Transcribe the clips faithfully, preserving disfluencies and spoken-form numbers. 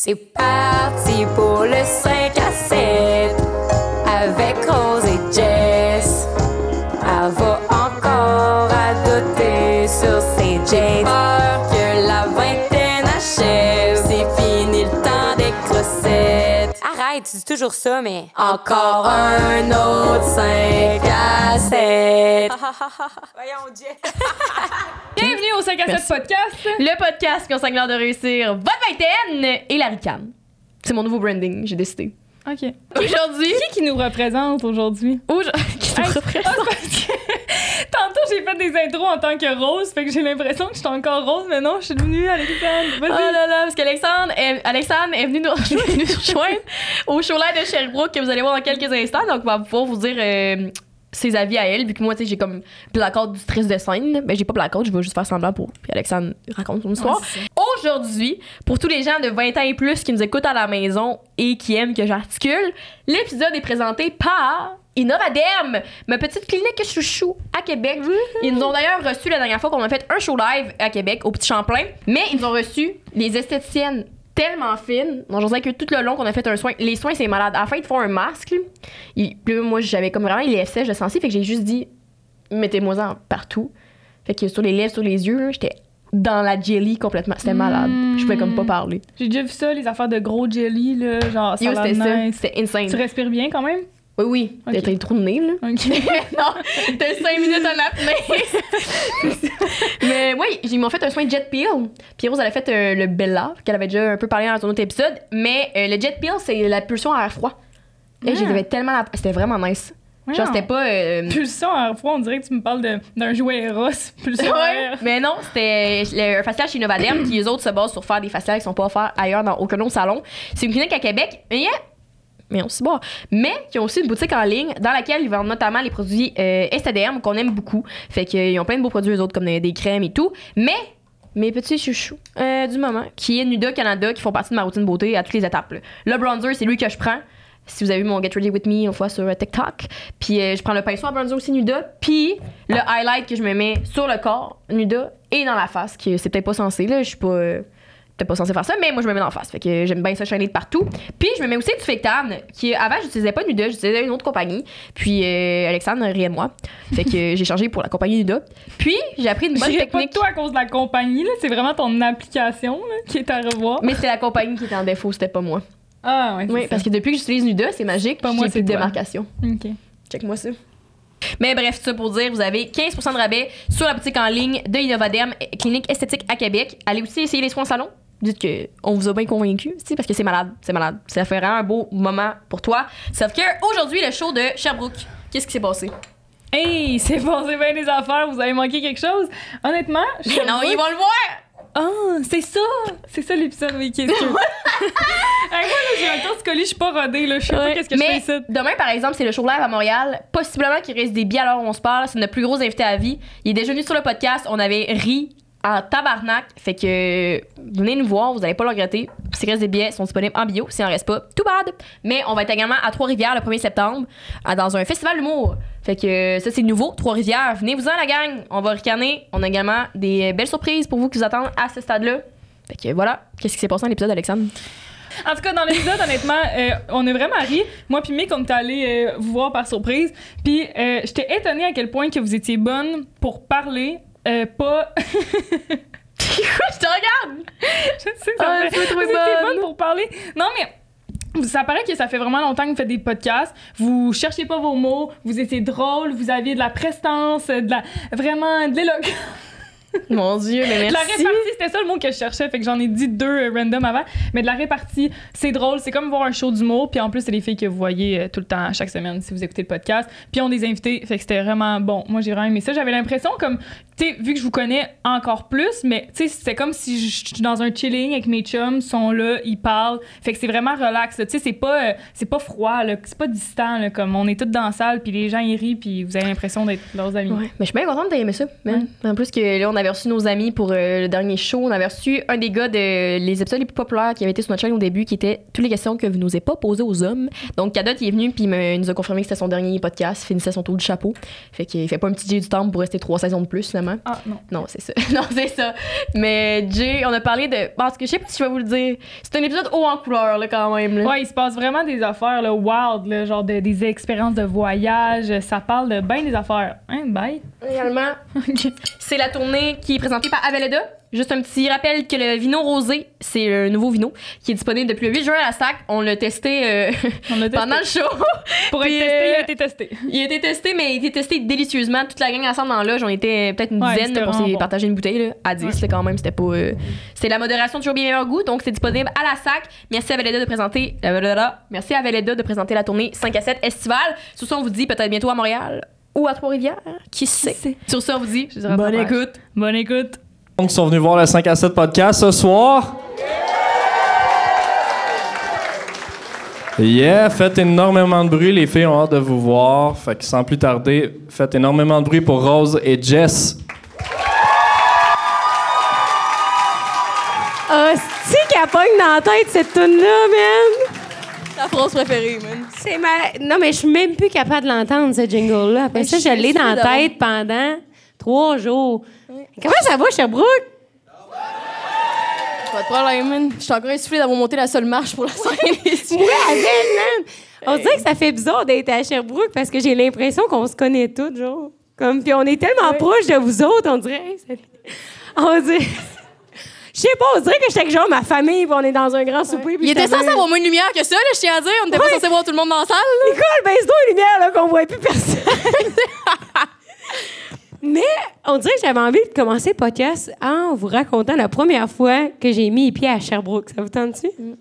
C'est parti pour le cinq à sept avec Rose et Jess. Elle va encore radoter sur ses jets. Peur que la vingtaine achève, c'est fini le temps des crossettes. Arrête, tu dis toujours ça, mais... Encore un autre cinq à sept. Voyons, Jess. Bienvenue au cinq à sept podcast. Le podcast qui a l'air de réussir votre vingtaine et la ricane. C'est mon nouveau branding, j'ai décidé. OK. Aujourd'hui... Qui qui nous représente aujourd'hui? Aujourd'hui... Qui nous Hey, représente? ah, c'est parce que tantôt, j'ai fait des intros en tant que Rose, fait que j'ai l'impression que j'étais encore Rose, mais non, je suis devenue Alexandre. Vas-y. Oh là là, parce qu'Alexandre est, Alexandre est venu nous rejoindre au show live de Sherbrooke que vous allez voir dans quelques instants. Donc, on va pouvoir vous dire euh, ses avis à elle, vu que moi, tu sais, j'ai comme blackout du stress de scène. Ben, j'ai pas blackout, je vais juste faire semblant pour. Puis Alexandre raconte son histoire. Ouais, Aujourd'hui, pour tous les gens de vingt ans et plus qui nous écoutent à la maison et qui aiment que j'articule, l'épisode est présenté par Innovaderm, ma petite clinique chouchou à Québec. Ils nous ont d'ailleurs reçu la dernière fois qu'on a fait un show live à Québec, au Petit Champlain, mais ils nous ont reçu les esthéticiennes tellement fines. Donc, j'en sais que tout le long qu'on a fait un soin, les soins, c'est malade. À la fin, ils te font un masque. Ils, puis là, moi, j'avais comme vraiment les lèvres sèches de sensible, fait que j'ai juste dit, mettez-moi-en partout. Fait que sur les lèvres, sur les yeux, j'étais dans la jelly complètement. C'était malade. Mm. Je pouvais comme pas parler. J'ai déjà vu ça, les affaires de gros jelly, là, genre ça Yo, a c'était ça. nice. C'était insane. Tu respires bien quand même? Oui, oui. Ok. T'as le trou de nez, là. OK. Non, t'as cinq minutes en apnée. Mais oui, ils m'ont fait un soin de jet peel. Puis Rose, elle a fait euh, le Bella, qu'elle avait déjà un peu parlé dans un autre épisode. Mais euh, le jet peel, c'est la pulsion à air froid. Et Ah. j'avais tellement la... C'était vraiment nice. Genre, c'était pas... euh, Pulsion à la fois, on dirait que tu me parles de, d'un jouet Eros. Pulsion à Ouais, air. mais non, c'était le- un facial chez Innovaderm qui, eux autres, se basent sur faire des faciales qui sont pas offerts ailleurs dans aucun autre salon. C'est une clinique à Québec, mais, mais on s'y bat. Mais qui ont aussi une boutique en ligne dans laquelle ils vendent notamment les produits euh, Estaderm qu'on aime beaucoup. Fait qu'ils ont plein de beaux produits, eux autres, comme des, des crèmes et tout. Mais mes petits chouchous euh, du moment, qui est Nuda Canada, qui font partie de ma routine beauté à toutes les étapes. Là. Le bronzer, c'est lui que je prends. Si vous avez vu mon Get Ready With Me une fois sur euh, TikTok. Puis euh, je prends le pinceau à bronzer aussi Nuda. Puis le highlight que je me mets sur le corps Nuda et dans la face, que c'est peut-être pas censé, là. Je suis pas... euh, peut-être pas censé faire ça, mais moi je me mets dans la face. Fait que j'aime bien ça shiner de partout. Puis je me mets aussi du Fectane, qui avant j'utilisais pas Nuda, j'utilisais une autre compagnie. Puis euh, Alexandre riait de moi. Fait que j'ai changé pour la compagnie Nuda. Puis j'ai appris une bonne Je dirais pas de technique. toi à cause de la compagnie, là. C'est vraiment ton application là, qui est à revoir. Mais c'était la compagnie qui était en défaut, c'était pas moi. Ah, ouais, c'est Oui, ça. parce que depuis que j'utilise Nuda, c'est magique. Pas moi, j'ai c'est plus de toi. démarcation. OK. Check-moi ça. Mais bref, ça pour dire, vous avez quinze pour cent de rabais sur la boutique en ligne de Innovaderm, clinique esthétique à Québec. Allez aussi essayer les soins en salon. Dites que on vous a bien convaincu, parce que c'est malade, c'est malade. Ça fait vraiment un beau moment pour toi. Sauf que aujourd'hui, le show de Sherbrooke, qu'est-ce qui s'est passé? Hey, c'est passé bien des affaires, vous avez manqué quelque chose? Honnêtement, je Mais non, ils vont le voir! Ah, c'est ça! C'est ça l'épisode, oui, qui est sûr. Hey, moi, là, j'ai un torse-colis, je suis pas rodée, là. Je sais pas Ouais. qu'est-ce que je Mais fais ici. demain, par exemple, c'est le show live à Montréal. Possiblement qu'il reste des billets alors on se parle. C'est notre plus gros invité à vie. Il est déjà venu sur le podcast. On avait ri en tabarnak. Fait que venez nous voir, vous allez pas le regretter. S'il reste des billets, ils sont disponibles en bio. S'il en reste pas, tout bad. Mais on va être également à Trois-Rivières le premier septembre à- dans un festival d'humour. Fait que ça, c'est nouveau, Trois-Rivières. Venez-vous-en, la gang. On va ricaner. On a également des belles surprises pour vous qui vous attendent à ce stade-là. Fait que voilà. Qu'est-ce qui s'est passé dans l'épisode, Alexandre? En tout cas, dans l'épisode, honnêtement, euh, on a vraiment ri. Moi puis Mick, on est allés euh, vous voir par surprise. Puis euh, j'étais étonnée à quel point que vous étiez bonne pour parler, euh, pas... Je te regarde! Je sais, ça Ah, me tu fait... es trop Vous étiez bonne. bonne pour parler. Non, mais... Ça paraît que ça fait vraiment longtemps que vous faites des podcasts. Vous cherchez pas vos mots, vous étiez drôle, vous aviez de la prestance, de la... vraiment de l'éloquence. Mon Dieu, mais De la merci. répartie, c'était ça le mot que je cherchais, fait que j'en ai dit deux euh, random avant. Mais de la répartie, c'est drôle, c'est comme voir un show d'humour, puis en plus, c'est les filles que vous voyez euh, tout le temps, chaque semaine, si vous écoutez le podcast. Puis on a des invités, fait que c'était vraiment bon. Moi, j'ai vraiment aimé ça. J'avais l'impression, comme, tu sais, vu que je vous connais encore plus, mais tu sais, c'était comme si je je suis dans un chilling avec mes chums, ils sont là, ils parlent. Fait que c'est vraiment relax, tu sais, c'est pas, euh, c'est pas froid, là, c'est pas distant, là, comme on est tous dans la salle, puis les gens, ils rient, puis vous avez l'impression d'être leurs amis. Ouais, mais je suis bien contente d'avoir aimé ça. man. En plus que là, on avait reçu nos amis pour euh, le dernier show. On avait reçu un des gars de les épisodes les plus populaires qui avait été sur notre chaîne au début, qui était toutes les questions que vous n'osez pas poser aux hommes. Donc, Cadot, il est venu puis il, me- il nous a confirmé que c'était son dernier podcast, finissait son tour du chapeau. Fait qu'il fait pas un petit J du temps pour rester trois saisons de plus, finalement. malheureusement. Ah, non. Non, c'est ça. non, c'est ça. Mais Jay, on a parlé de... Parce que je sais pas si je vais vous le dire. C'est un épisode haut en couleur, là, quand même. Là. Ouais, il se passe vraiment des affaires, là, wild, là, genre de- des expériences de voyage. Ça parle de bien des affaires. Hein, bye. Également, c'est la tournée qui est présentée par Aveleda. Juste un petit rappel que le vino rosé, c'est un nouveau vino qui est disponible depuis le huit juin à la S A C. On l'a testé, euh, On l'a testé. pendant le show. Pour être Puis, testé, il euh, a été testé. Il a été testé, mais il a été testé délicieusement. Toute la gang ensemble dans la loge, on était peut-être une Ouais, dizaine c'était là, pour vraiment s'y bon. partager une bouteille là, à dix. Ouais. C'était quand même, c'était pas. Euh, c'était la modération toujours bien meilleur goût, donc c'est disponible à la S A C. Merci à Veleda de présenter. Euh, merci à Veleda de présenter la tournée cinq à sept estivale. Sur ça, on vous dit peut-être bientôt à Montréal ou à Trois-Rivières. Qui sait? sait? Sur ça, on vous dit Je dirais bonne pas écoute. Bonne écoute. Donc, ils sont venus voir le cinq à sept podcast ce soir. Yeah, faites énormément de bruit. Les filles ont hâte de vous voir. Fait que sans plus tarder, faites énormément de bruit pour Rose et Jess. Ah, c'est qu'elle pogne dans la tête, cette toune-là, man! Ta phrase préférée, man. C'est ma... Non, mais je suis même plus capable de l'entendre, ce jingle-là. Après Mais ça, je je l'ai suis dans la d'avoir- tête pendant trois jours. Comment ça va, Sherbrooke? Pas de problème, man. Je suis encore essoufflée d'avoir monté la seule marche pour la scène ici. Moi, avec, man! On dirait que ça fait bizarre d'être à Sherbrooke parce que j'ai l'impression qu'on se connaît toutes, genre. Comme, puis on est tellement proches de vous autres, on dirait... Hey, salut. On dirait... Je sais pas, on dirait que j'étais avec genre ma famille, puis on est dans un grand souper. puis Il était j'étais censé avec- avoir moins de lumière que ça, là, je tiens à dire. On était Ouais. pas censé voir tout le monde dans la salle. là. Nicole, baisse-toi les lumières, là, qu'on voit plus personne. Mais on dirait que j'avais envie de commencer le podcast en vous racontant la première fois que j'ai mis les pieds à Sherbrooke. Ça vous tente-tu? Même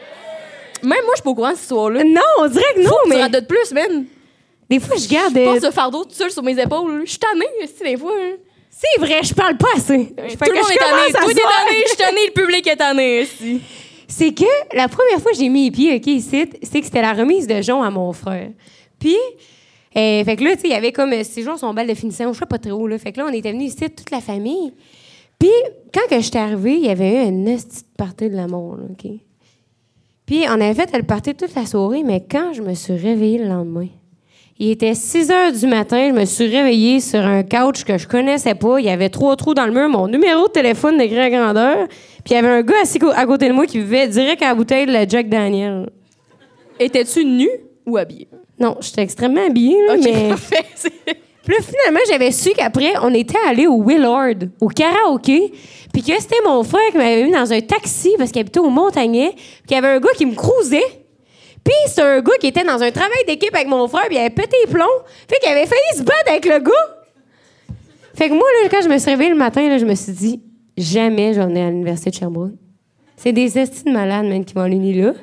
moi, je suis pas au courant de cette histoire-là. Non, on dirait que non, Faut que mais tu radotes plus, man. des fois, je garde... Je euh, porte ce fardeau tout seul sur mes épaules. Je suis tannée, aussi, des fois. hein. C'est vrai, je parle pas assez. Fait Tout le que monde je est tanné. commence à Toi, t'es soir. tanné, je suis tannée, le public est tanné, aussi. C'est que la première fois que j'ai mis les pieds, OK, ici, c'est que c'était la remise de Jon à mon frère. Puis, euh, fait que là, tu sais, il y avait comme... euh, Ces jours, son bal de finition, je sais pas trop, là. Fait que là, on était venus ici, toute la famille. Puis, quand que j'étais arrivée, il y avait eu une petite partie de l'amour, là, OK? Puis, on avait fait le party toute la soirée, mais quand je me suis réveillée le lendemain, il était six heures du matin, je me suis réveillée sur un couch que je connaissais pas. Il y avait trois trous dans le mur, mon numéro de téléphone de grande grandeur. Puis il y avait un gars assis co- à côté de moi qui buvait direct à la bouteille de la Jack Daniel. Étais-tu nue ou habillée? Non, j'étais extrêmement habillée, là, mais... parfait. Puis là, finalement, j'avais su qu'après, on était allé au Willard, au karaoké, puis que c'était mon frère qui m'avait mis dans un taxi parce qu'il habitait au Montagnet, puis qu'il y avait un gars qui me cruisait. Puis c'est un gars qui était dans un travail d'équipe avec mon frère, puis il avait pété les plombs, fait qu'il avait failli se battre avec le gars. Fait que moi, là, quand je me suis réveillée le matin, là, je me suis dit, jamais je vais venir à l'université de Sherbrooke. C'est des estis de malades, man, qui vont à l'uni là.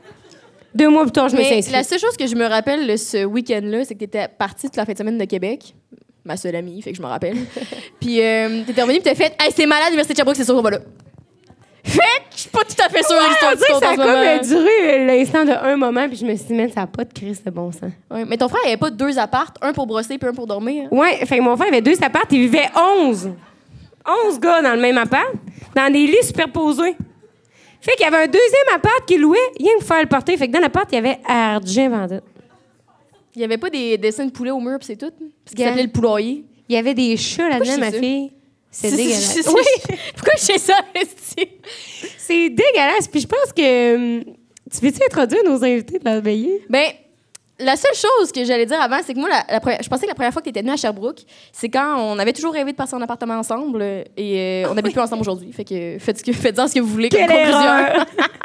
Deux mois plus tard, je me suis Mais inscrite. la seule chose que je me rappelle de ce week-end-là, c'est que t'étais partie toute la fin de semaine de Québec. Ma seule amie, fait que je me rappelle. Puis euh, t'étais revenue, puis t'as fait « Hey, c'est malade, l'université de Sherbrooke, c'est sûr qu'on va là. » Fait que je suis pas tout à fait sûre de Ouais, l'histoire on du dirait que compte ça en a ce comme moment. euh, duré euh, l'instant de un moment, puis je me suis dit, man, ça n'a pas de crise de bon sens. Ouais, mais ton frère, il avait pas deux appartes, un pour brosser puis un pour dormir. Ouais, fait que mon frère avait deux apparts, il vivait onze. onze gars dans le même appart, dans des lits superposés. Fait qu'il y avait un deuxième appart qu'il louait, rien que pour faire le porter. Fait que dans l'appart, il y avait Argent Vendette. Il y avait pas des dessins de poulet au mur, puis c'est tout. Parce qu'il Yeah. s'appelait le poulailler. Il y avait des chats là-dedans, je ma sais ça? fille. C'est C'est- dégueulasse. c'est- c'est- Oui, Pourquoi je sais ça, esti? c'est dégueulasse. Puis je pense que... hum, Tu veux-tu introduire nos invités de la veillée? Ben, la seule chose que j'allais dire avant, c'est que moi, la, la première- je pensais que la première fois que tu étais venue à Sherbrooke, c'est quand on avait toujours rêvé de passer en appartement ensemble euh, et euh, on n'habite plus ensemble aujourd'hui. Fait que faites ce que, faites-en ce que vous voulez comme Quelle conclusion. erreur!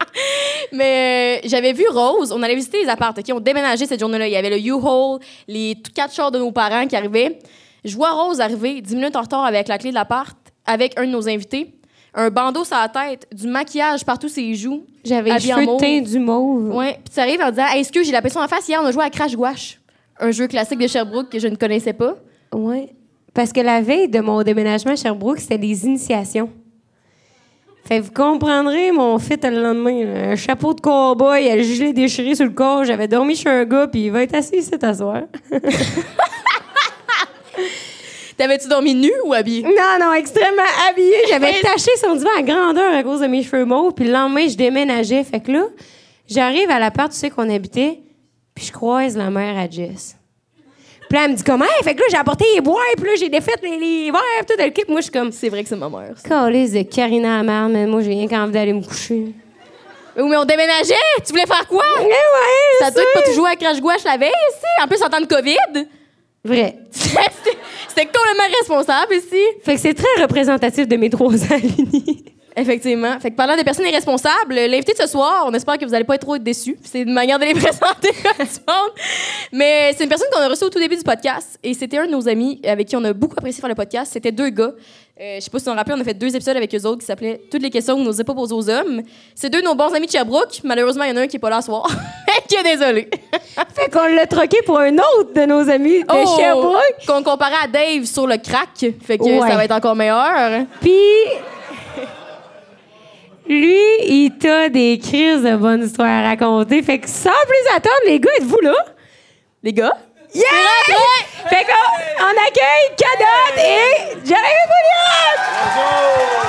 Mais euh, j'avais vu Rose, on allait visiter les appartements, OK? On déménageait cette journée-là. Il y avait le U-Haul, les t- quatre chars de nos parents qui arrivaient. Je vois Rose arriver dix minutes en retard avec la clé de l'appart, avec un de nos invités, un bandeau sur la tête, du maquillage partout ses joues. J'avais les Habillée en cheveux mauve. teints du mauve. Ouais, puis tu arrives en disant hey, excuse, j'ai la pression en face. Hier, on a joué à Crash Gouache, un jeu classique de Sherbrooke que je ne connaissais pas. Ouais. Parce que la veille de mon déménagement à Sherbrooke, c'était les initiations. Fait que vous comprendrez mon fit le lendemain. là. Un chapeau de cow-boy, un gilet déchiré sur le corps. J'avais dormi chez un gars, puis il va être assis ici à soir. T'avais-tu dormi nu ou habillé? Non, non, extrêmement habillé. J'avais taché son divan à grandeur à cause de mes cheveux mauves. Puis le lendemain, je déménageais. Fait que là, j'arrive à l'appart, tu sais, qu'on habitait, puis je croise la mère à Jess. Puis là, elle me dit comment? Fait que là, j'ai apporté les bois, puis là, j'ai défait les, les verres, tout le kit. Moi, je suis comme. C'est vrai que c'est ma mère. ça. Calisse de Karina Amar, mais moi, j'ai rien qu'envie d'aller me coucher. Oui, mais on déménageait! Tu voulais faire quoi? Eh ouais, Ça c'est doit être pas toujours à crash gouache la veille, ici. En plus, en temps de COVID. vrai. C'était c'était complètement responsable ici. Fait que c'est très représentatif de mes trois ans à l'Uni. Effectivement. Fait que parlant de personnes irresponsables, l'invité de ce soir, on espère que vous n'allez pas être trop déçus. C'est une manière de les présenter comme du monde. Mais c'est une personne qu'on a reçue au tout début du podcast. Et c'était un de nos amis avec qui on a beaucoup apprécié faire le podcast. C'était deux gars. Euh, je sais pas si vous vous rappelez, on a fait deux épisodes avec eux autres qui s'appelaient « Toutes les questions qu'on n'osait pas poser aux hommes ». C'est deux de nos bons amis de Sherbrooke. Malheureusement, il y en a un qui est pas là ce soir. qui est désolé. Fait qu'on l'a troqué pour un autre de nos amis de Oh! Sherbrooke. Qu'on comparait à Dave sur le crack. Fait que Ouais. ça va être encore meilleur. Puis, lui, il t'a des crises de bonnes histoires à raconter. Fait que sans plus attendre, les gars, êtes-vous là? Les gars? Yeah! Fait qu'on on accueille Cadotte et Jérémy Pouliot!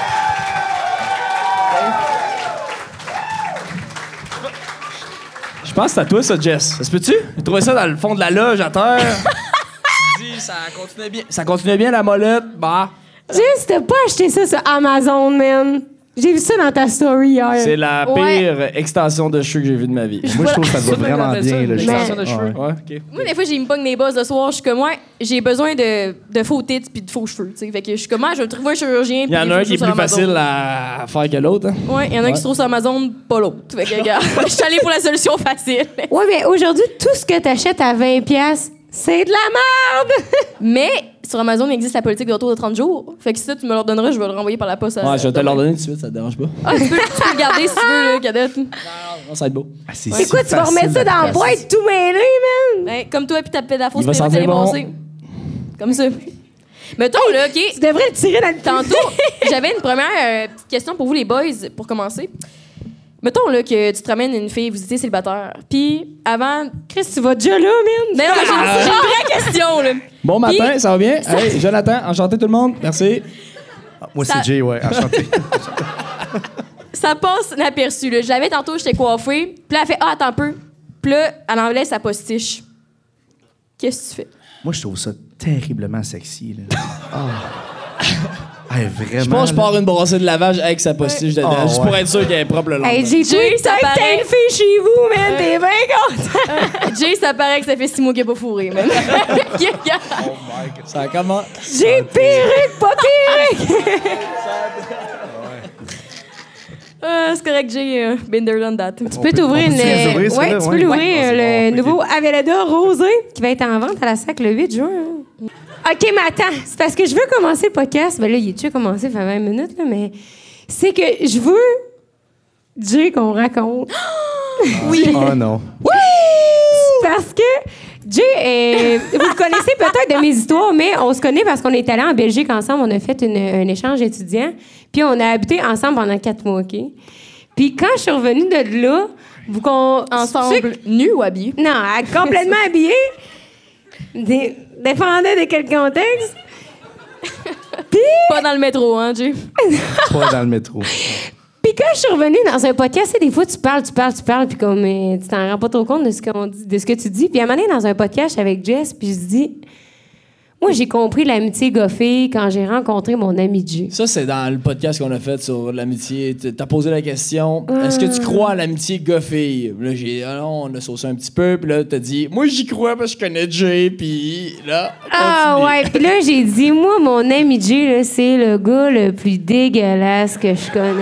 Je pense que c'est à toi, ça, Jess. Ça se peut-tu? J'ai trouvé ça dans le fond de la loge à terre. Tu dis, ça continuait bien. Ça continuait bien, la molette. Bah. Juste, t'as pas acheté ça sur Amazon, man. J'ai vu ça dans ta story hier. C'est la pire Ouais. extension de cheveux que j'ai vue de ma vie. Moi, je trouve que ça va vraiment bien. Une Là, je extension pense. de cheveux. Ouais. Ouais, ok. Moi, des fois, j'ai me pogne des bosses le soir. Je suis comme, ouais, j'ai besoin de, de faux tits puis de faux cheveux. T'sais. Fait que je suis comme, ouais, je vais trouver un chirurgien. Il y en a un qui est plus facile à faire que l'autre. Hein? Ouais, il y en a un qui se trouve sur Amazon, pas l'autre. Fait que, regarde, je suis allée pour la solution facile. Ouais, mais aujourd'hui, tout ce que t'achètes à vingt piastres, c'est de la merde! Mais sur Amazon, il existe la politique de retour de trente jours. Fait que si ça, tu me le redonneras, je vais le renvoyer par la poste. à- Ouais, je vais te l'ordonner tout de suite, ça te dérange pas. Ah, tu peux, tu peux le garder si tu veux, là, cadette. Non, ça va être beau. Ah, c'est Écoute, si tu vas facile remettre ça dans la d'apprendre. boîte tout mêlé, man! Ouais, comme toi, puis ta pète à fausse, Il va puis sentir les bon. passer. Comme ça. Mettons, là, OK. Tu devrais le tirer dans le Tantôt, j'avais une première euh, petite question pour vous, les boys, pour commencer. Mettons là, que tu te ramènes une fille, vous étiez célibataire. Puis avant. Chris, tu vas déjà là, man! Non, mais j'ai j'ai une vraie question, là. Bon matin, Puis- ça va bien? Hey, Jonathan, enchanté tout le monde. Merci. Ah, moi, Ça- c'est Jay, ouais. Enchanté. Ça passe inaperçu, là. Je l'avais tantôt, j'étais coiffée. Puis là, elle fait Ah, attends un peu. Puis là, elle enlève sa postiche. Qu'est-ce que tu fais? Moi, je trouve ça terriblement sexy. Là. Ah. Ah, vraiment. Je pense que je là. pars une brassée de lavage avec sa postiche dedans, Oh, juste ouais. pour être sûr qu'elle est propre le lendemain. Hey, j'ai Jay, trouvé ça que t'as paraît. une fille chez vous, man! T'es bien content! Jay, ça paraît que ça fait six mois qu'elle n'a pas fourré, man. Ça commence. J'ai perruque, pas perruque! Ah, c'est correct, Jay. euh, been there, done that. Tu peux t'ouvrir on une. peut-tu les ouvrir, ouais, ceux-là? tu peux Ouais. l'ouvrir, Ouais. euh, Vas-y, le bon, nouveau Aveleda Rosé qui va être en vente à la S A C le huit juin. OK, mais attends, c'est parce que je veux commencer le podcast. Ben là, il est déjà commencé, ça fait vingt minutes, là, mais c'est que je veux, Jay, qu'on raconte. Oui. Oh non. Parce que Jay, euh, vous le connaissez peut-être de mes histoires, mais on se connaît parce qu'on est allés en Belgique ensemble. On a fait une- un échange étudiant. Puis on a habité ensemble pendant quatre mois, OK? Puis quand je suis revenue de là, vous qu'on... Ensemble, nus ou habillés? Non, elle est complètement habillée. Dé- dépendait de quel contexte. Puis, Pas dans le métro, hein, Jay? Pas dans le métro. puis quand je suis revenue dans un podcast, tu sais, des fois, tu parles, tu parles, tu parles, puis comme euh, tu t'en rends pas trop compte de ce, qu'on dit, de ce que tu dis. Puis à un moment donné, dans un podcast avec Jess, puis je dis... Moi, j'ai compris l'amitié goffée quand j'ai rencontré mon ami Jay. Ça, c'est dans le podcast qu'on a fait sur l'amitié. T- T'as posé la question, est-ce que tu crois à l'amitié goffée? Là, j'ai dit, ah non, on a saucé un petit peu. Puis là, t'as dit, moi, j'y crois parce que je connais Jay. Puis là, Ah continue. ouais, puis là, j'ai dit, moi, mon ami Jay, là, c'est le gars le plus dégueulasse que je connais.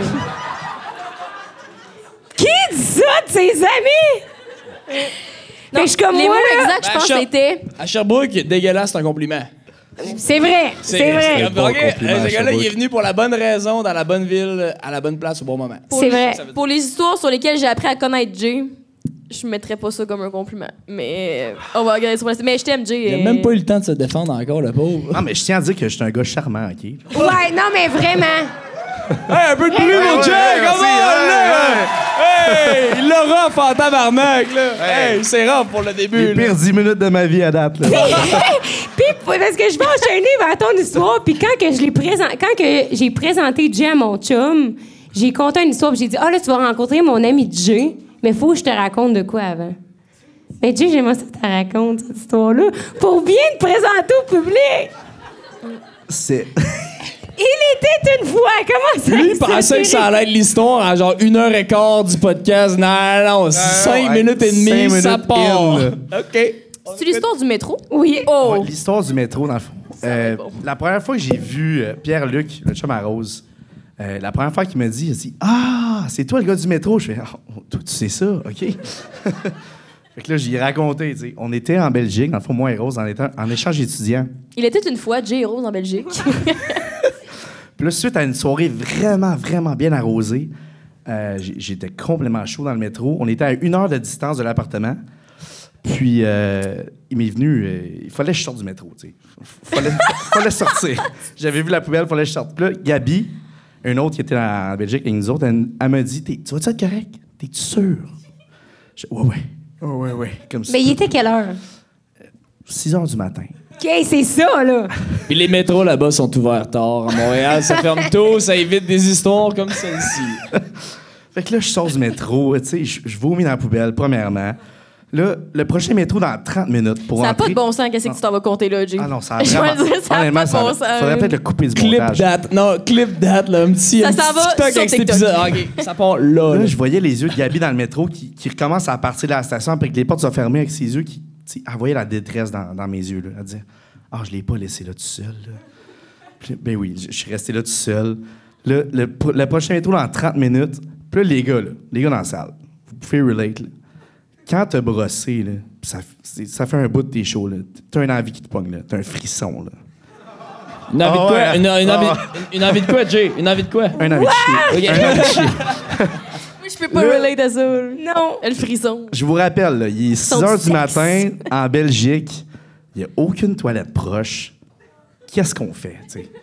Qui dit ça de ses amis? Fait que je suis comme les moi, mots là, exacts, je Ben, pense, Char- c'était. À Sherbrooke, dégueulasse, c'est un compliment. c'est vrai, c'est vrai. comme, Bon OK, compliment euh, à ce gars-là, il est Sherbrooke. venu pour la bonne raison, dans la bonne ville, à la bonne place, au bon moment. C'est vrai. Pour les histoires sur lesquelles j'ai appris à connaître Jay, je mettrais pas ça comme un compliment. Mais euh, on va regarder ça pour la suite. Mais je t'aime, Jay. Il a euh, même pas eu le temps de se défendre encore, le pauvre. Non, mais je tiens à dire que je suis un gars charmant, OK? Ouais, non, mais vraiment. Hey, un peu de pluie, mon ouais, Jay! ouais, Comment, merci, là? Hey! Il l'a rough en tabarnak, là! Hey, c'est rough pour le début, Les là. pires dix minutes de ma vie à date. Là. Puis parce que je vais enchaîner vers ton histoire, puis quand que je l'ai présent, quand que j'ai présenté Jay à mon chum, j'ai conté une histoire, puis j'ai dit, ah là, tu vas rencontrer mon ami Jay, mais faut que je te raconte de quoi avant. Mais Jay, j'aimerais ça que tu racontes cette histoire-là pour bien te présenter au public. C'est... Il était une fois. Comment ça? Lui, il pensait que ça allait être l'histoire à genre une heure et quart du podcast. Non, non, cinq minutes et demie, cinq ça minutes part. in. OK. C'est l'histoire du métro? Oui. Oh! Ouais, l'histoire du métro, dans le fond. Euh, la première fois que j'ai vu euh, Pierre-Luc, le chum à Rose, euh, la première fois qu'il m'a dit, il a dit « Ah, c'est toi le gars du métro? » Je fais oh, « Toi, tu sais ça, OK? » Fait que là, j'y ai raconté, tu sais. On était en Belgique, dans le fond, moi et Rose, en, étant, en échange étudiant. Il était une fois Jay et Rose en Belgique. Puis là, suite à une soirée vraiment, vraiment bien arrosée, euh, j'étais complètement chaud dans le métro. On était à une heure de distance de l'appartement. Puis, euh, il m'est venu... Euh, il fallait que je sorte du métro, tu sais. Il fallait, fallait sortir. J'avais vu la poubelle, il fallait que je sorte. Puis là, Gabi, une autre qui était en, en Belgique avec nous autres, elle, elle m'a dit, tu vas-tu être correct? T'es-tu sûr? Je, ouais, ouais. Ouais, ouais, ouais. Comme ça. Mais il était quelle heure? six heures du matin. OK, c'est ça, là. Puis les métros là-bas sont ouverts tard. À Montréal, ça ferme tôt, ça évite des histoires comme celle-ci. Fait que là, je sors du métro, tu sais, je, je vomis dans la poubelle, premièrement. Là, le prochain métro dans trente minutes pour Ça n'a entrer... pas de bon sens, qu'est-ce que tu t'en vas compter là, Jay? Ah non, ça a Je vais vraiment... le dire, ça n'a honnêtement, pas de ça a- bon sens. faudrait peut-être le couper du Clip montage. date. Non, clip date, là. Un petit, Ça un s'en petit va TikTok sur avec cet TikTok. épisode. Ah, OK, ça part là, Là, là. je voyais les yeux de Gabi dans le métro qui, qui recommence à partir de la station après que les portes soient fermées avec ses yeux qui... tu sais, elle voyait la détresse dans, dans mes yeux, là. Elle disait « Ah, je l'ai pas laissé là tout seul, là. » Puis, ben oui, je je suis resté là tout seul. Là, le, le prochain métro dans trente minutes. Puis là, les gars, là, les gars dans la salle, vous pouvez relate, là. Quand t'as brossé, là, ça, c'est- ça fait un bout de tes shows, là. T'as une envie qui te pogne, là. T'as un frisson, là. Une envie de Ah quoi? ouais. Une, une envie, Ah. une, une envie de quoi, Jay? Une envie de quoi? Un envie de chier. OK. Un envie de chier. Oui, je peux pas Là- relate à ça. là. Non. Le frisson. Je vous rappelle, là, il est six Son heures du sexe. matin, en Belgique. Il n'y a aucune toilette proche. Qu'est-ce qu'on fait, tu sais?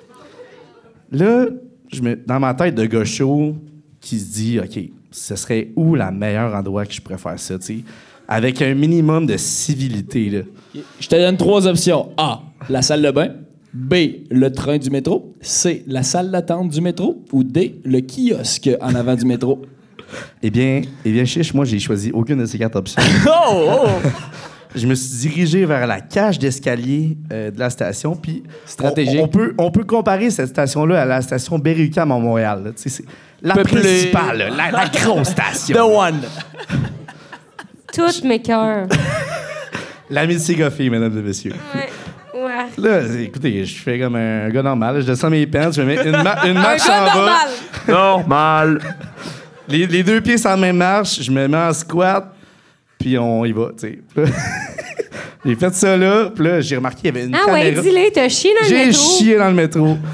Là, je me, dans ma tête de gars chaud qui se dit, OK, ce serait où le meilleur endroit que je pourrais faire ça, tu sais? Avec un minimum de civilité, là. Je te donne trois options. A, la salle de bain. B, le train du métro. C, la salle d'attente du métro. Ou D, le kiosque en avant du métro. Eh bien, eh bien, chiche, moi, j'ai choisi aucune de ces quatre options. Oh! oh. Je me suis dirigé vers la cage d'escalier euh, de la station, puis Stratégique. On, on peut, on peut comparer cette station-là à la station Berry-UQAM à Montréal. Là. Tu sais, c'est la Peuplée. principale, là, la, la grosse station. The one. Toutes mes cœurs. L'amitié goffée, mesdames et messieurs. Ouais. Ouais. Là, écoutez, je fais comme un gars normal. Je descends mes pants, je mets une, ma- une Un marche gars en bas. normal. Normal. Les, les deux pieds sur la même marche, je me mets en squat, puis on y va, tu sais. Puis là, j'ai fait ça là, puis là, j'ai remarqué qu'il y avait une Ah ouais, caméra. dis-le, t'as chié dans le J'ai métro. chié dans le métro. Ouais,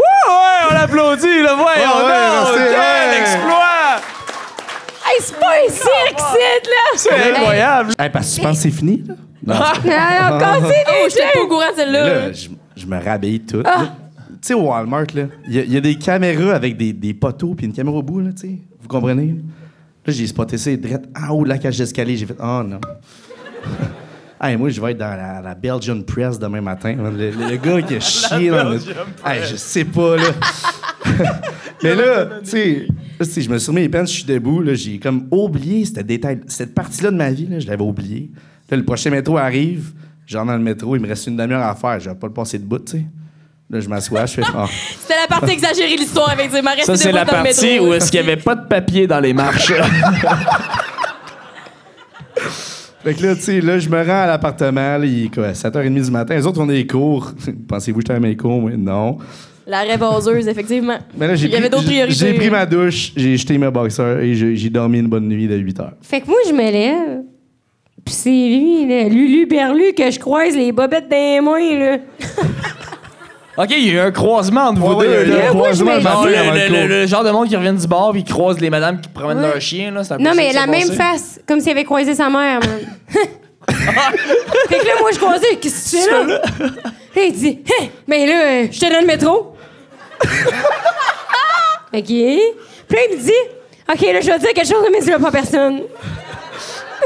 on applaudit, là, voyons Ah ouais, donc. merci, Quel ouais. exploit! Hey, c'est pas un cirque, c'est là! C'est incroyable. Hey, parce que tu penses que c'est fini, là? Non. Alors, continue, Oh, j'étais pas au courant de Mais celle-là. là, je, je me rhabille tout. Là, tu sais, au Walmart, là, il y, a- il y a des caméras avec des, des poteaux puis une caméra au bout, là, tu sais. Vous comprenez? Là, j'ai spoté ça direct en haut de la cage d'escalier. J'ai fait, oh non. Hey, moi, je vais être dans la, la Belgian Press demain matin. Le, le- le gars qui a chié dans le. Hey, je sais pas, là. Mais là, tu sais, là, tu sais, je me suis remis les pants, je suis debout. Là, j'ai comme oublié ce détail, cette partie-là de ma vie, là, je l'avais oublié. Là, le prochain métro arrive. Genre dans le métro, il me reste une demi-heure à faire. Je vais pas le passer de bout, tu sais. Là, je m'assois, je fais. Oh. C'était la partie exagérée de l'histoire, effectivement. Restez Ça, c'est debout la dans le partie métro. où est-ce qu'il n'y avait pas de papier dans les marches. Fait que là, tu sais, là, je me rends à l'appartement. Là, il est quoi, sept heures trente du matin. Les autres, on a les cours. Pensez-vous que j'étais à mes cours? Moi, non. La rêveuse, effectivement. Mais là, j'ai Il y avait pris- d'autres j'ai- priorités. J'ai pris ma douche, j'ai jeté mes boxers et j'ai j'ai dormi une bonne nuit de huit heures. Fait que moi, je me lève. Puis c'est lui, là, Lulu Berlu, que je croise les bobettes dans les mains, là. OK, il y a eu un croisement entre vous Ouais, deux. ouais, il y a eu là. un moi, je croisement me- le Genre, matin le, avant le le- cours. le- le genre de monde qui revient du bar puis qui croise les madames qui promènent Ouais. leur chien, là, c'est un peu Non, ça mais qui la s'est même passé. face, comme s'il avait croisé sa mère, man. Fait que là, moi, je croisais, qu'est-ce que tu fais là? Là, il dit, hé, mais là, euh, j'étais dans le métro. OK. Puis là, il me dit, OK, là, je vais dire quelque chose, mais dis-le pas à personne.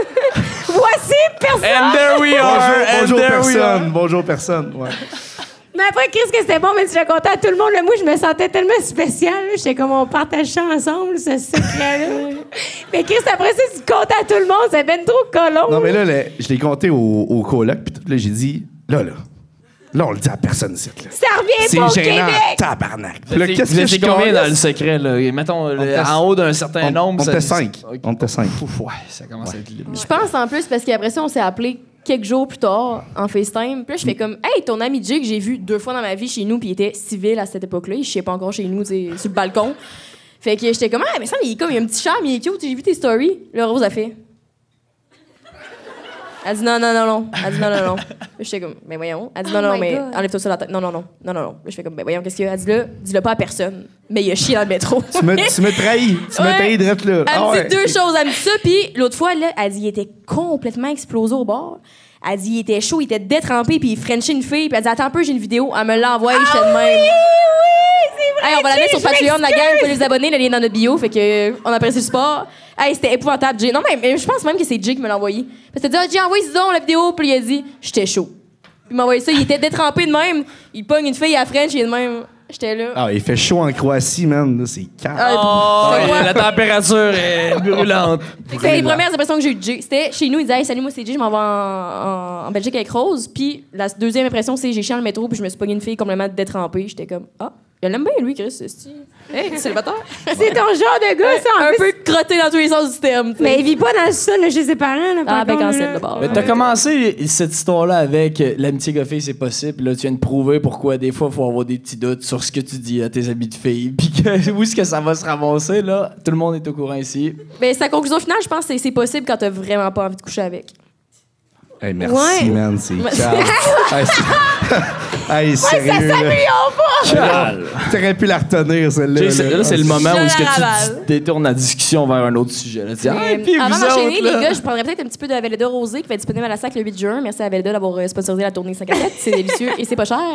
Voici personne. And there we are. Bonjour, and bonjour there we are. personne. Bonjour personne. Ouais. Mais après, Chris, que c'était bon, mais tu l'as conté à tout le monde. Là, moi, je me sentais tellement spéciale. J'étais comme, on partage ça ensemble, ce secret-là. Mais Chris, après ça, tu le comptais à tout le monde. C'est ben trop colon. Non, mais là, là, je l'ai compté au, au coloc, puis tout, là, j'ai dit, là, là, là, on le dit à personne ici. Là. Ça revient pas au C'est gênant, Québec. tabarnak. Vous Là, étiez- qu'est-ce vous que étiez je combien calisse? dans le secret, là? Et mettons, le- était- en haut d'un certain On, nombre. on ça- était cinq. Ok. On était cinq. Ouf, ouais, ça commence à être limite. Je pense en plus parce qu'après ça, on s'est appelé quelques jours plus tard en FaceTime. Puis là, je fais comme, hey, ton ami Jay que j'ai vu deux fois dans ma vie chez nous, puis il était civil à cette époque-là. Il chiait pas encore chez nous, tu sais, sur le balcon. Fait que j'étais comme, ah, mais ça, il est comme, il a un petit charme, il est cute, j'ai vu tes stories. Là, Rose a fait. Elle dit non, non, non, non. Elle dit non, non, non. Là, j'étais comme, mais voyons. Elle dit non, Oh non, my mais God. enlève-toi ça de la tête. Non, non, non. Non, non, non. Là, je fais comme, mais voyons, qu'est-ce qu'il y a? Elle dit là, dis-le pas à personne. Mais il a chié dans le métro. Tu me, tu me trahis. Tu me Ouais. trahis direct là. Elle Ah me ouais. dit deux choses. Elle me dit ça, puis l'autre fois, là, elle dit il était complètement explosé au bord. Elle dit il était chaud, il était détrempé, puis il frenchait une fille. Puis elle dit attends un peu, j'ai une vidéo. Elle me l'a envoyée, j'étais de même. Hey, on va la mettre sur Patreon, la gang. Vous pouvez les abonner, le lien est dans notre bio. Fait que, euh, on apprécie le sport. Hey, c'était épouvantable, Jay. Non, mais, mais je pense même que c'est Jay qui me l'a envoyé. Parce que dit, ah, Jay, envoie-y donc la vidéo. Puis il a dit, j'étais chaud. Puis il m'a envoyé ça, il était détrempé de même. Il pogne une fille à French, il est de même. J'étais là. Ah, il fait chaud en Croatie, man. Là, c'est calme. Ah, Oh, c'était quoi? la température est brûlante. C'est les premières impressions que j'ai eues de Jay. C'était chez nous, il disait hey, salut, moi c'est Jay, je m'en vais en, en, en Belgique avec Rose. Puis la deuxième impression, c'est j'ai chié dans le métro, puis je me suis pogné une fille complètement détrempée. J'étais comme ah, il l'aime bien lui, Chris. C'est hey, célibataire. C'est ton genre de gars, ça, en Un plus. peu crotté dans tous les sens du terme. tu sais. Mais il vit pas dans le sol, là, chez ses parents. Là, par Ah, ben contre, quand c'est là. de bord. Mais t'as commencé cette histoire-là avec euh, l'amitié gars-fille, c'est possible. Là, tu viens de prouver pourquoi des fois, il faut avoir des petits doutes sur ce que tu dis à tes amis de filles. Puis que, où est-ce que ça va se ramasser, là? Tout le monde est au courant ici. Ben, sa conclusion finale, je pense que c'est- c'est possible quand t'as vraiment pas envie de coucher avec. Hey, merci, Ouais. man. C'est Ouais. calme. Hey, c'est- hey, sérieux, là. Calme. T'aurais pu la retenir, celle-là. Tu sais, c'est- Là, c'est le moment Je où est-ce que la tu ravale. te détournes la discussion vers un autre sujet. Là. Tu dis, ah, Euh, puis Avant vous d'enchaîner, autres, les là. gars, je prendrais peut-être un petit peu de Veleda Rosé qui va être disponible à la S A C le huit juin. Merci à Veleda d'avoir euh, sponsorisé la tournée cinq à sept. C'est délicieux et c'est pas cher.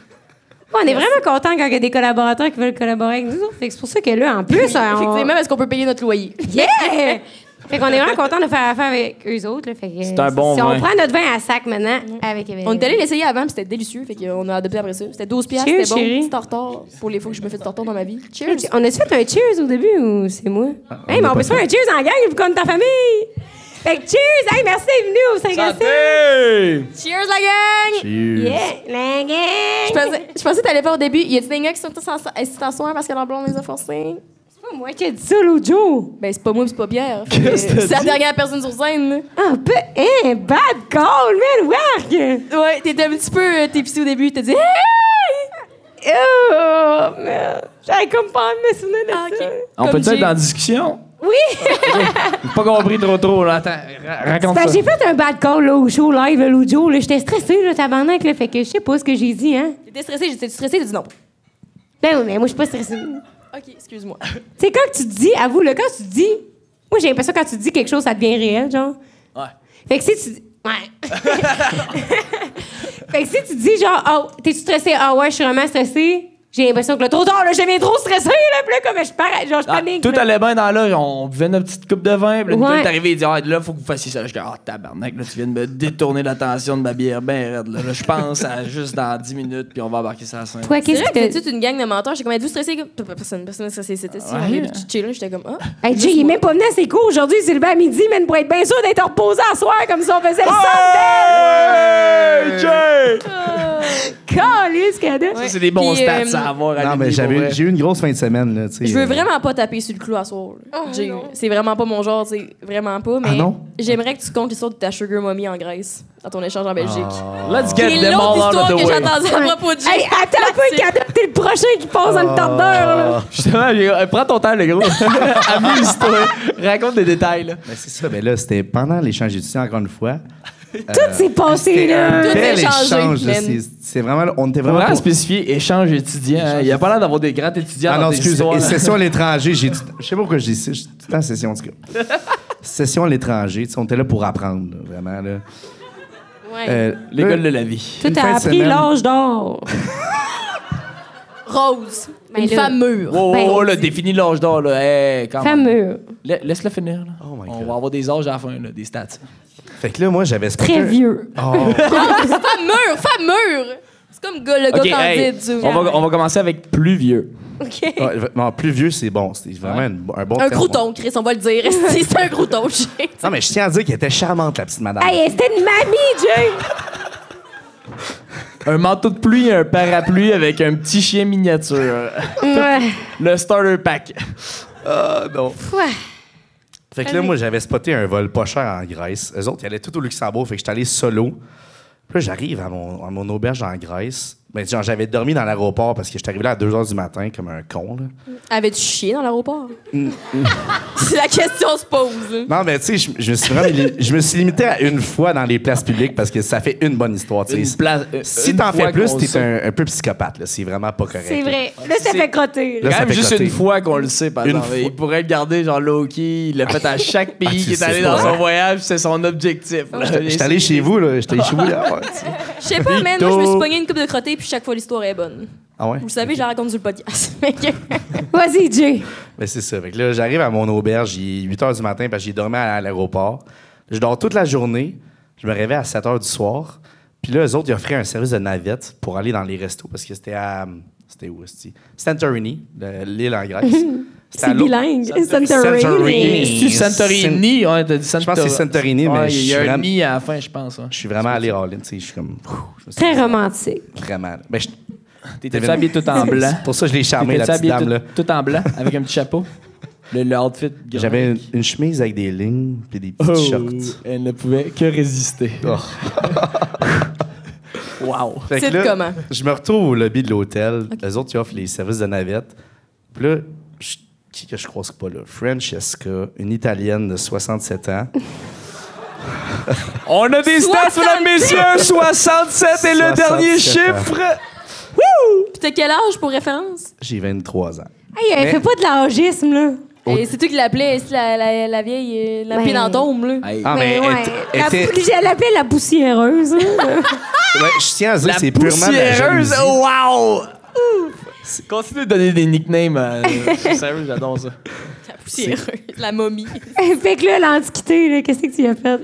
On est vraiment contents quand il y a des collaborateurs qui veulent collaborer avec nous autres. Fait que c'est pour ça que là, en plus, on... Effectivement, parce qu'on peut payer notre loyer. Yeah! Fait qu'on est vraiment contents de faire affaire avec eux autres. Là. Fait que, C'est un bon si vin. on prend notre vin à sac maintenant, avec Evelyn. On est allé l'essayer avant, puis c'était délicieux. Fait qu'on a adopté après ça. C'était douze piastres, Cheers, c'était bon. chérie. Petit tartare pour les fois que je me fais du tartare dans ma vie. Cheers! Hey, on a-tu fait un cheers au début ou c'est moi? on hey, mais l'a on peut pas se faire fait. un cheers en gang vu qu'on est ta famille! Fait que cheers! Hey, merci d'être venu au cinq à sept! Santé! Cheers, la gang! Cheers. Yeah! La gang! Je pensais, je pensais que t'allais pas au début. Y a-tu des gars qui sont tous en soins parce que leur blonde les a forcés? C'est pas moi qui ai dit ça l'autre jour! Ben, c'est pas moi pis c'est pas Pierre. Fait que Qu'est-ce que t'as C'est la dit? dernière personne sur scène. là. Ah, peu... Hein, bad call, man! Work! Ouais, t'étais un petit peu euh, t'épicé au début. T'as dit hey! Oh, man! J'avais comme pas envie de me souvenir de Ah, ok. ça. On Comme peut-être j'ai- être dans la discussion? Oui! J'ai pas compris trop trop, là. Attends, ra- raconte Ben, ça. j'ai fait un bad call là, au show live là, l'autre jour. là. J'étais stressée, là, tabarnak, là, fait que je sais pas ce que j'ai dit, hein. T'étais stressé, j'étais stressé, t'as dit non. Ben oui, mais moi, je suis pas stressée. Ok, excuse-moi. Tu sais, quand tu te dis, avoue, là, quand tu te dis. Moi, j'ai l'impression que quand tu te dis quelque chose, ça devient réel, genre. Ouais. Fait que si tu dis. Ouais. Fait que si tu dis, genre, oh, t'es-tu stressée? Ah ouais, je suis vraiment stressée. J'ai l'impression que là, trop tard, là, je deviens trop stressée, là, puis là, comme je pars, genre, je Ah, panique. tout là. allait bien dans là, on buvait notre petite coupe de vin, puis là, Nicole Ouais. est arrivé et dit ah, là, faut que vous fassiez ça. Je dis ah, tabarnak, là, tu viens de me détourner l'attention de ma bière ben raide. Là, Là, je pense à juste dans dix minutes, puis on va embarquer ça à la scène. Toi, C'est qu'est-ce vrai que que t'as. t'es toute une gang de menteurs. J'étais comme, êtes-vous stressé? Personne, personne n'est stressé. C'était si. Ouais. On est chill, là. J'étais comme, ah. Hey, Jay, il est même pas venu à ses cours aujourd'hui, c'est levé à midi, mais pour être bien sûr d'être reposé à soir, comme si on faisait le Hey, Jay! Calice, cadet! Ça, c'est des bons Puis, stats euh, à avoir à Non, mais l'année, pour j'avais, vrai. j'ai eu une grosse fin de semaine, là, tu sais. Je veux euh, vraiment pas taper sur le clou à soir. là. Jay. C'est vraiment pas mon genre, tu sais. Vraiment pas. Mais Ah non? j'aimerais que tu comptes l'histoire de ta sugar mommy en Grèce dans ton échange en Belgique. Let's Qui get est them l'autre all out histoire of que the way. j'entendais à propos de Jay. Hey, attends un peu, cadet, t'es le prochain qui passe dans le temps d'heure, là. Justement, j'ai- euh, prends ton temps, le gros. Amuse-toi. Raconte des détails, là. Ben, c'est ça. Ben là, c'était pendant l'échange d'étudiants, encore une fois. Tout s'est passé, là. Tout Tel s'est changé, échange, là, man. c'est, c'est vraiment... On était Faut vraiment... vraiment pour- spécifier échange étudiant. hein. Il y a pas l'air d'avoir des grands étudiants Ah dans non, tes excuse. histoires. Et session à l'étranger, j'ai dit... Je sais pas pourquoi je dis ça. Je suis tout le temps session, en tout cas. Session à l'étranger, tu sais, on était là pour apprendre, là, vraiment, là. Ouais. Euh, L'école là, de la vie. Tout une a fin de appris semaine- l'âge d'or. Rose. Ben Une là- femme mûre. Wow, Ben, wow, là, définis l'âge d'or, là. Hey, quand même. Fameux. La- Laisse-le finir, là. Oh my On God. va avoir des âges à la fin, là, des stats. Fait que là, moi, j'avais... Très vieux. Oh, Femme mûre, femme mûre. C'est comme gars, le gars OK, hey, candide. on, va, on va commencer avec plus vieux. OK. Ouais, non, plus vieux, c'est bon. C'est vraiment une- un bon Un terme. crouton, Chris, on va le dire. Si c'est un crouton, je sais. Non, mais je tiens à dire qu'elle était charmante, la petite madame. Hey, c'était une mamie, Jay! Un manteau de pluie, un parapluie avec un petit chien miniature. Ouais. Le starter pack. Ah, non. Ouais. Fait que là, moi, j'avais spoté un vol pas cher en Grèce. Eux autres, ils allaient tout au Luxembourg. Fait que j'étais allé solo. Puis là, j'arrive à mon, à mon auberge en Grèce. Ben, genre, j'avais dormi dans l'aéroport parce que j'étais arrivé là à deux heures du matin comme un con, là. Avais-tu chié dans l'aéroport? C'est la question se pose. là. Non, mais tu sais, je, je me suis vraiment li- je me suis limité à une fois dans les places publiques parce que ça fait une bonne histoire, tu Une sais. place- Si une t'en fois fais plus, qu'on t'es sait. un, un peu psychopathe, là. C'est vraiment pas correct. C'est là. vrai. Là, ça C'est- fait crotter. Là, Quand ça même fait juste crotter. une fois qu'on le sait, par Une exemple. fois. Il pourrait le garder, genre Loki, il l'a fait à chaque pays Ah, tu qui est sais allé pas, dans hein? son voyage, c'est son objectif. là. J'étais allé chez vous, là. J'étais allé chez vous, là. Ouais, tu sais. Je sais pas, man, moi, je me suis pogné une coupe de crotté, puis chaque fois, l'histoire est bonne. Ah ouais? Vous le savez, je la raconte sur le podcast. Fait que- Vas-y, Jay. Ben, c'est ça. Fait que là, j'arrive à mon auberge, il est huit heures du matin parce que j'ai dormi à l'aéroport. Je dors toute la journée. Je me réveille à sept heures du soir. Puis là, eux autres, ils offraient un service de navette pour aller dans les restos parce que c'était à. C'était où, c'était? Santorini, le- l'île en Grèce. C'était à C'est l'eau- bilingue. Santorini. Santorini. C'est-tu Santorini? Ouais, t'as dit Je pense que c'est Santorini, mais Ouais, je il y suis a un vraiment- ni à la fin, je pense. hein. Je suis vraiment allé all in, tu sais. Je suis comme. pfff, je me suis- Très romantique. Vraiment. Ben, je- T'étais-tu habillé tout en blanc? C'est pour ça que je l'ai charmé, la T'étais-tu petite habillé dame, là. tout, tout en blanc, avec un petit chapeau? Le, le outfit. J'avais une, une chemise avec des lignes puis des petits Oh, shorts. elle ne pouvait que résister. Oh. Wow. Fait que C'est là, comment? Je me retrouve au lobby de l'hôtel. Les autres, ils offrent les services de navette. Puis là, je- qui que je croise pas là? Francesca, une Italienne de soixante-sept ans. On a des stats, mesdames, messieurs! soixante-sept est le dernier soixante-sept ans. chiffre! Puis t'as quel âge pour référence? J'ai vingt-trois ans. Hey, elle Mais- fait pas de l'âgisme, là. Et c'est toi qui l'appelais, c'est la, la, la vieille, euh, la Ben- pénantome, là. Hey, Ah, mais Ben ouais. elle La était- pou- Elle l'appelle la poussiéreuse. hein. Ouais, je tiens à dire la que c'est purement de la poussiéreuse! jalousie. Wow! Continue de donner des nicknames. euh, Sérieux, j'adore ça. La poussiéreuse, la momie. Fait que là, l'antiquité, là, qu'est-ce que tu as fait?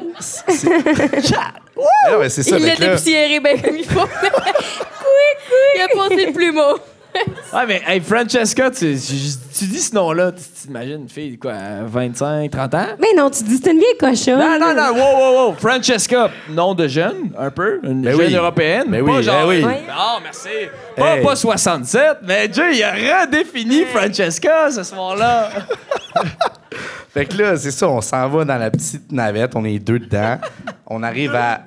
Ah, ouais, c'est ça. Il fait l'a que là- dépoussiéré ben comme il faut. Il a passé le plumeau. Ouais, mais hey, Francesca, tu, tu, tu dis ce nom-là, tu t'imagines une fille, quoi, vingt-cinq, trente ans? Mais non, tu dis c'est une vieille cochonne. Non, non, non, wow, wow, wow. Francesca, nom de jeune, un peu, une Ben jeune oui. européenne. Ben pas oui, genre, ben oui. Non, merci. Pas, Hey. pas soixante-sept, mais Dieu, il a redéfini Francesca ce soir-là. Fait que là, c'est ça, on s'en va dans la petite navette, on est deux dedans. On arrive à.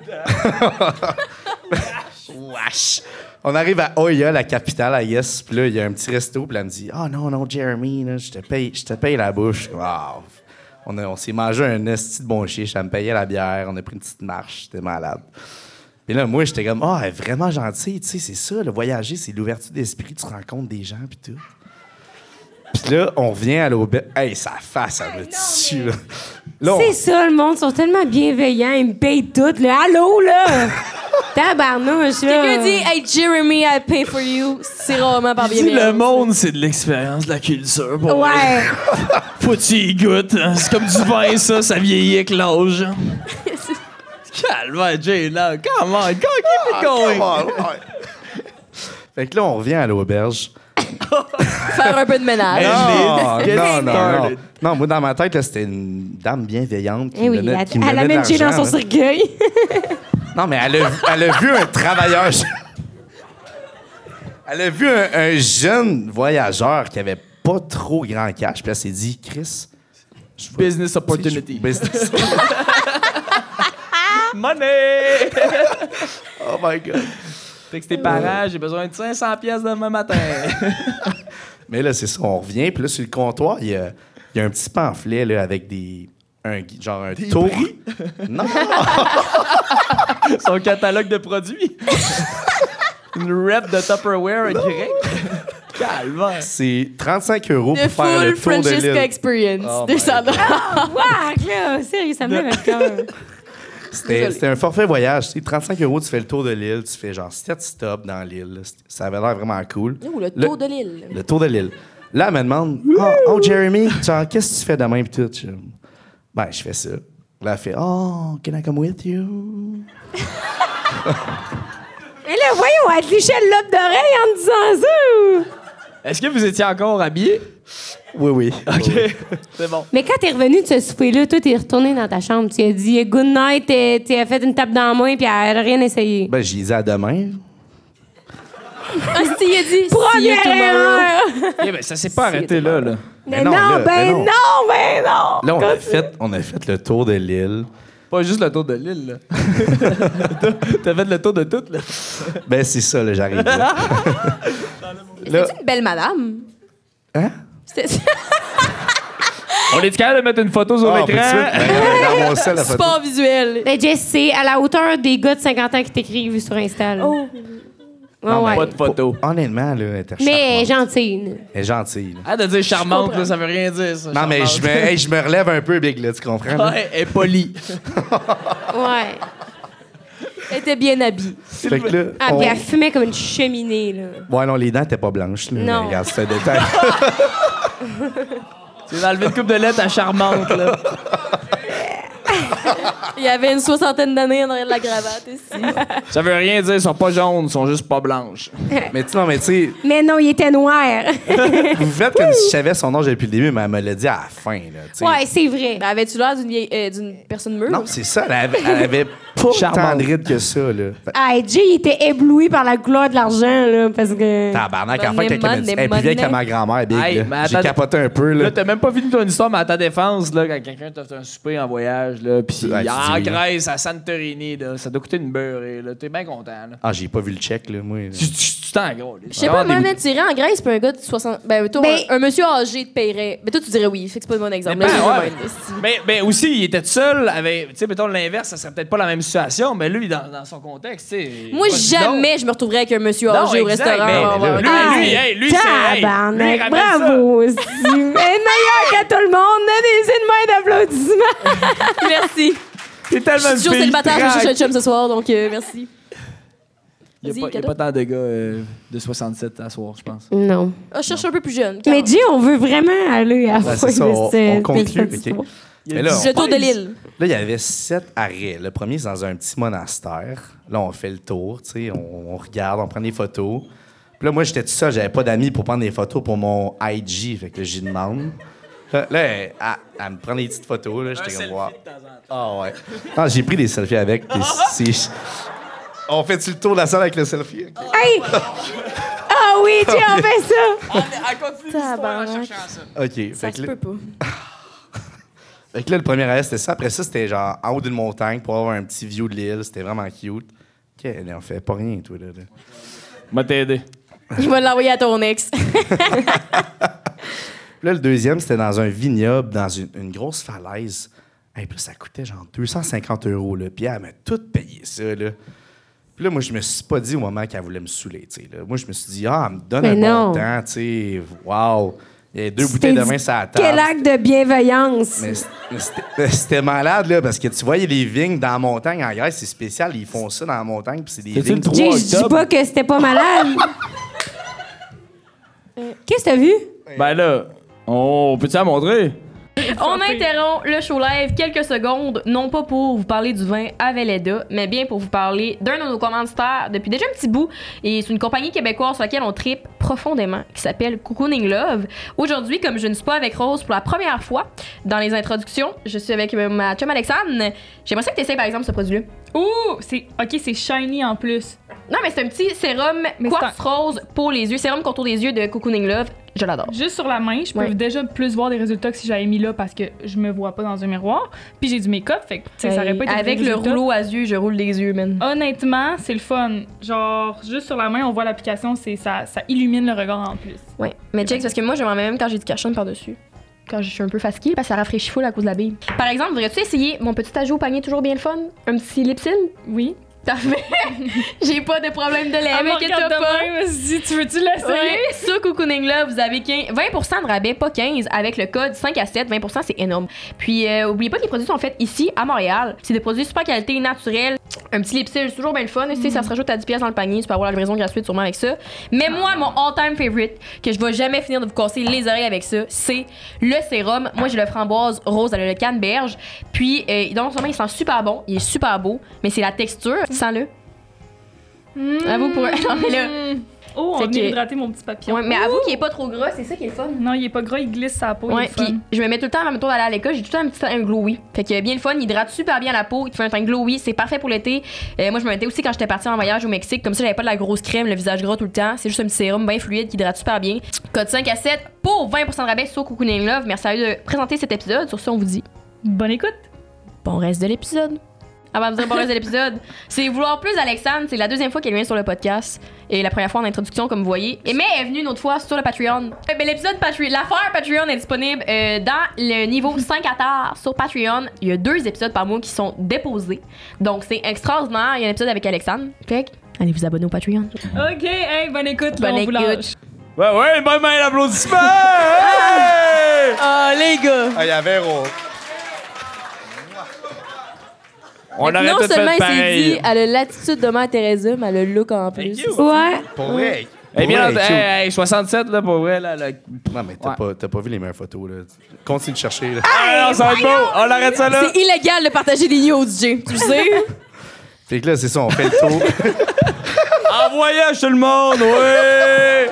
Wesh! On arrive à Oya, la capitale, à Yes. Puis là, il y a un petit resto. Puis là, elle me dit Ah oh, non, non, Jeremy, là, je te paye, je te paye la bouche. Wow! On, a- on s'est mangé un esti de bon chiche. Elle me payait la bière. On a pris une petite marche. C'était malade. Puis là, moi, j'étais comme Ah, elle est vraiment gentille. Tu sais, c'est ça, le voyager, c'est l'ouverture d'esprit. Tu rencontres des gens, puis tout. Puis là, on revient à l'auberge. Hey, sa face, elle me tue, là. Là, on- C'est ça, le monde sont tellement bienveillants, ils me payent tout. Là. Allô, là! Tabarnouche, là! Quelqu'un dit Hey Jeremy, I pay for you. C'est rarement par Il dit, bienveillance. le monde, c'est de l'expérience, de la culture. Pour vrai. Ouais! Faut que tu y goûtes. hein. C'est comme du vin, ça, ça vieillit avec l'âge. Calme, Jay, là. Come on, go, keep it going. Come on, ouais. Fait que là, on revient à l'auberge. Faire un peu de ménage. Non, Get non, non, non. started. Non, moi, dans ma tête, là, c'était une dame bienveillante qui Eh me oui, donnait, elle, qui me elle donnait de amène Jay dans l'argent, son là. cercueil. Non, mais elle a, elle a vu un travailleur... Elle a vu un, un jeune voyageur qui avait pas trop grand cash, puis elle s'est dit, Chris... je vais- Business opportunity. Business. Money! Oh my God. Texte tes parents, j'ai besoin de cinq cents pièces demain matin. Mais là, c'est ça, on revient, puis là, sur le comptoir, il y a, il y a un petit pamphlet là, avec des... Un, gui- genre un tour... Non! Son catalogue de produits. Une rep de Tupperware grec. Calme. C'est trente-cinq euros The pour faire le full tour de Francesca l'île. experience. Oh my deux cents dollars. Waouh, là! Sérieux, ça me lève le cœur. C'était c'était un forfait voyage. Tu sais, trente-cinq euros, tu fais le tour de l'île, tu fais genre sept stops dans l'île. là. C'était- Ça avait l'air vraiment cool. Ouh, le tour de l'île. Le tour de l'île. Là, elle me demande Oh, oh, Jeremy, genre, qu'est-ce que tu fais demain? Puis tout. Je- Ben, je fais ça. Là, elle fait Oh, can I come with you? Mais là, voyons, elle te lichait le lobe d'oreille en disant ça. Est-ce que vous étiez encore habillés? Oui, oui. OK. C'est bon. Mais quand t'es revenu de ce souper-là, toi, t'es retourné dans ta chambre. Tu as dit good night, tu as fait une tape dans la main, puis elle a rien essayé. Ben, j'ai dit à demain. Ah, si, il a dit. Première erreur! Eh ben, ça s'est pas arrêté là, là. Mais Mais non, non, là, ben mais non, non. ben non! Là, on a, fait, on a fait le tour de l'île. Pas juste le tour de l'île, là. T'as fait le tour de tout, là. Ben, c'est ça, là, j'arrive. Là. Là- C'est une belle madame. Hein? C'était On est capable de mettre une photo sur Ah, l'écran? peux-tu mettre- ben, dans mon sel, la photo. sport visuel. Ben, Jess, c'est à la hauteur des gars de cinquante ans qui t'écrivent sur Insta. là. Oh. Ouais, Non, ouais. Pas de photo. Honnêtement, là, elle était Mais elle est charmante. gentille. là. Elle est gentille. là. Ah, de dire charmante, là, ça veut rien dire, ça. Non, mais je me, hey, je me relève un peu, Big, là, tu comprends? là? Ouais, elle est polie. Ouais. Elle était bien habillée. Fait que là, Ah, on- puis elle fumait comme une cheminée, là. Ouais, non, les dents étaient pas blanches, là. Non. Mais regarde, c'est un détail. Tu as enlevé une coupe de lettres à charmante, là. Il y avait une soixantaine d'années en arrière de la cravate ici. Ça veut rien dire, ils sont pas jaunes, ils sont juste pas blanches. mais tu non, mais tu sais, Mais non, il était noir. vous faites comme si je savais son âge depuis le début, mais elle me l'a dit à la fin, là, tu sais. Ouais, c'est vrai. Ben, avais-tu l'air d'une vieille- euh, d'une personne mûre? Non, c'est ça, elle avait, elle avait pas Charmante. tant de rides que ça, là. Fait- Ah, Jay, il était ébloui par la couleur de l'argent, là, parce que... Tabarnak, en Money, fait, quelqu'un m'a dit, money, elle est plus vieille money. que ma grand-mère, Big, Hey, là. mais J'ai attends- capoté un peu, là. Là, t'as même pas fini ton histoire, mais à ta défense, là, quand quelqu'un t'a fait un souper en voyage, là, pis Ouais, tu en dis oui. Grèce, à Santorini, là, ça doit coûter une beurrée, là. T'es bien content, là. Ah, j'ai pas vu le check, là, moi. là. Tu tu- tu t'en gros, là. Je sais pas, moi, même tiré en Grèce, puis un gars de soixante. Ben, toi, Ben- un, un monsieur âgé te paierait. Mais toi, tu dirais oui. Fait que c'est pas le bon exemple. Mais Là, ben, je ouais, vais mais- même, esti. Mais, mais aussi, il était tout seul avec. Tu sais, mettons l'inverse, ça serait peut-être pas la même situation, mais lui, dans, dans son contexte, tu sais. Moi, vas-y donc. jamais je me retrouverais avec un monsieur Non, âgé au exact, restaurant. mais- On va avoir mais un- là, Ah, Ah, lui, hey, lui, c'est. Hey, lui, Tabarnak, il ramène bravo! aussi. Elle est meilleure qu'à tout le monde. Donnez-y une main d'applaudissement. Merci. ça. T'es tellement Je suis une toujours fille célibataire, je vais craque. chercher un chum ce soir, donc euh, merci. Il y a Vas-y, pas- il y a cadeau. pas tant de gars euh, de soixante-sept à soir, je pense. Non. Ah, je cherche un peu plus jeune. Mais Jay, on veut vraiment aller à la Ben, fin c'est ça, de on- cette- on conclut, de cette ok. histoire. Mais là, on- Le tour de l'île. Là, il y avait sept arrêts. Le premier, c'est dans un petit monastère. Là, on fait le tour, tu sais, on, on regarde, on prend des photos. Puis là, moi, j'étais tout seul, j'avais pas d'amis pour prendre des photos pour mon I G, fait que j'y demande. Là, là, elle, elle- elle me prend des petites photos, là, j'étais comme, wow. Ah ouais. Ah, j'ai pris des selfies avec, puis c'est... On fait-tu le tour de la salle avec le selfie? Ok. Hey! Ah oui, Jay, on fait ça! Elle continue l'histoire en cherchant OK. Ça Fait que, se là, peut pas. fait que là, le premier arrêt, c'était ça. Après ça, c'était genre en haut d'une montagne pour avoir un petit view de l'île. C'était vraiment cute. OK, on fait pas rien, toi, là. là. M'a t'aider. Je vais l'envoyer à ton ex. Puis là, le deuxième, c'était dans un vignoble, dans une, une grosse falaise. Et puis là, ça coûtait genre deux cent cinquante euros. Là. Puis elle m'a tout payé ça. Là. Puis là, moi, je me suis pas dit au moment qu'elle voulait me saouler. Tu sais, là. Moi, je me suis dit, ah, elle me donne Mais un non. bon temps. Tu sais, wow. Il y a deux Tu bouteilles t'es de vin dit, sur la table. Quel acte de bienveillance! Mais c- mais c'était c'était malade, là, parce que tu voyais les vignes dans la montagne. En Grèce, c'est spécial. Ils font ça dans la montagne. Puis c'est des C'est-tu vignes. le trois Jay, je dis octobre? pas que c'était pas malade. Qu'est-ce que t'as vu? Ben là, on peut-tu la montrer? On interrompt le show live quelques secondes, non pas pour vous parler du vin à Velleda, mais bien pour vous parler d'un de nos commanditaires depuis déjà un petit bout. Et c'est une compagnie québécoise sur laquelle on tripe profondément, qui s'appelle Cocooning Love. Aujourd'hui, comme je ne suis pas avec Rose pour la première fois dans les introductions, je suis avec euh, ma chum Alexandre. J'aimerais ça que tu essayes par exemple ce produit-là. Ouh, c'est OK, c'est shiny en plus. Non, mais c'est un petit sérum Mais quartz c'est rose pour les yeux, sérum contour des yeux de Cocooning Love. Je l'adore. Juste sur la main, je peux Ouais. déjà plus voir des résultats que si j'avais mis là parce que je me vois pas dans un miroir. Puis j'ai du make-up, fait que tu sais, ça aurait pas été Avec des le résultats. rouleau à yeux, je roule les yeux, man. Honnêtement, c'est le fun. Genre, juste sur la main, on voit l'application, c'est ça, ça illumine le regard en plus. Ouais, mais check, parce que moi, je m'en mets même quand j'ai du cachon par-dessus. Quand je suis un peu fatiguée, parce que ça rafraîchit full à cause de la bille. Par exemple, voudrais-tu essayer mon petit ajout au panier toujours bien le fun? Un petit lipsil? Oui. Parfait. J'ai pas de problème de lait, Elle me inquiète-toi regarde de pas. même, elle se dit, tu veux-tu l'essayer? Oui, ça, Cocooning Love, vous avez quinze vingt pour cent de rabais, pas quinze, avec le code cinq à sept. vingt pour cent, c'est énorme. Puis, euh, oubliez pas que les produits sont faits ici, à Montréal. C'est des produits super qualité, naturels. Un petit lipsil, c'est toujours bien le fun. Tu sais, ça se rajoute à dix pièces dans le panier. Tu peux avoir la livraison gratuite sûrement avec ça. Mais moi, mon all-time favorite, que je vais jamais finir de vous casser les oreilles avec ça, c'est le sérum. Moi, j'ai le framboise rose, elle a le canneberge. Puis, euh, donc, sûrement, il sent super bon. Il est super beau. Mais c'est la texture. Sens-le. Avoue pour. Non, mais là. Oh, on Fait vient que- hydrater mon petit papillon. Ouais, mais avoue qu'il est pas trop gras, c'est ça qui est le fun. Non, il est pas gras, il glisse sa peau. Ouais, il est puis fun. je me mets tout le temps, avant d'aller à l'école, j'ai tout le temps un petit teint glowy. Fait que bien le fun, il hydrate super bien la peau, il te fait un teint glowy, c'est parfait pour l'été. Euh, moi, je me mettais aussi quand j'étais partie en voyage au Mexique, comme ça, j'avais pas de la grosse crème, le visage gras tout le temps. C'est juste un petit sérum bien fluide qui hydrate super bien. Code cinq à sept pour vingt pour cent de rabais sur Cocooning Love. Merci à eux de présenter cet épisode. Sur ce, on vous dit Bonne écoute. bon reste de l'épisode. Avant de dire bon reste de l'épisode, c'est vouloir plus d'Alexandre. C'est la deuxième fois qu'elle vient sur le podcast. Et la première fois en introduction, comme vous voyez. Et mais elle est venue une autre fois sur le Patreon. Euh, ben, l'épisode Patreon, l'affaire Patreon est disponible euh, dans le niveau cinq à terre sur Patreon. Il y a deux épisodes par mois qui sont déposés. Donc c'est extraordinaire. Il y a un épisode avec Alexandre. Fait que, allez vous abonner au Patreon. OK, hey, bonne écoute. là, Bonne on vous écoute. lâche. Ouais, ouais, bonne main d'applaudissement! Hey! Oh les gars! Ah, il y avait Véro. On aurait non tout seulement fait il s'est pareil. dit, elle a l'attitude de Mère Teresa, mais elle a le look en plus. Thank you. Ouais. Pour vrai. Eh Pour bien, vrai, hey, cute. hey, soixante-sept, là, pour vrai, là. là. Non, mais t'as Ouais. pas, t'as pas vu les meilleures photos, là. Continue de chercher, là. Ah, non, ça va être beau! On arrête ça, là! C'est illégal de partager des nudes, Jay. Tu le sais? Fait que là, c'est ça, on fait le tour. En voyage, tout le monde, ouais!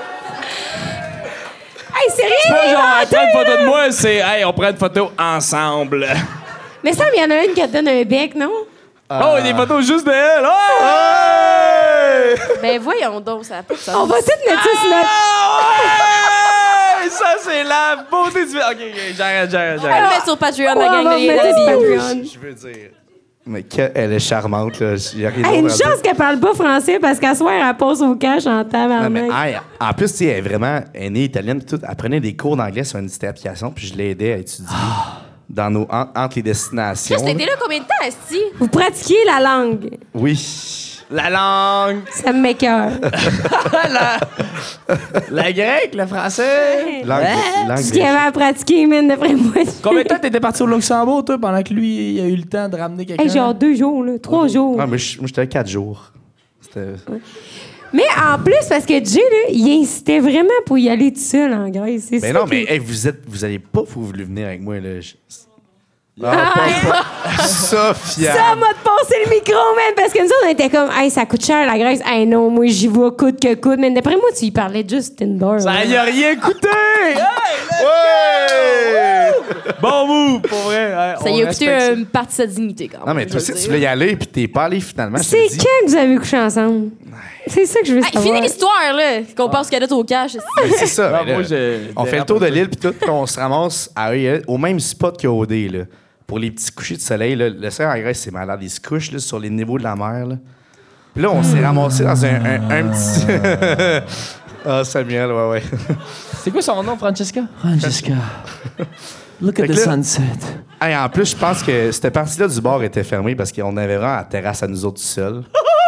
Hey, sérieux? C'est pas genre, elle prend une photo de moi, c'est, hey, on prend une photo ensemble. Mais ça, il y en a une qui te donne un bec, non? Oh, des photos juste de elle! Oh! Ouais! Ben voyons donc, ça n'a pas de sens. On va tout mettre ça sur notre... Ah ouais! Ça, c'est la beauté du... OK, OK, j'arrête, j'arrête, On va j'arrête. le mettre sur Patreon, Ouais, la on gang va de mettre ça sur Yéla. Patreon. Je veux dire. Mais qu'elle est charmante, là. Il y a rien Hey, une d'autre à chance dire. qu'elle parle pas français parce qu'à soir, elle passe au cash en Non, mais, tabarnak. hey, en plus, tu sais, elle est vraiment elle est née italienne. Tout, elle prenait des cours d'anglais sur une petite application, puis je l'ai aidée à étudier dans nos, en- entre les destinations. Chris, t'étais là combien de temps, Esti? Vous pratiquez la langue. Oui. La langue, Ça me m'écoeure. la... la grecque, le français. Langue, langue Ce qu'il y avait à pratiquer, man, d'après moi. Combien de temps t'étais parti au Luxembourg, toi, pendant que lui, il a eu le temps de ramener quelqu'un? Hey, genre deux jours, là. Trois jours. Non, mais je- moi, j'étais à quatre jours. C'était. Mais en plus, parce que Jay, là, il incitait vraiment pour y aller tout seul en Grèce. C'est Mais ça non, qui- mais hey, vous êtes, vous allez pas voulu venir avec moi, là. Je- Ah, pas- pas- Sophia. Ça m'a passé le micro, man, parce que nous autres, on était comme, hey, ça coûte cher la Grèce. Hey, non, moi, j'y vais coûte que coûte. Mais d'après moi, tu y parlais de juste Tinder. Ça là. y a rien coûté! Hey, Ouais! bon move, pour vrai. Hey, Ça on y a coûté respecte ça. une partie de sa dignité, quand même. Non, mais je toi veux aussi, dire. tu voulais y aller, puis t'es pas allé finalement. je te C'est le dis. quand que vous avez couché ensemble? C'est ça que je veux Hey, savoir. finis l'histoire, là! Qu'on passe cadettes au cash. esti. Mais c'est ça. Non, mais là, moi, je- on fait le tour de l'île, puis tout, puis on se ramasse à, au même spot qu'O D, là. Pour les petits couchers de soleil, là. Le soleil en Grèce, c'est malade. Ils se couchent là, sur les niveaux de la mer. Là. Puis là, on s'est ramassé dans un, un, un petit. Ah, Samuel, ouais, ouais. C'est quoi son nom, Francesca? Francesca. Look Fait at que the là- sunset. Hey, en plus, je pense que cette partie-là du bar était fermée parce qu'on avait vraiment la terrasse à nous autres tout seuls.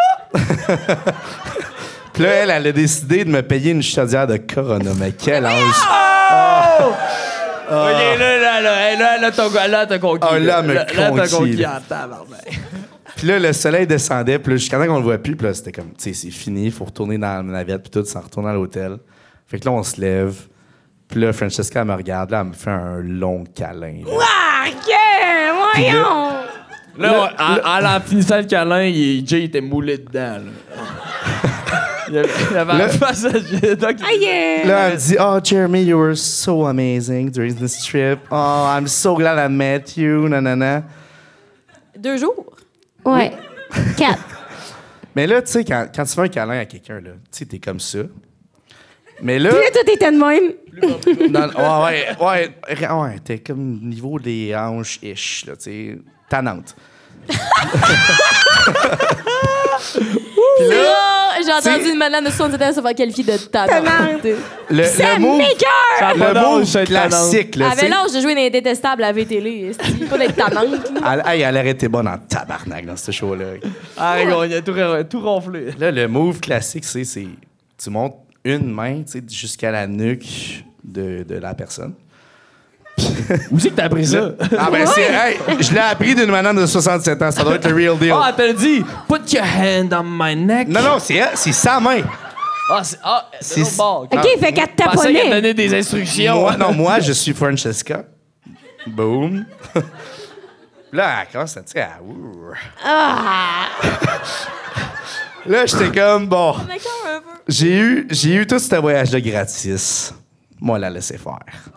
Puis là, elle, elle a décidé de me payer une chaudière de Corona. Mais quel ange! OK, là, là, là, hey, là, là, t'as, là, t'as conquis. Ah, là, me là, là, t'as conquis, conquis là. en tabarnak. Puis là, le soleil descendait, puis là, jusqu'à temps qu'on le voit plus, puis là, c'était comme, tu sais, c'est fini, il faut retourner dans la navette, puis tout, s'en retourner à l'hôtel. Fait que là, on se lève, puis là, Francesca, elle me regarde, là, elle me fait un long câlin. là. Ah, que, voyons! Là, on- en, en finissant le câlin, il- Jay était moulé dedans. Là. il avait, il avait Là- un face à Jay. Donc, il- Aïe! euh, Là, elle me dit, oh, Jeremy, you were so amazing during this trip. Oh, I'm so glad I met you, nanana. Deux jours. Ouais. Quatre. Mais là, tu sais, quand, quand tu fais un câlin à quelqu'un, là, tu sais, t'es comme ça. Mais là, Puis là, toi, t'étais de même. dans- ouais, ouais, ouais, ouais, t'es comme niveau des hanches-ish, là, tu sais, tannante. Puis là, Oh, j'ai entendu t'sais- une madame de soixante-dix ans se faire qualifier de Tannante. tannante. le, Ça le move, m'écoeure! Ça a pas le d'âge, move cette classique, Elle là, tu avait sais. l'âge de jouer dans les détestables à la V T L, esti, pas d'être tannante. là. Elle, hey, elle aurait été bonne en tabarnak dans ce show-là. Ah, regarde, il a tout, ra- tout ronflé. Là, le move classique, c'est, c'est tu montes une main, tu sais, jusqu'à la nuque de, de la personne. Où c'est que t'as appris ça? Ah ben c'est, hey, je l'ai appris d'une madame de soixante-sept ans, ça doit être le real deal. Ah, t'as dit, put your hand on my neck. Non, non, c'est elle, c'est sa main. Ah, c'est, ah, c'est C'est- l'autre bord. OK, fait qu'elle te Je pensais qu'elle taponnait. donnait des instructions. Moi, non, moi, je suis Francesca. Boom. Là, elle commence à dire, ah, ouh. Là, j'étais comme, bon, j'ai eu, j'ai eu tout ce voyage-là gratis. Moi, la laisser faire.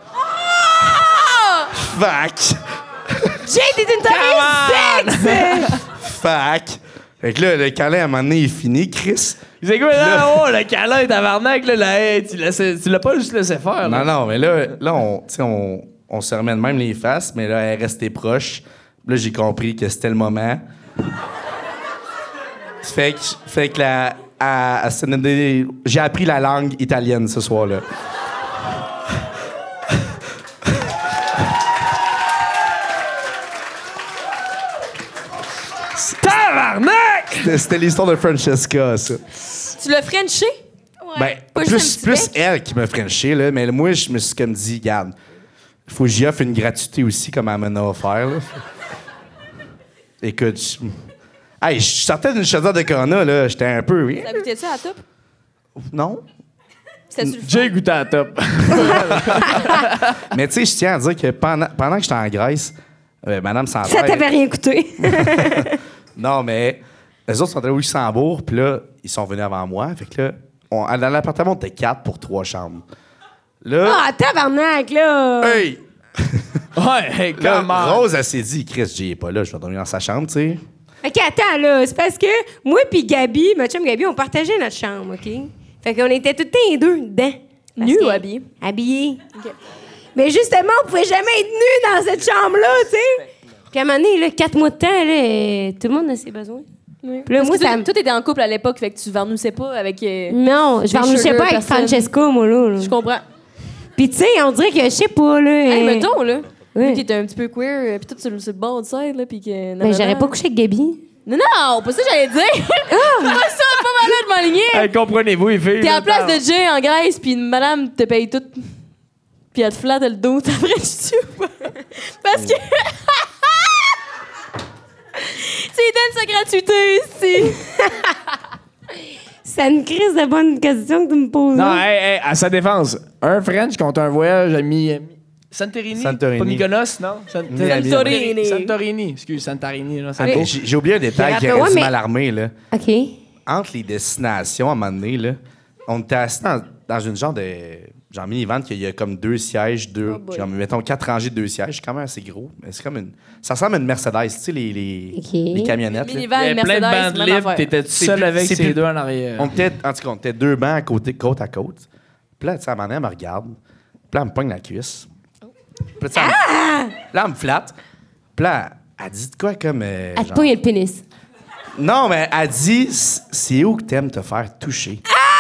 Fac. Jay, t'es une torride sexe! Fac. Fait que là, le câlin, à un moment donné, il est fini. Chris. C'est quoi, là, oh, le câlin, tabarnak, là, là hey, tu, laissais, tu l'as pas juste laissé faire, là. Non, non, mais là, là on, tu sais, on, on se remet de même les faces, mais là, elle est restée proche. Là, j'ai compris que c'était le moment. Fait que, fait que la, à, à, j'ai appris la langue italienne ce soir-là. Tabarnak! C'était, c'était l'histoire de Francesca, ça. Tu l'as frenché? Ben, Pas plus, juste un petit plus bec? elle qui m'a frenché, là, mais moi, je me suis comme dit, regarde, il faut que j'y offre une gratuité aussi, comme elle m'en a offert, là. Écoute, je... Hey, je sortais d'une chaudière de Corona, là, j'étais un peu... Ça goûtait-tu à la top? Non? C'était-tu le fun? J'ai goûté à la top. Mais tu sais, je tiens à dire que pendant, pendant que j'étais en Grèce, euh, Madame Santerre... Ça t'avait rien coûté. Non, mais les autres sont allés au Luxembourg, puis là, ils sont venus avant moi. Fait que là, on, dans l'appartement, on était quatre pour trois chambres. Là... Ah, tabarnak, là! Hey! Ouais, hey, Là, comment? Rose, elle s'est dit, Chris, j'y ai pas là, je vais dormir dans sa chambre, tu sais. OK, attends, là. C'est parce que moi puis Gabi, ma chum Gabi, on partageait notre chambre, OK? Fait qu'on était tout le temps les deux dedans. Parce Nus que- ou habillés? Habillés. Mais justement, on pouvait jamais être nus dans cette chambre-là, tu sais. Puis à un moment donné, là, quatre mois de temps, là, euh, tout le monde a ses besoins. Oui. Puis là, Parce moi, que ça toi, me- toi, t'étais en couple à l'époque, fait que tu varnoussais pas avec... euh, Non, je Des ne sais sugar pas avec personnes. Francesca, moi, là. là. Je comprends. Puis tu sais, on dirait que, je sais pas, là... Hey, euh, mettons, là. Ouais. Vu que t'étais un petit peu queer, euh, pis tout sur, le- sur le bord du side, là, pis que... Ben, j'aurais pas couché avec Gabi. Non, non, pas ça que j'allais dire. Pas ça, pas mal de m'aligner. Hey, comprenez-vous, les filles? T'es là, en place attends. de Jay en Grèce, pis une madame te paye tout. Pis elle te flatte le dos, t'as vrai tu Parce que... tu lui donnes sa gratuité, ici. C'est une crise de bonne question que tu me poses. Non, là. hey, hey, à sa défense, un French contre un voyage à mi... mi- Santorini? Santorini. Pas Mykonos, non? San- Santorini. Santorini. Excuse, Santorini. Là, Hey, Santo. j'ai, j'ai oublié un détail qui Ouais, aurait dû mais- m'alarmer, là. OK. Entre les destinations, à un moment donné, là, on était assis dans, dans une genre de... genre minivan qu'il y a comme deux sièges, deux... Oh boy. genre, mettons, quatre rangées de deux sièges. C'est quand même assez gros. Mais c'est comme une... Ça ressemble à une Mercedes, tu sais, les, les, OK. les camionnettes, là. Minivan, Il y avait plein de Mercedes, bandes même libres, affaire. t'étais tout C'est seul plus- avec c'est ces plus- deux en arrière. On était, en tout cas, on était deux bancs à côté, côte à côte. Puis là, tu sais, à un moment donné, elle me regarde. Puis là, elle me pogne la cuisse. Puis là, tu sais, elle me- là, elle me flatte. Puis là, elle dit de quoi comme... euh, Elle te genre- pogne le pénis. Non, mais elle dit, c'est où que t'aimes te faire toucher?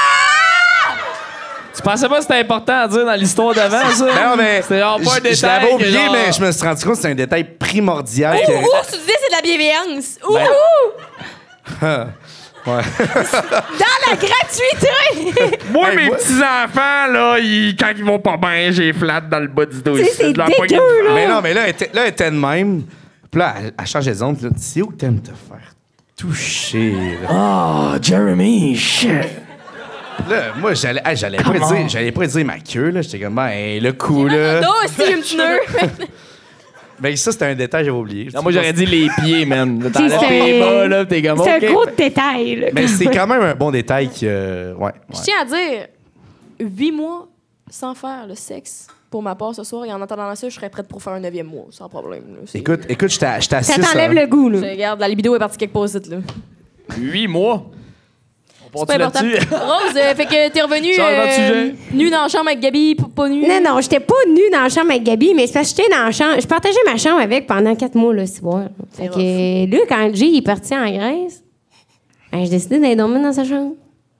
Tu pensais pas que c'était important à dire dans l'histoire d'avant, ça? Non, mais... C'était genre pas un je- détail. Je l'avais que oublié, genre- mais je me suis rendu compte que c'est un détail primordial. que- Ouh, tu disais c'est de la bienveillance. Ouh, Ben- ouh. Ouais. Dans la gratuité! Moi, Hey, mes moi- petits-enfants, là, ils- quand ils vont pas bien, j'ai flatte dans le bas du dos. Tu sais, ici, c'est de leur poignet dégueu, de- là. Mais non, mais là, elle était, là, elle était de même. Puis là, elle, elle changeait de zone. Puis là, c'est où que t'aimes te faire toucher? Là, Oh, Jeremy, shit. Là, moi, j'allais, hey, j'allais pas dire, j'allais pas dire ma queue, là. J'étais comme, ben, le coup, là. Non, aussi, un petit nœud. Ben, ça, c'était un détail que j'avais oublié. Non, moi, j'aurais dit les pieds, man. Là, T'enlèves C'est- tes bas, là, pis t'es comme, C'est OK. un gros détail, là. Mais c'est quand même un bon détail que. euh, ouais. Je ouais. tiens à dire, huit mois sans faire le sexe. Pour ma part, ce soir, et en attendant ça, je serais prête pour faire un neuvième mois, sans problème. là. C'est- Écoute, écoute, je t'ai- je t'assiste. Ça t'enlève là. le goût, là. Je regarde, la libido est partie quelque part ici, là. Huit mois. On C'est pas part important. là-dessus? Rose, euh, fait que t'es revenu Changement de sujet. nu dans la chambre avec Gabi, p- pas nu. Non, non, j'étais pas nue dans la chambre avec Gabi, mais c'est parce que j'étais dans la chambre. Je partageais ma chambre avec pendant quatre mois, là, ce soir. Fait C'est que là, quand Jay est parti en Grèce, ben, j'ai décidé d'aller dormir dans sa chambre.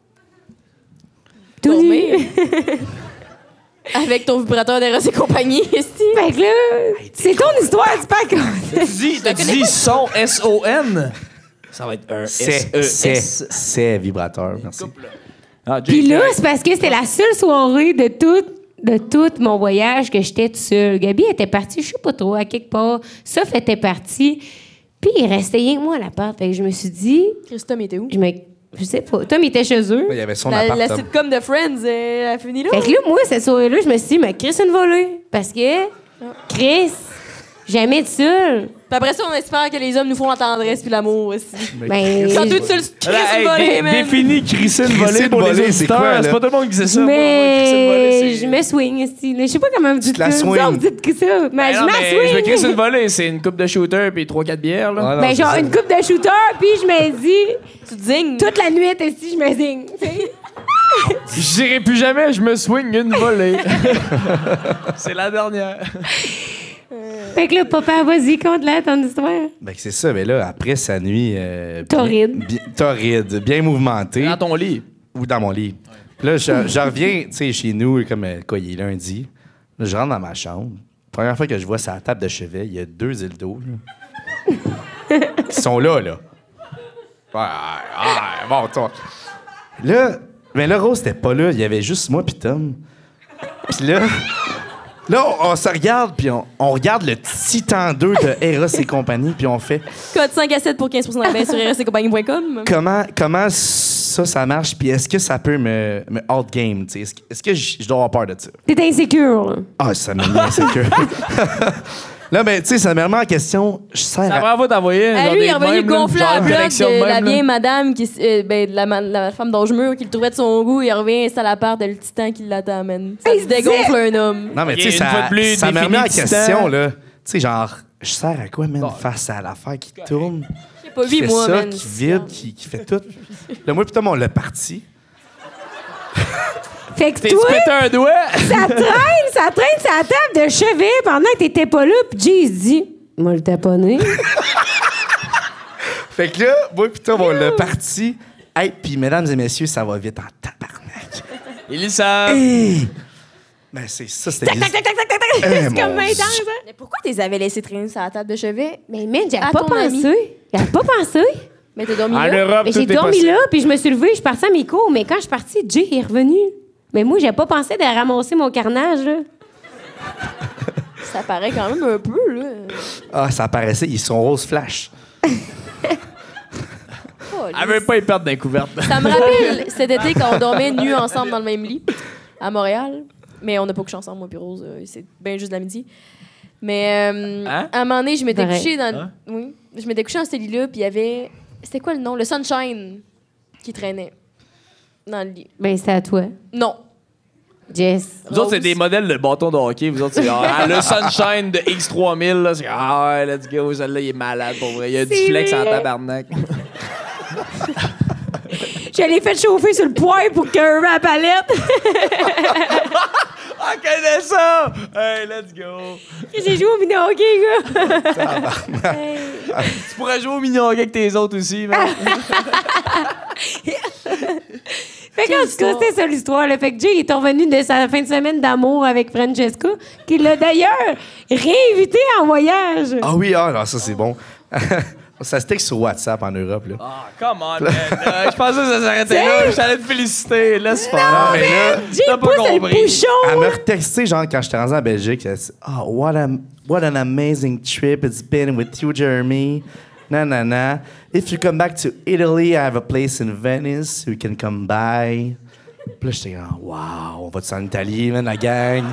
Tout nu. Dormir. Avec ton vibrateur d'Eros et compagnie, ici. Fait que là, c'est ton histoire, tu pas raconter. Tu dis, t'as dit son S O N? Ça va être un C'est, S E c'est, S. c'est vibrateur, merci. Ah, Jay, Puis là, correct. c'est parce que c'était la seule soirée de tout, de tout mon voyage que j'étais toute seule. Gabi était partie, je sais pas trop, à quelque part. Soph était partie. Puis il restait rien que moi à l'appart. Fait que je me suis dit, Christophe était où? je me. Je sais pas. Tom était chez eux. Il y avait son La, la appartement. sitcom de Friends, euh, elle a fini là. Fait que là, moi, cette soirée-là, je me suis dit, mais Chris, une volée. Parce que, Chris, jamais de seule. Puis après ça, on espère que les hommes nous font la tendresse puis l'amour aussi. Ben, Quand je- tu tu le crisses Hey, une volée, dé- man. définis crisser une volée Crisser pour une les volée, c'est quoi, auditeurs. là? C'est pas tout le monde qui sait ça. mais je me swing ici. Je sais pas comment vous dites te la ça. Vous swing. autres, vous dites que ça. Mais Ben je non, me mais je me swing. crisse une volée, c'est une coupe de shooter puis trois quatre bières. Là. Ah, non, Ben, c'est genre ça. une coupe de shooter, puis je me dis, Tu te dignes. toute la nuit ici, je me zigne. tu sais. Je dirai plus jamais, je me swing une volée. C'est la dernière. Fait que là, papa, vas-y, conte-la ton histoire. Ben, c'est ça. Mais là, après sa nuit... euh, bien- Torride. bien- torride, bien mouvementée. Dans ton lit. Ou dans mon lit. Puis là, je, je reviens, tu sais, chez nous, comme euh, quoi, il est lundi. Là, je rentre dans ma chambre. Première fois que je vois sa table de chevet, il y a deux dildos, là, qui sont là, là. Ouais, ouais, ouais, bon, toi. Là, mais là, Rose n'était pas là. Il y avait juste moi puis Tom. Puis là, là, on, on se regarde, puis on, on regarde le Titan deux de Eros et compagnie, puis on fait Code cinq à sept pour quinze pour cent de rabais sur r s et compagnie point com. comment, comment ça, ça marche, puis est-ce que ça peut me, me out-game, tu sais? Est-ce que, est-ce que je je dois avoir peur de ça? T'es insécure, là. Ah, ça m'a mis insécure. Là, ben, tu sais, ça me remet en question. Je sers Ça à... va pas t'envoyer. Ah, genre lui, il des est revenu mèmes, là, gonfler genre à une bloc collection de la mèmes, là. vieille madame, qui, s- euh, ben, de la, ma- la femme d'âge mûr qui le trouvait de son goût. Il revient, c'est à la part de le titan qui l'attend, man. Ça Hey, se dégonfle c'est- un homme. Non, mais Ok, tu sais, une fois ça, de plus, ça me remet en définis le question, titan. là. Tu sais, genre, je sers à quoi, man, face à l'affaire qui tourne, J'ai pas qui vu, fait moi, ça, man. qui vide, qui, qui fait tout. Là, moi, putain, on l'a parti. Fait que T'es-tu toi, pété un doigt? ça traîne, ça traîne sa table de chevet pendant que t'étais pas là, pis Jay, il se dit, moi, le taponner. Fait que là, moi, putain, on l'a parti. Hey, puis mesdames et messieurs, ça va vite en tabarnak. Ils le savent. Hey! Ben, c'est ça, c'était... Tac, tac, tac, tac, tac, tac, tac. Eh, C'est mon comme intense, Dieu. hein? Mais pourquoi tu les avais laissés traîner sur la table de chevet? Mais man, j'avais À pas ton pensé. ami. J'avais pas pensé. Mais t'as dormi En là? Europe, Mais tout j'ai est dormi possible. là, puis je me suis levée, je suis partie à mes cours. Mais quand je suis partie, Jay est revenu. Mais moi, j'avais pas pensé de ramasser mon carnage, là. Ça paraît quand même un peu, là. Ah, ça apparaissait, ils sont rose flash. Oh, Elle veut pas y perdre d'un couvert. ça me rappelle cet été quand on dormait nus ensemble dans le même lit à Montréal. Mais on n'a pas couché ensemble, moi puis Rose. euh, C'est bien juste de l'amitié. Mais euh, Hein? à un moment donné, je m'étais Pareil. couchée dans... Hein? Oui. Je m'étais couchée dans ce lit-là, puis il y avait... C'était quoi le nom? Le Sunshine qui traînait dans le lit. Ben, c'est à toi. Non. Jess. Vous autres, c'est Rose. des modèles de bâtons de hockey. Vous autres, c'est ah, le Sunshine de X trois mille. Là, c'est ah ouais, let's go. Celui-là, il est malade pour vrai. Il y a du C'est flex en vrai. tabarnak. Je l'ai fait chauffer sur le poêle pour qu'il y ait un rap à palette. Ah, connais ça! Hey, let's go. J'ai joué au mini hockey, gars. Tu pourrais jouer au mini hockey avec tes autres aussi, man. Fait qu'en tout cas, c'est ça l'histoire. Là. Fait que Jay est revenu de sa fin de semaine d'amour avec Francesca, qui l'a d'ailleurs réinvité en voyage. Ah oui, ah non, ça, c'est bon. Ça se texte sur WhatsApp en Europe, là. Ah, come on, man. Euh, Je pensais que ça s'arrêtait là. J'allais te féliciter. Laisse faire. Non, mais là, Jay t'as pas pousse le compris. bouchon. elle m'a retexté, genre, quand j'étais rendu en Belgique. Elle dit, oh, what, a, what an amazing trip it's been with you, Jeremy. Na, na, na. If you come back to Italy, I have a place in Venice you can come by. Puis là, j'étais genre, wow, on va-tu en Italie, man, la gang?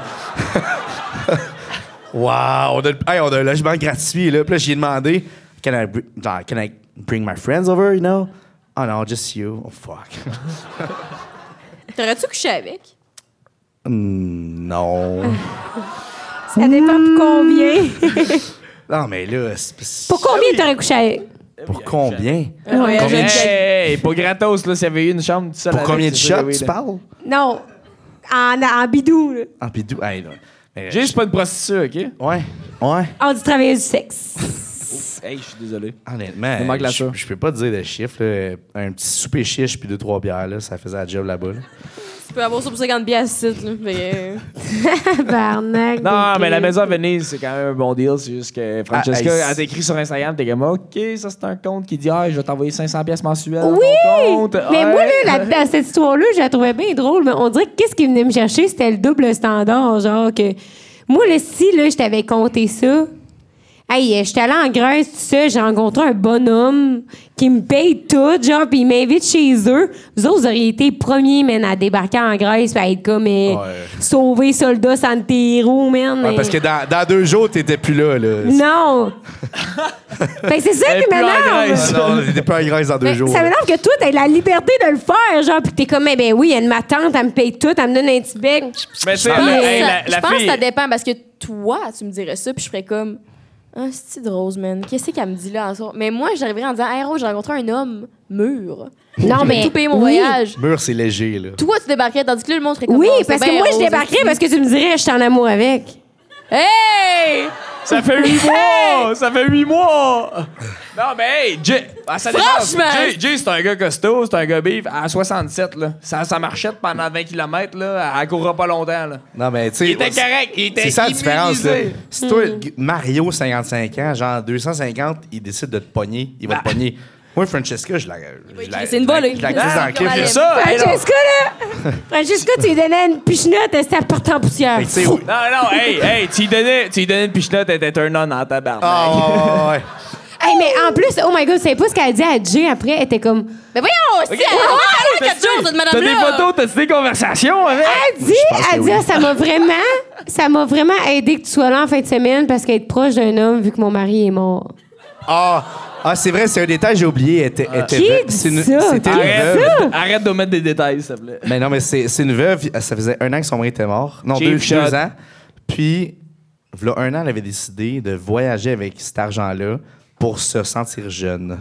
Wow, on a, hey, on a un logement gratuit, là. Puis là, j'ai demandé, can I, br- genre, can I bring my friends over, you know? Oh no, just you. Oh, fuck. T'aurais-tu couché avec? Hmm, non. Ça dépend pour combien. Non, mais là, c'est- c'est- Pour combien t'aurais couché avec? pour combien? Ouais, Combien de je- Hey, pas gratos, là, s'il y avait eu une chambre tout seul. Pour avec, combien de c'est sûr que shots oui, tu là. parles? Non. En, en bidou, là. En pidou. Hey, non. Mais- J'ai juste pas une prostituée, OK? Ouais, ouais. On dit travailler du sexe. Hey, je suis désolé. Honnêtement, Il manque la je ça. je peux pas te dire de chiffres. là. Un petit souper chiche puis deux, trois bières, là, ça faisait la job là-bas. là. Tu peux avoir ça pour cinquante piastres, c'est là. Fait que- Barnac. Non, mais la maison. maison à Venise, c'est quand même un bon deal. C'est juste que Francesca, Ah, hey, elle t'écrit sur Instagram, t'es comme, OK, ça c'est un compte qui dit, ah, je vais t'envoyer cinq cents pièces mensuelles. Oui! Dans ton compte. Mais Ouais. moi, là, là, dans cette histoire-là, je la trouvais bien drôle, mais on dirait que qu'est-ce qui venait me chercher, c'était le double standard. Genre que moi, là, si là, je t'avais compté ça, Hey, j'étais allée en Grèce, tout ça, j'ai rencontré un bonhomme qui me paye tout, genre, puis il m'invite chez eux. Vous autres, vous auriez été les premiers, man, à débarquer en Grèce, puis à être comme euh, Ouais. sauver soldat Santero, man. Ouais, parce que dans, dans deux jours, t'étais plus là. là. Non! Fait que c'est ça Elle est qui plus en m'énerve! Grèce. Ah non, t'étais pas en Grèce dans deux Ben, jours. ça là. m'énerve que toi, t'aies la liberté de le faire, genre, pis t'es comme, eh ben oui, il y a une ma tante, elle me paye tout, elle me donne un petit bec. Mais tu sais, Je pense, la, hey, ça- la, je la pense que fille. ça dépend parce que toi, tu me dirais ça, puis je ferais comme. Ah, c'est de Rose, man. Qu'est-ce qu'elle me dit là en soir? Mais moi, j'arriverais en disant, hey, Rose, j'ai rencontré un homme mûr. Non, Je vais mais. tout payer mon oui. voyage. Mur, c'est léger, là. Toi, tu débarquerais, tandis que là, le monde serait comme. Oui, oh, c'est parce que bien moi, je Rose, débarquerais esti. parce que tu me dirais, je suis en amour avec. Hey! Ça fait huit mois! Ça fait huit mois! Non, mais hey, Jay, ah, ça dépend. Franchement! Jay, Jay, c'est un gars costaud, c'est un gars bif. À soixante-sept, là, ça, ça marchette pendant vingt kilomètres, là, elle courra pas longtemps, là. Non, mais tu sais. Il était correct, il était C'est ça la différence, là. immunisé. Si toi, G- Mario, cinquante-cinq ans, genre deux cent cinquante, il décide de te pogner, il va te pogner. Moi, Francesca, je la. je la- c'est une je la- volée. Je la crisse Ah, dans le clip. comme là. C'est ça! hey, non. Francesca, là! Francesca, tu lui donnais une pichenote, elle s'était portée en poussière. Fait que, tu sais, Non, non, hey, hey, tu lui donnais, tu lui donnais une pichenote, elle était turn on en tabarnak. Ah, ouais, ouais, ouais. Hey, mais en plus, oh my god, c'est pas ce qu'elle a dit à Jay après, elle était comme. Mais voyons, c'est. Elle a quelque chose, cette T'as des madame-là. photos, t'as des conversations avec? Elle dit, elle dit, ah, ça m'a vraiment, ça m'a vraiment aidé que tu sois là en fin de semaine parce qu'être proche d'un homme vu que mon mari est mort. Ah, ah c'est vrai, c'est un détail, j'ai oublié. Elle était, elle était Qui veuve. dit C'est une- ça? C'était une Arrête, veuve. arrête de mettre des détails, s'il te plaît. Mais non, mais c'est c'est une veuve. Ça faisait un an que son mari était mort. Non, Cheap deux, shot. deux ans. Puis, voilà un an, elle avait décidé de voyager avec cet argent-là pour se sentir jeune.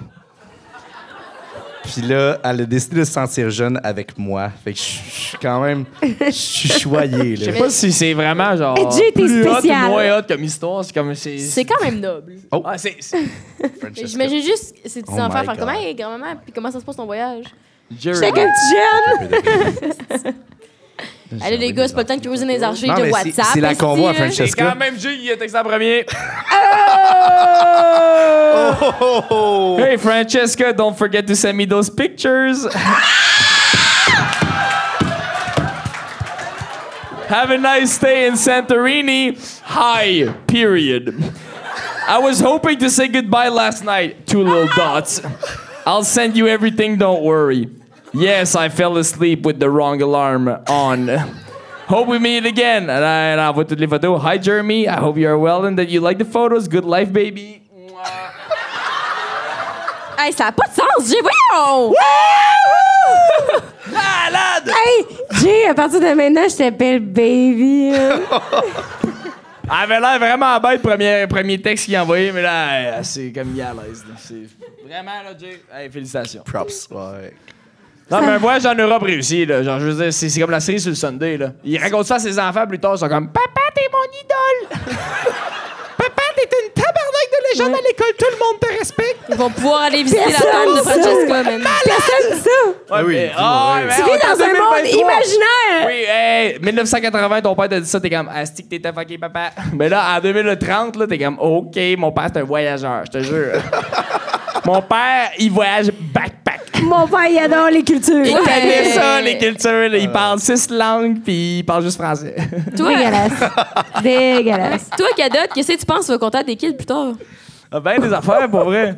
Puis là, elle a décidé de se sentir jeune avec moi. Fait que je je suis quand même... Je suis choyé, Je sais là. pas si c'est vraiment genre. Hey, Jay, t'es plus hot ou spécial. moins hot comme histoire. C'est comme. C'est C'est quand même noble. Ah, c'est. c'est- Francesca. J'imagine juste ces petits Oh enfants my faire God. comment, hey, grand-maman, puis comment ça se passe ton voyage? Jerry. J'étais comme petit jeune. Allez, les gars, c'est pas le temps de creuser dans les archives Non, de mais c'est- WhatsApp. c'est la esti, convoi à là. Francesca. C'est quand même Jay qui est texté en premier. Oh, oh, oh. Hey Francesca, don't forget to send me those pictures. Have a nice stay in Santorini. Hi, period. I was hoping to say goodbye last night. Two little dots. I'll send you everything, don't worry. Yes, I fell asleep with the wrong alarm on. Hope we meet again. And I, and I put toutes les photos. Hi, Jeremy. I hope you are well and that you like the photos. Good life, baby. Hey, ça a pas de sens, Jay, voyons! Malade! Hey, Jay, à partir de maintenant, je t'appelle baby. hein. Elle avait l'air vraiment bête, premier, premier texte qu'il a envoyé, mais là, elle- c'est comme il est à l'aise. là. C'est vraiment, là, Jay. Hey, félicitations. Props, ouais. Non, mais un voyage en Europe réussi, là. Genre, je veux dire, c'est c'est comme la série sur le Sunday, là. Il raconte ça à ses enfants plus tard, ils sont comme Papa, t'es mon idole! Papa, t'es une tabarnak de légende à l'école, tout le monde te respecte! Ils vont pouvoir aller visiter la Personne tombe de ça. Francesca, man. Personne dit ça. Ouais, oui, mais- dis-moi, ah, ouais. mais Tu on vis est en dans un deux mille monde vingt-trois. imaginaire. Oui, hey, dix-neuf cent quatre-vingts, ton père t'a dit ça, t'es comme Asti que t'étais fucké, papa. Mais là, en deux mille trente, là, t'es comme OK, mon père, c'est un voyageur, je te jure. Mon père, il voyage backpack. Mon père, il adore les cultures. Il Ouais. connaît ça, les cultures. là. Il parle six langues, puis il parle juste français. Toi, Dégueulasse. Dégueulasse. toi, Cadotte, qu'est-ce que tu penses tu vas compter à tes kids plus tard? Ah, ben des affaires, pour vrai.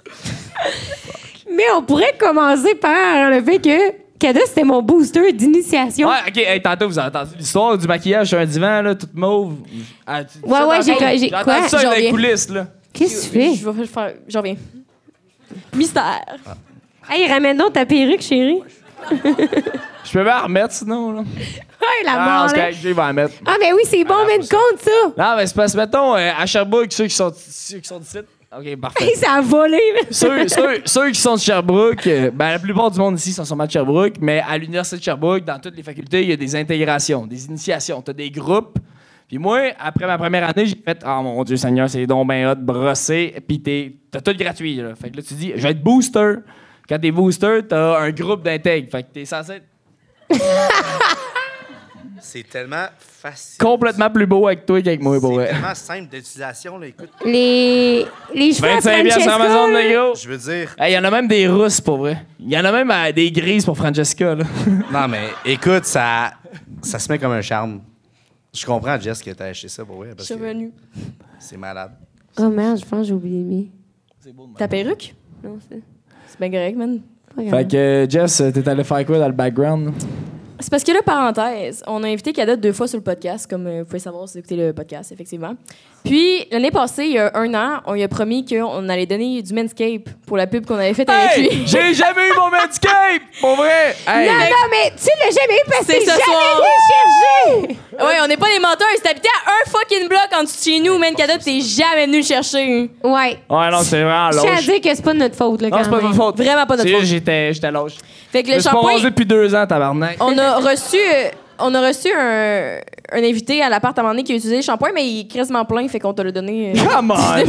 Mais on pourrait commencer par le fait que Kada, c'était mon booster d'initiation. Ouais, OK, hey, tantôt, vous avez entendu l'histoire du maquillage sur un divan, là, toute mauve. Ah, tu- Ouais, ça, ouais, dans- j'ai- j'ai- J'ai quoi? entendu ça J'en dans les reviens. coulisses, là. Qu'est-ce que tu fais? Je vais faire. J'en reviens. Mystère. Hey, ramène donc ta perruque, chérie. Je peux pas la remettre, sinon, là. Ouais, la Ah, mort, c'est là. correct, Jay va la mettre. Ah, mais oui, c'est bon, mais compte ça. Non, mais c'est parce que, mettons, euh, à Sherbrooke, ceux qui sont, ceux qui sont d'ici. OK, parfait. Hey, ça a volé, là. ceux, ceux, ceux qui sont de Sherbrooke, euh, ben, la plupart du monde ici sont sûrement de Sherbrooke, mais à l'Université de Sherbrooke, dans toutes les facultés, il y a des intégrations, des initiations. Tu as des groupes. Puis moi, après ma première année, j'ai fait « Oh mon Dieu Seigneur, c'est donc ben hot, brossé. » Puis t'es- t'as tout gratuit. Là. Fait que là, tu dis « Je vais être booster. » Quand t'es booster, t'as un groupe d'intègre. Fait que t'es censé être C'est tellement facile. complètement plus beau avec toi qu'avec moi, pour C'est vrai. tellement simple d'utilisation, là. Écoute, Les, les cheveux à vingt-cinq piastres sur Francesca, Amazon, là. les gros. je veux dire... Il y en a même des rousses, pour vrai. Il y en a même euh, des grises pour Francesca, là. Non, mais écoute, ça, ça se met comme un charme. Je comprends, Jess, que t'as acheté ça pour vrai, Je parce suis que revenue. c'est malade. Oh merde, je pense que j'ai oublié le mien. Ta perruque? Non, c'est C'est bien correct, man. pas grave. Fait que, euh, Jess, t'es allé faire quoi dans le background? C'est parce que là, parenthèse, on a invité Cadotte deux fois sur le podcast, comme euh, vous pouvez savoir si vous écoutez le podcast, effectivement. Puis, l'année passée, il y a un an, on lui a promis qu'on allait donner du Manscape pour la pub qu'on avait faite avec Hey! lui. J'ai jamais eu mon Manscape! Pour vrai! Hey! Non, non, mais tu l'as jamais eu parce que C'est t'es ce jamais soir. venu le chercher! Ouais, on n'est pas des menteurs. Si t'habitais à un fucking bloc en dessous de chez nous, man, Cadotte, t'es jamais venu le chercher. Ouais. Ouais, non, c'est vraiment Je tiens à lâche. dire que c'est pas de notre faute, là, Non, quand c'est pas de même. ma faute. Vraiment pas notre C'est faute. juste, J'étais, j'étais lâche. Fait que Je le me suis pas shampoing, rasé depuis deux ans, tabarnak. on a reçu, euh, on a reçu un, un invité à l'appart à un moment donné qui a utilisé le shampoing, mais il est quasiment plein, fait qu'on te l'a donné. euh, Come on!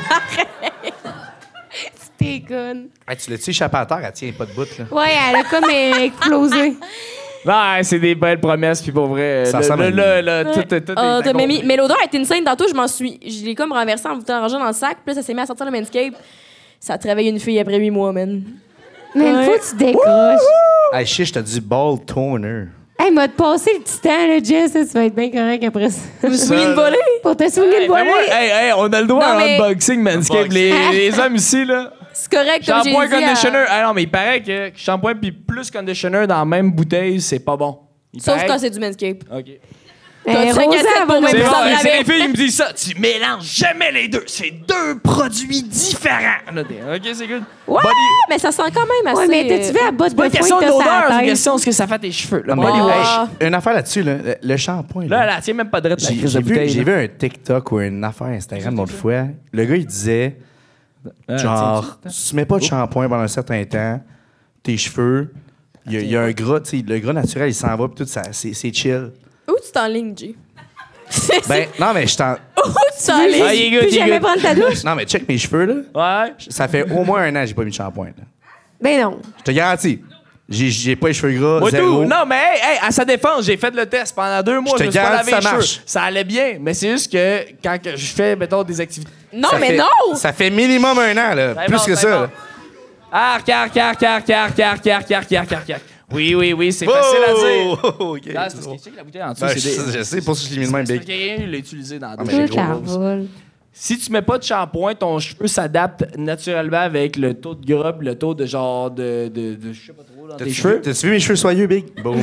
T'es conne. Hey, tu l'as-tu échappé à terre? Elle tient pas de bout, là. Ouais, elle a comme euh, explosé. Non, c'est des belles promesses, puis pour vrai, Ça le- ressemble à le- une- le- le- tout, tout, tout Ah, est t'as accompli. mis- mais l'odeur était insane. Tantôt, je m'en suis. Je l'ai comme renversé en bouteille d'argent dans le sac. Puis là, ça s'est mis à sortir le Manscape. Ça a travaillé une fille après huit mois, man. Mais il faut Ouais. que tu décroches. Hey, chiche, t'as du ball toner. Hey, m'a te passé le petit temps, là, Jess, ça, tu vas être bien correct après ça. Je me suis mis une volée. Pour te soigner Hey, le mais volet. moi, hey, hey, on a le droit Non, à un mais- unboxing Manscaped. Les, les hommes ici, là. C'est correct, comme j'ai Shampoing, dit. à- conditioner. Ah non, mais il paraît que shampoing puis plus conditioner dans la même bouteille, c'est pas bon. Il Sauf paraît- quand c'est du Manscape. OK. Ben, T'as cinq Rosa, à sept elle va pour me C'est vingt pour cent bon, de c'est rabais. les filles qui me disent ça. Tu mélanges jamais les deux. C'est deux produits différents. Là, t'es- OK, c'est good. Ouais, Body- mais ça sent quand même assez. Ouais, mais t'as-tu vu la botte C'est pas de une foin question que de t'as sur l'odeur, la c'est une tête? question de ce que ça fait à tes cheveux. Là, Non, body mais, wash. Ah. hey, une affaire là-dessus, là, le, le shampoing. Là, Là, là, elle tient même pas de la j'ai, crise de j'ai vu, bouteille. j'ai là. vu un TikTok ou une affaire Instagram l'autre fois. Le gars, il disait, Ah, genre, tiens, si tu mets pas de shampoing pendant un certain temps, tes cheveux, il y, a- il y a un gras, tu sais, le gras naturel, il s'en va, puis tout ça, c'est, c'est chill. Où tu t'enlignes, Jay? Ben, non, mais je t'en. Où tu t'enlignes? Ah, il est good, Plus il est jamais good. prendre ta douche? Non, mais check mes cheveux, là. Ouais. Ça fait au moins un an que j'ai pas mis de shampoing, là. Ben non. Je te garantis. J'ai, j'ai pas les cheveux gras, Moi, zéro. tout. Non, mais hey, hey, à sa défense, j'ai fait le test pendant deux mois. Je te Je me suis pas garantis, lavé les ça cheveux. marche. Ça allait bien, mais c'est juste que quand que je fais, mettons, des activités. Non, Ça mais fait- non! Ça fait minimum un an, là. C'est Plus bon, que c'est ça. bon. là. Arc, arc, arc, arc, arc, arc, arc, arc, arc, arc, arc. Oui, oui, oui, c'est facile à dire. Oh, OK. Là, c'est parce que tu sais que la bouteille en dessous, Ben, c'est je, des... je sais, pour ça que je l'ai mis de même C'est parce big. que quelqu'un l'a utilisé dans la Ah, douche. mais j'ai Toute gros la rose. vole. Si tu mets pas de shampoing, ton cheveu s'adapte naturellement avec le taux de gras pis le taux de genre de... de, de je sais pas trop, dans tes T'as-tu cheveux. vu, t'as-tu vu mes cheveux soyeux, big? Boom.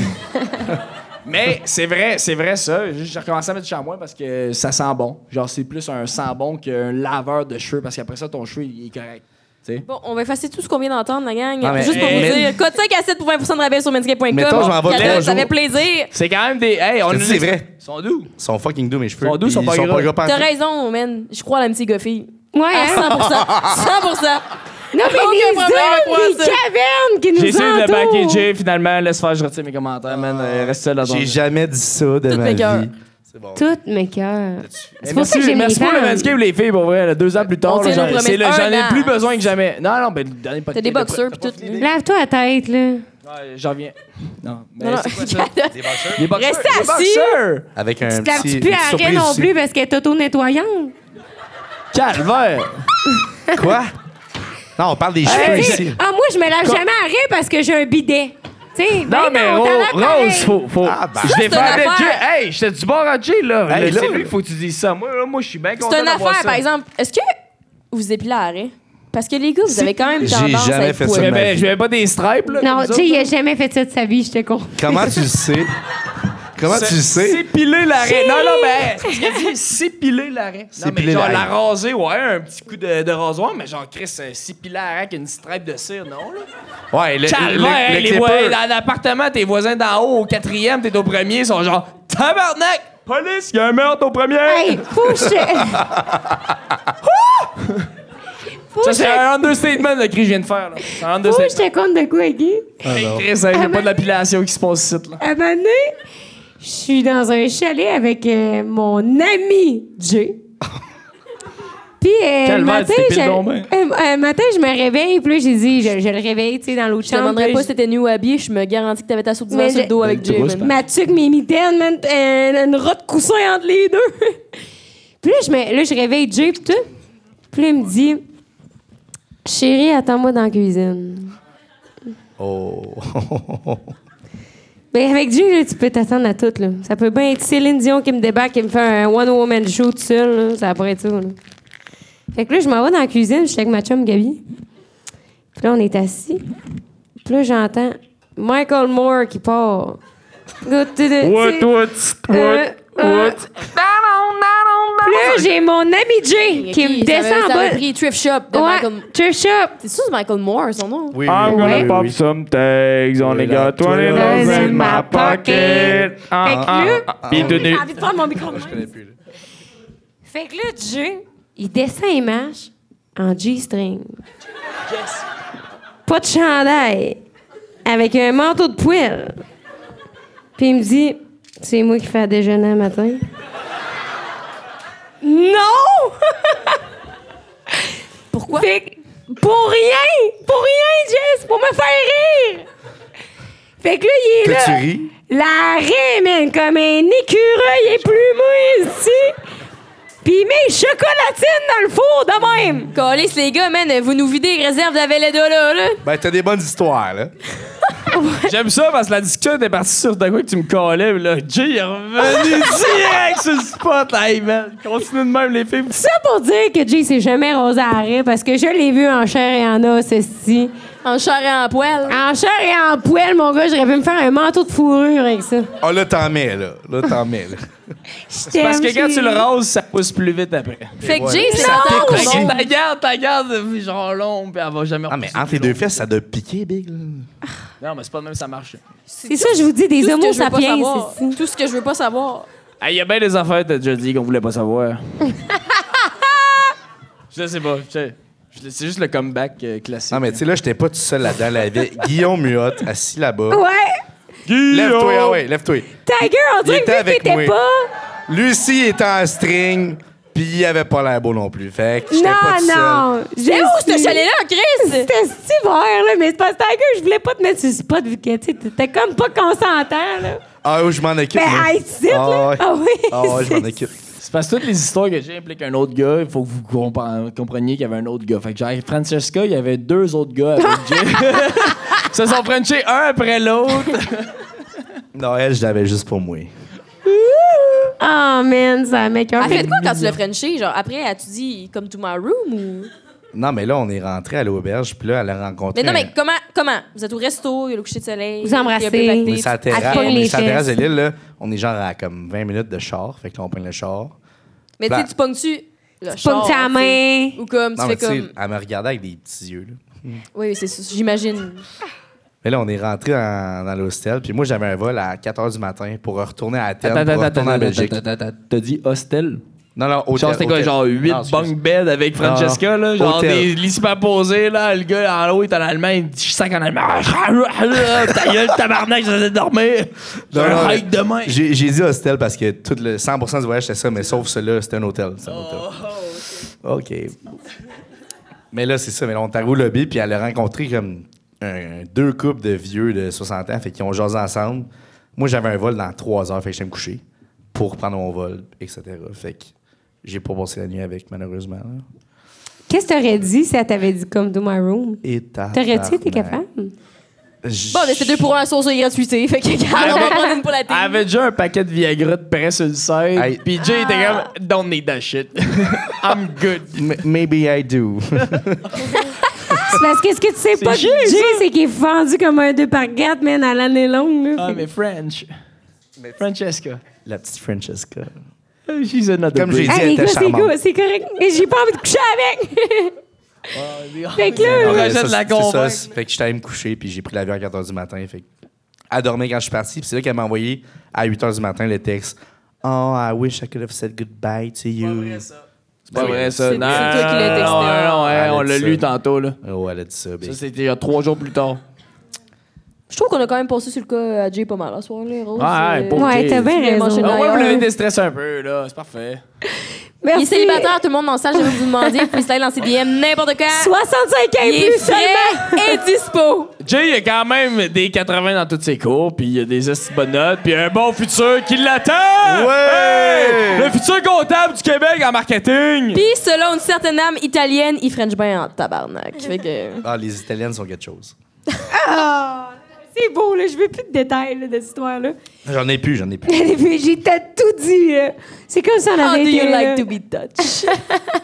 Mais c'est vrai, c'est vrai ça. Juste, j'ai recommencé à mettre du shampoing parce que ça sent bon. Genre, c'est plus un sent bon qu'un laveur de cheveux parce qu'après ça, ton cheveu, il est correct. Tu sais? Bon, on va effacer tout ce qu'on vient d'entendre, la gang. Ah, mais- Juste pour mais- vous dire, code cinq à sept pour vingt pour cent de rabais sur manscape point com. Mettons, je m'en vais Cadeau, trois ça fait jours. plaisir. C'est quand même des... Hey, on Je te a dis, c'est vrai. Ils sont doux. Ils sont fucking doux, mes cheveux. Ils sont doux, ils sont Puis pas ils sont gras. pas gras T'as pantoute. raison, man. Je crois à l'amitié Goffy. Ouais, À hein? cent pour cent. cent pour cent. Non, mais Aucun les problème à hommes, croire les ça. cavernes qui nous J'ai essayé de le entourent. packager, finalement. Laisse faire, je retire mes commentaires, man. Euh, Reste seul dans ton... J'ai jamais dit ça de Toutes ma mes cœurs. vie. C'est bon. Toutes mes cœurs. Mais C'est pour ça que merci- j'aime les Merci pour le femmes. Manscaped, les filles, pour vrai. là, deux ans plus tard, On là, tient nos j'en c'est le- promesses. j'en ai Un plus an. besoin que jamais. Non, non, ben, le dernier podcast. T'as des boxeurs pis tout. Lave-toi la tête, là. Ouais, j'en reviens. Non, mais Non, non. c'est quoi ça? Des boxeurs? Des boxeurs. Restez des assis. boxeurs. Avec un Tu te laves-tu petit. plus une à rien surprise non aussi. plus parce qu'elle est auto-nettoyante? Calvaire. Quoi? Non, on parle des cheveux Tu sais, ici. ah, moi, je me lave jamais à rien parce que j'ai un bidet. Tu sais, Non, ben mais non, Ro- t'en laves pareil. Rose, faut. faut Ah, ben. je c'est défendais une affaire. Jay. Hey, j'étais du bord à Jay, là. Hey, Là, là. c'est lui qu'il faut que tu dises ça. Moi, là, moi je suis bien content C'est une d'avoir affaire, ça. par exemple. Est-ce que vous épilez à arrêt? Parce que les gars, vous avez quand même J'ai tendance jamais à être fait ça. Je poilus. ma mets, vie. je mets pas des stripes, là. Non, comme Jay, il ça. a jamais fait ça de sa vie, j'étais con. Comment tu le sais? Comment tu le sais? S'épiler l'arrêt. Non, non, mais. Ce qu'il a dit, s'épiler l'arrêt. Non, mais S'épiler genre la l'arrêt. raser, ouais, un petit coup de, de rasoir, mais genre, Chris, euh, s'épiler l'arrêt avec une stripe de cire, non, là. Ouais, le, Calvaire, le, le, hey, le les clipper. voisins dans l'appartement, tes voisins d'en haut, au quatrième, t'es au premier, ils sont genre tabarnak! Police, il y a un meurtre au premier! Hey, faut que je... Faut Ça, que c'est je- un understatement, le cri que je viens de faire. là. C'est un faut que understatement. je te compte de quoi, Guy. Hey, Chris, il n'y a pas de lapidation qui se passe ici. Là. À un moment donné, je suis dans un chalet avec euh, mon ami Jay. Puis, euh, le Calvaire, matin, tu t'épiles je, donc bien. euh, un matin, je me réveille, puis là, j'ai dit, je, je le réveille, tu sais, dans l'autre Je te chambre. demanderais puis pas là, si t'étais nu ou habillé, je me garantis que t'avais ta soupe d'hiver Mais sur le je- dos avec Ben, Jay. douche, man. Ma tuque, mes mitaines, man, euh, une rotte coussin entre les deux. Puis là, je, me, là, je réveille Jay, puis tout. Puis là, il me dit, chérie, attends-moi dans la cuisine. Oh. Ben, avec Jay, là, tu peux t'attendre à tout, là. Ça peut bien être Céline Dion qui me débarque, qui me fait un one-woman show tout seul, là. Ça pourrait être ça, là. Fait que là, je m'en vais dans la cuisine, je suis avec ma chum Gabi. Puis là, on est assis. Puis là, j'entends Michael Moore qui part. Go to the- What, tu sais, what, euh, what, euh, what? Puis là, j'ai mon ami Jay qui me Ok, ça descend avait- en ça avait bas. pris Thrift Shop de Ouais, Michael... thrift shop. C'est sûr, c'est Michael Moore, son nom? Oui, I'm oui, gonna Ouais. oui, pop oui. some tags, only Oui, got là, twenty toi, dollars là, in in my my pocket. pocket. Ah, Fait que ah, là- ah, il est donné. J'ai envie de prendre mon micro. Je connais plus, là. Fait que là, Jay, il descend et marche en G-string. Pas de chandail. Avec un manteau de poêle. Puis il me dit, c'est moi qui fais à déjeuner le matin. Non! Pourquoi? Fait que, pour rien! Pour rien, Jess! Pour me faire rire! Fait que là, il est Que là. tu ris? L'arrêt, man, comme un écureuil éplumé ici. Puis il met les chocolatines dans le four de même. Calisse, les gars, man, vous nous videz les réserves de la Velleda, là, là. Ben, t'as des bonnes histoires, là. J'aime ça parce que la discussion était partie sur de quoi que tu me collais, mais là, Jay est revenu direct sur le spot. Hey, man, continue de même, les filles. Ça pour dire que Jay s'est jamais rasé à arrêt parce que je l'ai vu en chair et en os, ceci. En chair et en poêle. En chair et en poêle, mon gars, j'aurais pu me faire un manteau de fourrure avec ça. Ah, là, t'en mets, là. Là, t'en mets, là. Je Parce que t'aime, quand tu le chérie. rases, ça pousse plus vite après. Fait que Ouais. Jay, c'est Non! ta Fait tante. que ta garde, ta garde, genre long, puis elle va jamais Ah, mais repousser entre les plus deux long. fesses, ça doit piquer, Big, là. Non, mais c'est pas de même que ça marche. C'est ça, je vous dis, des Tout ce que homos je veux pas sapiens, savoir. c'est ça. Tout ce que je veux pas savoir. Il y a bien des affaires, t'as déjà dit qu'on voulait pas savoir. Je sais pas, je sais. Je- C'est juste le comeback euh, classique. Ah, mais tu sais, là, j'étais pas tout seul là-dedans. Là, il y avait Guillaume Muot, assis là-bas. Ouais. Lève-toi, ah ouais, lève-toi. Tiger, on dirait était que vu avec que t'étais moi. pas. Lucie était en string, puis il avait pas l'air beau non plus. Fait que j'étais pas tout Non, seul. non. C'est où, ce chalet-là, Chris? C'était cet hiver, là, mais c'est parce que Tiger, je voulais pas te mettre sur le spot vu que tu sais, t'étais comme pas consentant, là. Ah oui, je m'en occupe. Ben, moi. hey, tu Ah là. ouais. Ah oui. Ah ouais, je m'en c'est- occupe. C'est parce que toutes les histoires que j'ai impliquent un autre gars, il faut que vous compre- compreniez qu'il y avait un autre gars. Fait que genre, Francesca, il y avait deux autres gars avec Jay. Ils se sont frenchés un après l'autre. Non, elle, je l'avais juste pour moi. Oh, man, ça m'écoeure. Elle fait de quoi quand tu l'as frenché? Genre, après, as-tu dit come to my room ou. Non, mais là, on est rentré à l'auberge, puis là, elle a rencontré. Mais non, un- mais comment? Comment? Vous êtes au resto, il y a le coucher de soleil. Vous embrassez. il y a un peu On est d'acté. sur la Elle terrasse, pogne on les est sur la terrasse de fesses. l'île, là. On est genre à comme vingt minutes de char. Fait que là, on prend le char. Mais tu sais, Ben- tu pognes-tu le Pognes-tu char, à la tu sais, main. Ou comme, tu Non, mais fais tu sais, comme. elle me regardait avec des petits yeux, là. Oui, c'est ça, j'imagine. Mais là, on est rentré dans, dans l'hostel. Puis moi, j'avais un vol à quatre heures du matin pour retourner à Athènes, Attends, pour attends, retourner en attends, Belgique. attends, attends, attends. T'as dit hostel? Non, non, hôtel. Genre, c'était quoi, hôtel. genre huit Non, excuse. bunk beds avec Non, Francesca, non. là? Genre Hôtel. des lits superposés, là. Le gars en haut est en allemand, il dit sac en allemand. Ta gueule, tabarnak, je vais dormir. J'ai Non, non, un mais hike demain. J'ai j'ai dit hostel parce que tout le cent pour cent du voyage, c'était ça, mais sauf celui-là, c'était un hôtel. C'est un Oh, hôtel. OK. Mais là, c'est ça. Mais là, on est arrivé au lobby, puis elle a rencontré comme un- deux couples de vieux de soixante ans, fait qu'ils ont jasé ensemble. Moi, j'avais un vol dans trois heures, fait que j'étais me coucher pour prendre mon vol, et cetera. Fait que j'ai pas passé la nuit avec, malheureusement. là. Qu'est-ce que t'aurais dit si elle t'avait dit come to my room? Et T'aurais-tu été capable? J- Bon, mais c'est deux pour un sauce de gratuité. Fait que, regarde, on va prendre une pour la Elle télé. avait déjà un paquet de Viagra de près sur le site. Hey. Puis Jay était comme, don't need that shit. I'm good. M- Maybe I do. C'est parce que ce que tu sais pas, Jay, Jay, ça. c'est qu'il est vendu comme un deux par quatre, man, à l'année longue. Là. Ah, Fait- mais French. Francesca. La petite Francesca. She's another Comme j'ai breed. dit, Hey, elle les était gars, c'est charmante. cool, c'est correct. Mais j'ai pas envie de coucher avec. Fait que là, On Ouais, rachète ça, la c'est- c'est convaincre. ça, c'est- Fait que j'étais allé me coucher, puis j'ai pris l'avion à quatre heures du matin. Fait que elle dormait quand je suis parti, puis c'est là qu'elle m'a envoyé à huit heures du matin le texte. Oh, I wish I could have said goodbye to you. C'est pas vrai, ça. C'est- Non, c'est toi qui l'as texté. Non, non, ouais, Elle a on dit l'a ça. lu tantôt, là. Oh, elle a dit ça, Ça, big. c'était il y a trois jours plus tard. Je trouve qu'on a quand même passé sur le cas à Jay pas mal à soir, là, Rose. Ah, ouais, euh, pour ouais, Jay. t'as bien Tu l'as mentionné raison. Au moins, vous d'ailleurs. l'avez déstressé un peu, là. C'est parfait. Il est Merci. célibataire, tout le monde dans la salle, je vais vous demander. Vous pouvez se dans ses D M n'importe quand. soixante-cinq ans Il et est plus seulement. frais et dispo. Jay, il a quand même des quatre-vingts dans toutes ses cours, puis il a des esti de bonnes notes, puis un bon futur qui l'attend! Ouais! Hey! Le futur comptable du Québec en marketing! Puis, selon une certaine âme italienne, il French bien en tabarnak. Fait que... Ah, les Italiennes sont quelque chose. Ah, c'est beau, là. Je veux plus de détails là, de cette histoire-là. J'en ai plus, j'en ai plus. J'ai t'ai tout dit, là. C'est comme ça on How avait do été you là. like to be touched?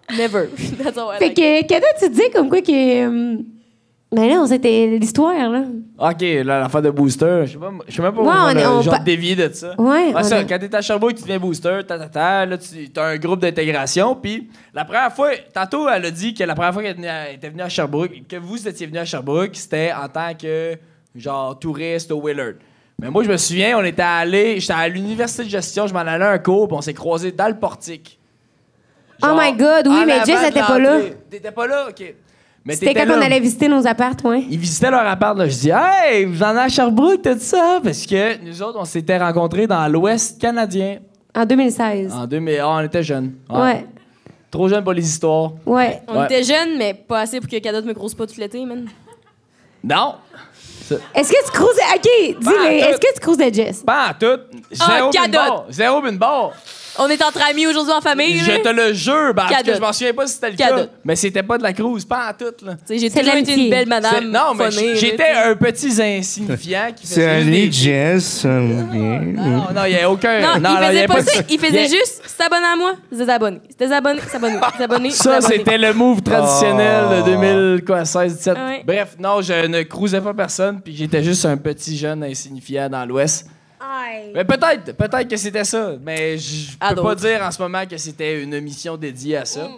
Never. That's all I Fait like. que, Kada, tu disais comme quoi que. euh, Ben là, c'était l'histoire, là. OK, là, l'affaire de booster. Je sais pas, je sais même pas Ouais, où on, on est- a on genre pa- dévié de ça. Ouais, on ça, a- quand t'es à Sherbrooke, tu deviens booster, ta, ta, ta, là, tu as un groupe d'intégration. Puis la première fois, tantôt, elle a dit que la première fois qu'elle était venue à- elle était venue à Sherbrooke, que vous étiez venu à Sherbrooke, c'était en tant que, genre, touriste au Willard. Mais moi, je me souviens, on était allé, j'étais à l'université de gestion, je m'en allais à un cours, puis on s'est croisés dans le portique. Oh my God, oui, en mais avant Jess, de elle était pas là. l'entrée. T'étais pas là? OK. Mais C'était t'étais quand on là. allait visiter nos appartes, ouais. Ils visitaient leur appart. Là. Je dis, hey, vous en avez à Sherbrooke, tout ça? Parce que nous autres, on s'était rencontrés dans l'Ouest canadien. En deux mille seize. En deux mille, ah, on était jeunes. Ouais. Trop jeunes pour les histoires. Ouais. On Ouais. était jeunes, mais pas assez pour que Cadotte me grosse pas tout l'été, man. Non. Est-ce que tu cruises. OK, dis-le. Bah, Est-ce que tu cruises de Jess? Pas en tout. Zéro Ah, une cadotte. barre. Zéro une barre. On est entre amis aujourd'hui en famille, Je là. te le jure. Ben, en tout cas, Cadotte. je m'en souviens pas si c'était le cas. Cadotte. Mais c'était pas de la cruise. Pas en tout. Là. Tu sais, j'ai C'est de toujours été l'amitié. une belle C'est- madame. non, mais funnée, là, j'étais tu sais. un petit insignifiant qui faisait C'est juste un des- Jess. euh, bien. Non, non, il n'y a aucun. Non, il y faisait a pas de- ça. Il y faisait a- juste s'abonner à moi, se désabonner. Se désabonner, s'abonner, s'abonner, Ça, s'abonner. c'était le move traditionnel Oh. de deux mille seize dix-sept. Ah ouais. Bref, non, je ne cruisais pas personne, puis j'étais juste un petit jeune insignifiant dans l'Ouest. Mais peut-être, peut-être que c'était ça, mais je À peux pas d'autres. dire en ce moment que c'était une mission dédiée à ça.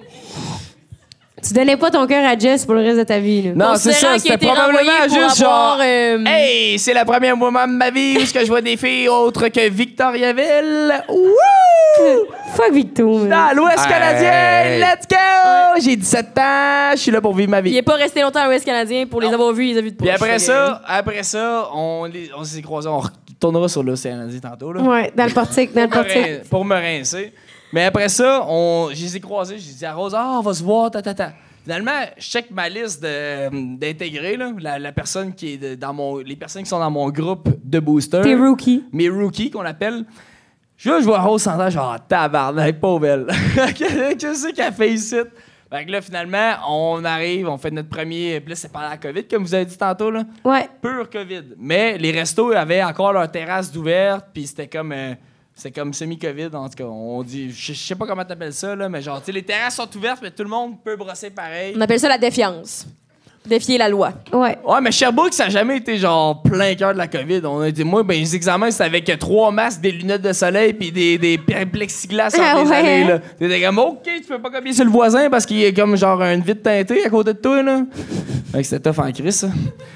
Tu donnais pas ton cœur à Jess pour le reste de ta vie, là. Non, c'est Considérant ça, qu'il a c'était été probablement renvoyé pour juste avoir, genre... euh, Hey, c'est la première moment de ma vie où est-ce que je vois des filles autres que Victoriaville. Wouh! Fuck Victo, man. Dans l'Ouest Hey. canadien, let's go! J'ai dix-sept ans, je suis là pour vivre ma vie. Il est pas resté longtemps à l'Ouest canadien. Pour les avoir vus, il les a vus de Puis proche. après Fait que- ça, après ça, on, les- on s'est croisés. On retournera sur l'océan Indien tantôt. Là, Ouais, dans le portique, dans le pour, me portique. rin- pour me rincer. Mais après ça, on, je les ai croisés. J'ai dit à Rose, ah, on va se voir, ta, ta, ta. Finalement, je check ma liste de- d'intégrés, là, la, la personne qui est de- dans mon, les personnes qui sont dans mon groupe de boosters. T'es rookie. Mes rookies qu'on appelle. Je là, je vois Rose s'entendre, genre, oh, tabarnak, pauvre elle. Qu'est-ce qu'elle fait ici? Fait que là, finalement, on arrive, on fait notre premier. Puis là, c'est pendant la COVID, comme vous avez dit tantôt, là. Ouais. Pur COVID. Mais les restos avaient encore leur terrasse d'ouverte, puis c'était comme. euh, c'était comme semi-COVID, en tout cas. On dit. Je je sais pas comment t'appelles ça, là, mais genre, tu sais, les terrasses sont ouvertes, mais tout le monde peut brosser pareil. On appelle ça la défiance. Défier la loi. Ouais. Ouais, mais Sherbrooke, ça n'a jamais été genre plein cœur de la COVID. On a été, moi, ben, les examens, c'était avec trois masques, des lunettes de soleil, puis des, des plexiglas Ah entre les ouais, années, hein? là. T'étais comme, OK, tu peux pas copier sur le voisin parce qu'il y a comme genre une vitre teintée à côté de toi, là. Fait que c'était tough en crise, ça.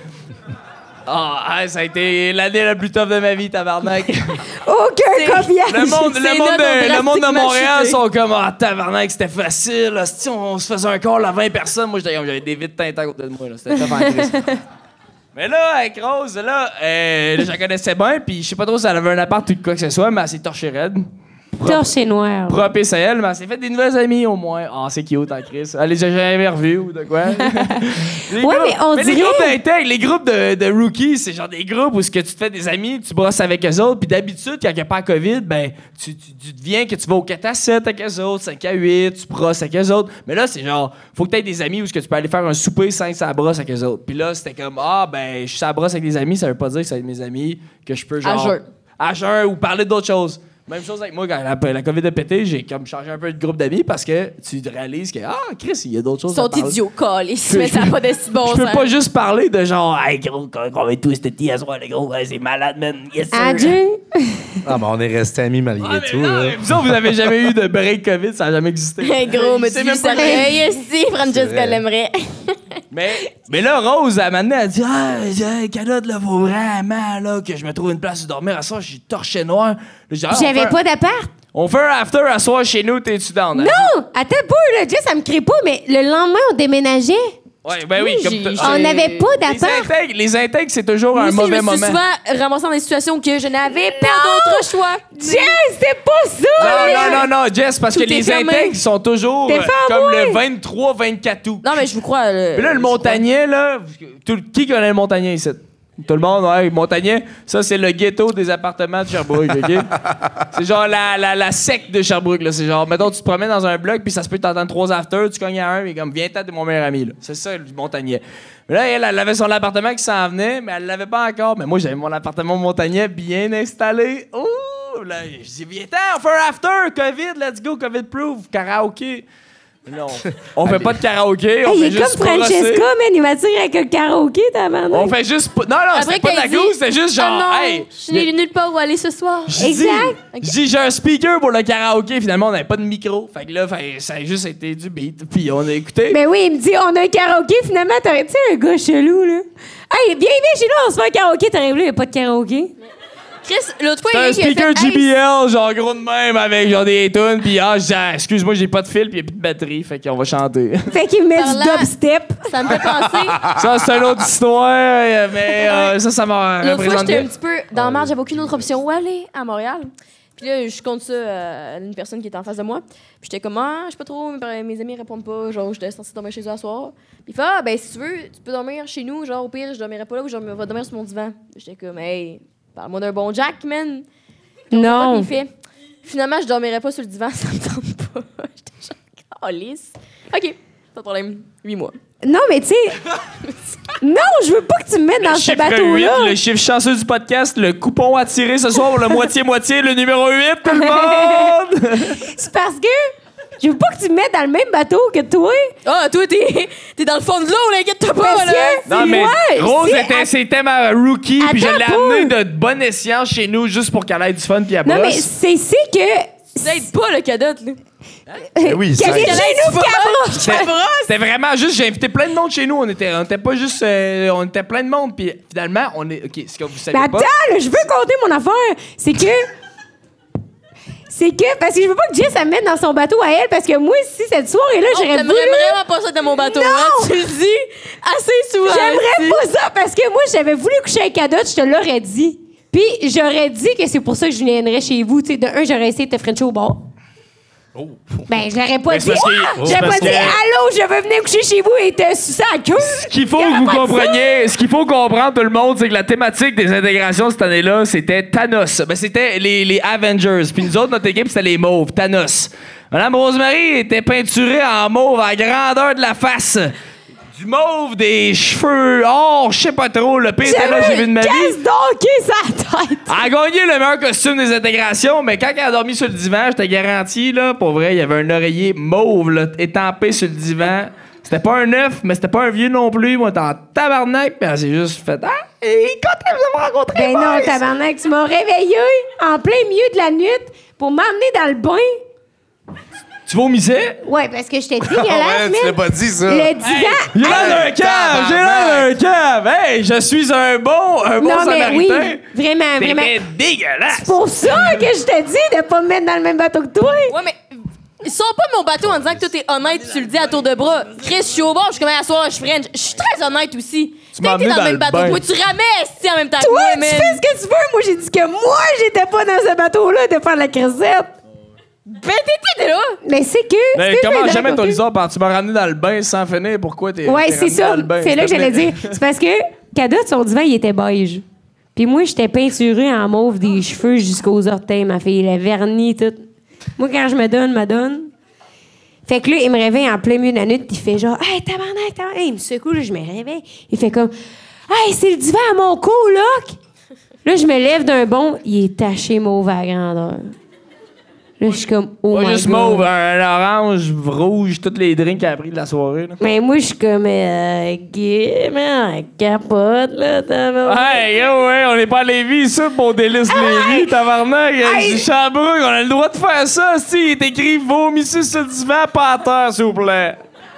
Ah, ah, ça a été l'année la plus tough de ma vie, tabarnak. Aucun copiage. Le monde, Ces le monde, notes de, ont le monde de drastiquement Montréal chuté. sont comme, ah, tabarnak, c'était facile. Si on se faisait un call à vingt personnes, moi, j'étais comme, j'avais des vitres teintées à côté de moi, là. C'était tough en crise. Mais là, avec Rose, là, euh, là, je la connaissais bien, puis je sais pas trop si elle avait un appart ou quoi que ce soit, mais elle s'est torchée raide. Torché noir. Propre et elle, mais elle s'est fait des nouvelles amies au moins. Ah, c'est cute en Chris. Elle les a jamais revues ou de quoi. Les Ouais, groupes- mais on les dirait- groupes d'intègres, les groupes de, de rookies, c'est genre des groupes où ce que tu te fais des amis, tu brosses avec eux autres, puis d'habitude, quand il n'y a pas la COVID, ben, tu, tu, tu deviens que tu vas au quatre à sept avec eux autres, cinq à huit, tu brosses avec eux autres. Mais là, c'est genre, faut que tu aies des amis où ce que tu peux aller faire un souper sans ça brosse avec eux autres. Puis là, c'était comme, ah, ben, je suis à brosse avec des amis, ça veut pas dire que c'est avec mes amis, que je peux genre. À jeun. À jeun ou parler d'autres choses. Même chose avec moi, quand la, la COVID a pété, j'ai comme changé un peu de groupe d'amis parce que tu réalises que, ah, Chris, il y a d'autres choses Ils à sont parler. idiots, câlisse, mais Je- ça n'a pas de si bon Je peux sens. pas juste parler de genre, hey, gros, on va tous têter à soir, les gros, ouais, c'est malade, man. Yes, sir. Ah, Jay? Ah, mais on est restés amis malgré Ah, mais tout. non, là. mais vous autres, vous avez jamais eu de break COVID, ça a jamais existé. Hey, gros, mais C'est tu même vis pas- sérieux ici, Francesca vrai. l'aimerait. Mais, mais là, Rose, à un moment donné, elle dit, ah, hey, Calotte, là, faut vraiment, là, que je me trouve une place où dormir. À soir, j'ai torché noir. Là, j'ai dit, ah, on fait J'avais un- pas d'appart. On fait un after à soir chez nous, t'es-tu down? hein? Non! Attends pas, là. Jess, ça me crée pas, mais le lendemain, on déménageait. Ouais, ben oui, Oui, comme j'ai- t'as- j'ai- On n'avait pas Les d'appart. intègres, les intègres, c'est toujours Moi un aussi, mauvais je me suis moment. souvent ramassée dans des situations que je n'avais pas d'autre choix. Jess, c'est pas ça! Non, là. non, non, non, Jess, parce Tout que est les fermé. intègres sont toujours T'es euh, fermé. comme le vingt-trois vingt-quatre août. Non, mais je vous crois. euh, Puis là, le je vous Montagnet, là, tout, qui connaît le Montagnet ici? Tout le monde, ouais, Montagnet, ça, c'est le ghetto des appartements de Sherbrooke, OK? C'est genre la, la, la secte de Sherbrooke, là. C'est genre, mettons, tu te promènes dans un bloc, puis ça se peut t'entendre trois afters, tu cognes à un, mais comme, viens t'as mon meilleur ami, là. C'est ça, le Montagnet. Mais là, elle, elle avait son appartement qui s'en venait, mais elle l'avait pas encore. Mais moi, j'avais mon appartement Montagnet bien installé. Ouh! Là, je dis, viens t'en, on fait un after, COVID, let's go, COVID-proof, karaoké. Non. On fait pas de karaoké. On Hey, fait il est juste comme Francesca, brosser. man. Il m'attire avec un karaoké, ta maman. On fait juste. pas- Non, non, Après c'était pas de la qu'elle dit, grouse, c'était juste genre. Ah non, hey, je n'ai nulle part où aller ce soir. Je dis, Exact. je dis, j'ai un speaker pour le karaoké. Finalement, on n'avait pas de micro. Fait que là, fait, ça a juste été du beat. Puis on a écouté. Ben oui, il me dit, on a un karaoké. Finalement, t'aurais, tu sais, un gars chelou, là. Hey, viens, viens chez nous, on se fait un karaoké. T'arrives là, il n'y a pas de karaoké. Chris, l'autre fois, C'est il y a un qui a speaker fait, J B Hey, L, genre gros de même, avec genre des tunes. Puis ah, je dis, ah, excuse-moi, j'ai pas de fil, puis il n'y a plus de batterie. Fait qu'on va chanter. Fait qu'il me met Par du là. dubstep. ça me fait penser. Ça, c'est une autre histoire. euh, Mais euh, ça, ça m'a L'autre fois, représenté. j'étais un petit peu dans la marge, j'avais aucune autre option où aller à Montréal. Puis là, je compte ça à une personne qui était en face de moi. Puis j'étais comme, ah, je sais pas trop, mes, mes amis répondent pas. Genre, j'étais censée dormir chez eux à soir. Puis il fait, ah, ben si tu veux, tu peux dormir chez nous. Genre, au pire, je dormirai pas là ou je vais dormir sur mon divan. J'étais comme, hey, parle-moi d'un bon Jack, man. Non. Il fait, finalement, je dormirai pas sur le divan, ça me tente pas. J'étais genre, oh, lisse. OK, pas de problème. Huit mois. Non, mais tu sais. Non, je veux pas que tu me mettes dans Le ce chiffre bateau-là. huit, le chiffre chanceux du podcast, le coupon à tirer ce soir pour le moitié-moitié, le numéro huit, tout le monde! C'est parce que je veux pas que tu me mettes dans le même bateau que toi. Ah, toi, t'es, t'es dans le fond de l'eau, l'inquiète-toi pas, Parce là. que- Non, mais Ouais, Rose c'est- était, c'était ma rookie, puis je Attends l'ai pas. amenée de bonne escient chez nous juste pour qu'elle ait du fun, puis elle Non, mais brosse. c'est c'est que. Ça aide pas, le cadotte, là. Ben oui, ça Qu'elle est aide. chez nous, cabron! C'était c'était vraiment juste, j'ai invité plein de monde chez nous. On était, on était pas juste. euh, on était plein de monde. Puis finalement, on est. OK, ce que vous savez Mais pas. attends, là, je veux compter mon affaire. C'est que. C'est que. Parce que je veux pas que Jess elle me mette dans son bateau à elle, parce que moi, si cette soirée-là, Oh, j'aurais t'aimerais voulu. vraiment pas ça dans mon bateau, Non! hein? Tu le dis assez souvent. J'aimerais tu pas ça, parce que moi, j'avais voulu coucher avec Cadotte, je te l'aurais dit. Puis j'aurais dit que c'est pour ça que je viendrais chez vous. Tu sais, de un, j'aurais essayé de te frencher au bar. Ben, je l'aurais pas Ben, dit. c'est parce qu'il- Ah! c'est J'aurais pas parce dit, que- allô, je veux venir coucher chez vous et te sucer à la queue. Ce qu'il faut que vous compreniez, ce qu'il faut comprendre tout le monde, c'est que la thématique des intégrations cette année-là, c'était Thanos. Ben, c'était les, les Avengers. Puis nous autres, notre équipe, c'était les Mauves, Thanos. Madame Rosemary était peinturée en mauve à la grandeur de la face. Du mauve, des cheveux or, je sais pas trop. Le pire était là que j'ai vu de ma vie. Casse d'hockey sa tête. Elle a gagné le meilleur costume des intégrations, mais quand elle a dormi sur le divan, je t'ai garanti, là, pour vrai, il y avait un oreiller mauve là, étampé sur le divan. C'était pas un neuf, mais c'était pas un vieux non plus. Moi, t'es en tabarnak, puis elle s'est juste fait « Ah, et quand elle vous avez rencontré, Ben non, boys? tabarnak, tu m'as réveillé en plein milieu de la nuit pour m'emmener dans le bain. Tu vomissais? Ouais, parce que j'étais Ouais, dégueulasse, tu l'as mais pas dit, ça. le divan... J'ai l'air d'un cave! J'ai l'air d'un cave! Hey, je suis un bon, un bon Non, mais oui, samaritain! vraiment, vraiment. T'étais dégueulasse! C'est pour ça que je te dis de pas me mettre dans le même bateau que toi. Ouais, mais ils sont pas de mon bateau en disant que toi t'es honnête pis tu le dis à tour de bras. Chris, je suis au bord, je suis comme à soir, je suis French. Je suis très honnête aussi. Tu m'as T'as été emmené dans dans le même le bateau bain. que moi. Tu ramais esti en même temps que Toi, moi, tu man. fais ce que tu veux. Moi, j'ai dit que moi, j'étais pas dans ce bateau-là de faire la crisette. Ben, t'étais là. Mais c'est que... Mais c'est que je comment vais jamais ton raconter. histoire par tu m'as ramené dans le bain sans finir? Pourquoi t'es. Ouais, t'es c'est ramené ça. dans le bain? C'est là que S'il te j'allais plaît. dire. C'est parce que Cadotte, son divan, il était beige. Puis moi, j'étais peinturée en mauve des cheveux jusqu'aux orteils, ma fille. Le vernis, tout. Moi, quand je me donne, me donne. Fait que là, il me réveille en plein milieu de la nuit, puis il fait genre, hey, tabarnak, tabarnak. Hey, il me secoue, là, je me réveille. Il fait comme, hey, c'est le divan à mon coloc. Là, je me lève d'un bond, il est taché mauve à grandeur. Là, je suis comme, oh Pas my juste God. mauve, un, un orange, rouge, tous les drinks qu'elle a pris de la soirée. Là. Mais moi, je suis comme, euh, gay, man, elle capote, là, tabarnak. Hey, yo, ouais, on n'est pas à Lévis, ça, pour on délice Lévis, tabarnak. Hey. Hey. Sherbrooke, on a le droit de faire ça, si. Il est écrit vomissez sur le divan, pas à terre, s'il vous plaît.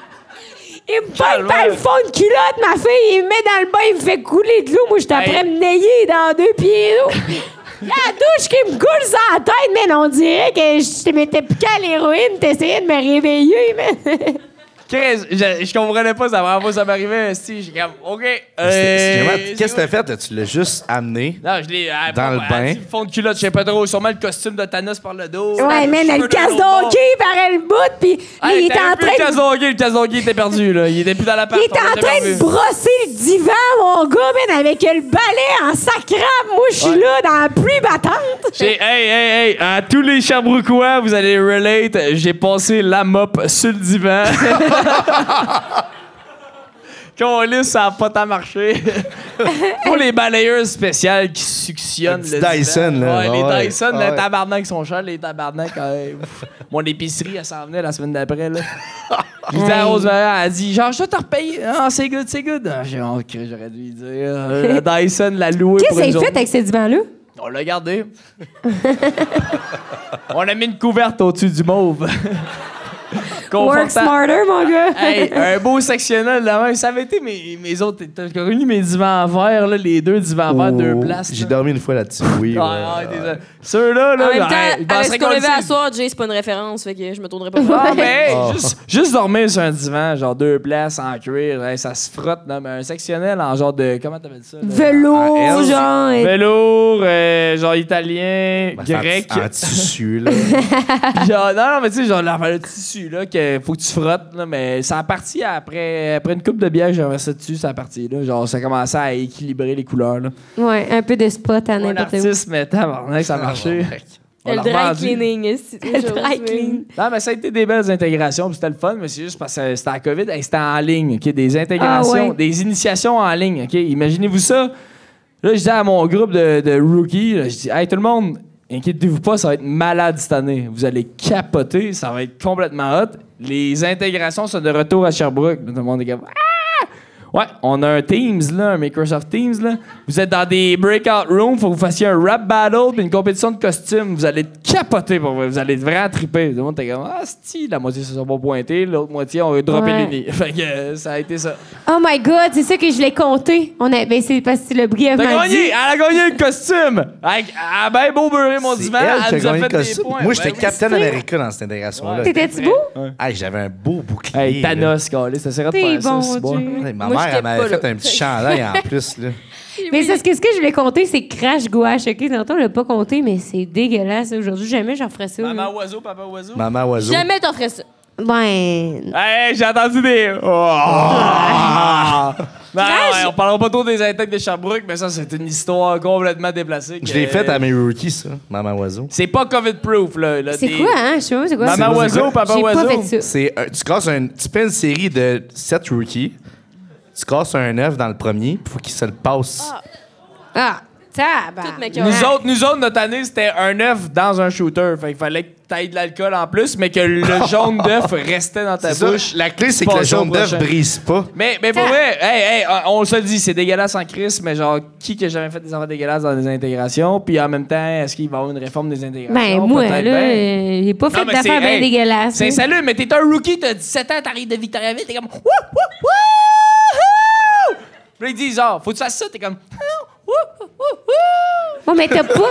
Il me pogne par le fond de culotte, ma fille, il me met dans le bain, il me fait couler de l'eau. Moi, je suis après Hey. me nailler dans deux pieds d'eau. La douche qui me coule sur la tête, man, on dirait que je m'étais piqué à l'héroïne, t'essayais de me réveiller, man. Chris, je, je comprenais pas, ça va pas ça m'arrivait, si. J'ai comme, OK. C'est- Euh, c'est- Qu'est-ce que t'as fait? Tu l'as juste amené. Non, je l'ai. euh, Dans pas- le euh, bain. dit fond de culotte, je sais pas trop. Sûrement le costume de Thanos par le dos. Ouais, man, cheveux elle de casse l'autre bord. d'hockey par elle bout, puis là, Hey, il était t'avais en plus train le de... casse-d'hockey, le casse-d'hockey était perdu, là. Il était plus dans la part. Il était en train de brosser le divan, mon gars, man, avec le balai en sacrame. Moi, je suis Ouais. là dans la pluie battante. J'ai, hey, hey, hey, à tous les Sherbrookeois, vous allez relate, j'ai passé la mop sur le divan. Câlisse, ça a pas tant marché. Pour les balayeuses spéciales qui suctionnent Un le petit divan. Dyson, là. Ouais, Ah les ouais. Dyson, Ah les ouais. tabarnak sont chers, les tabarnak. ouais, ouf. Mon épicerie, elle s'en venait la semaine d'après, là. J'ai dit à Rosemary, elle a dit, genre, je vais te repayer. Ah, c'est good, c'est good. Ah, j'ai oh, okay, j'aurais dû lui dire. Euh, Le Dyson l'a loué Qu'est-ce pour que une ça a fait journée. avec ce divan-là? On l'a gardé. On a mis une couverte au-dessus du mauve. Work smarter, mon gars. Hey, un beau sectionnel là même. Ça avait été mes, mes autres. T'as connu mes divans en verre, là, les deux divans en verre, deux places. J'ai là. dormi une fois là-dessus, oui. Ah, ouais, ah, ouais. désolé. Ceux-là, là, En même là, temps, hey, ils avec penseraient ce qu'on qu'on avait le à sait. soir, Jay, c'est pas une référence, fait que je me tournerai pas. Non, mais hey, Oh. juste, juste dormir sur un divan, genre deux places en cuir, hey, ça se frotte, non, mais un sectionnel en genre de. Comment t'appelles ça? Là? Velours, Ah, elle, genre. et- Velours, euh, genre italien, Ben, c'est en- grec. En tissu, là. Puis genre, non, non, mais tu sais, genre, l'affaire de tissu, là, qu'il faut que tu frottes, là, mais ça a parti après, après une coupe de bière, j'avais ça dessus, ça a parti, là. Genre, ça commençait à équilibrer les couleurs, là. Ouais, un peu de spot à Un n'importe où. artiste, mais tabarnak, ça a marché. On Le l'a dry revendu. cleaning. c'est- Le chose, dry oui. clean. Non, mais ça a été des belles intégrations, puis c'était le fun, mais c'est juste parce que c'était la COVID, hey, c'était en ligne, OK? Des intégrations, Ah ouais. des initiations en ligne, OK? Imaginez-vous ça. Là, je dis à mon groupe de, de rookies, là, je dis, hey, tout le monde, inquiétez-vous pas, ça va être malade cette année. Vous allez capoter, ça va être complètement hot. Les intégrations sont de retour à Sherbrooke. Là, tout le monde est comme, ah! Ouais, on a un Teams, là, un Microsoft Teams, là. Vous êtes dans des breakout rooms, faut que vous fassiez un rap battle puis une compétition de costumes. Vous allez capoter pour vous. Vous allez vraiment triper. Tout le monde était comme, ah, si, la moitié se sont pas pointés, l'autre moitié ont droppé Ouais. les nids. Fait que euh, ça a été ça. Oh my God, c'est ça que je l'ai compté. On a, ben c'est parce que le brièvement T'as dit. gagné! Elle a gagné le costume! Avec, elle a bien beau beurrer mon C'est divan, elle qui elle a nous a gagné fait le des costume. points. Moi, Ben j'étais oui, Captain c'est- America dans cette intégration-là. Ouais. T'étais-tu beau? Hey, j'avais un beau bouclier. Hey, là. Thanos, câlisse, ça serait de T'es faire ça, bon, c'est bon. Dieu. Hey, ma Moi, mère, j'étais elle m'avait pas fait là. un petit chandail en plus, là. Mais c'est ce que, ce que je voulais compter, c'est Crash Gouache. OK, tantôt, on l'a pas compté, mais c'est dégueulasse. Aujourd'hui, jamais j'en ferais ça. là. Maman oiseau, papa oiseau. Maman oiseau. Jamais t'en ferais ça. Ben. Hey, j'ai entendu des. Oh! Non, non, ouais, on parlera pas trop des attaques de Sherbrooke, mais ça, c'est une histoire complètement déplacée. que- Je l'ai faite à mes rookies, ça. Maman oiseau. C'est pas COVID-proof, là. là, C'est des- quoi, hein? Je sais pas, c'est quoi? Maman C'est- oiseau, papa J'ai pas oiseau. fait ça. C'est un- tu casses un, tu fais une série de sept rookies. Tu casses un œuf dans le premier, puis faut qu'il se le passe. Ah, tabarnak. Toutes mes cœurs. Nous autres, nous autres, notre année, c'était un œuf dans un shooter. Fait qu'il fallait que t'ailles de l'alcool en plus, mais que le jaune d'œuf restait dans ta C'est ça. bouche. La clé, c'est que le Passons au jaune d'œuf prochain. brise pas. Mais, mais pour vrai, hey, hey, on on se le dit, c'est dégueulasse en crise, mais genre, qui qui a jamais fait des affaires dégueulasses dans des intégrations? Puis en même temps, est-ce qu'il va y avoir une réforme des intégrations? Ben, moi, là, Peut-être bien. euh, j'ai pas Non, fait mais d'affaires c'est- bien hey, dégueulasses. C'est un là. salut, mais t'es un rookie, t'as dix-sept ans, t'arrives de Victoriaville, t'es comme wouh, wouh, wouh! Puis là, ils disent genre, faut que tu fasses ça, t'es comme wouh, wouh, wouh! Ouais, mais t'as pas.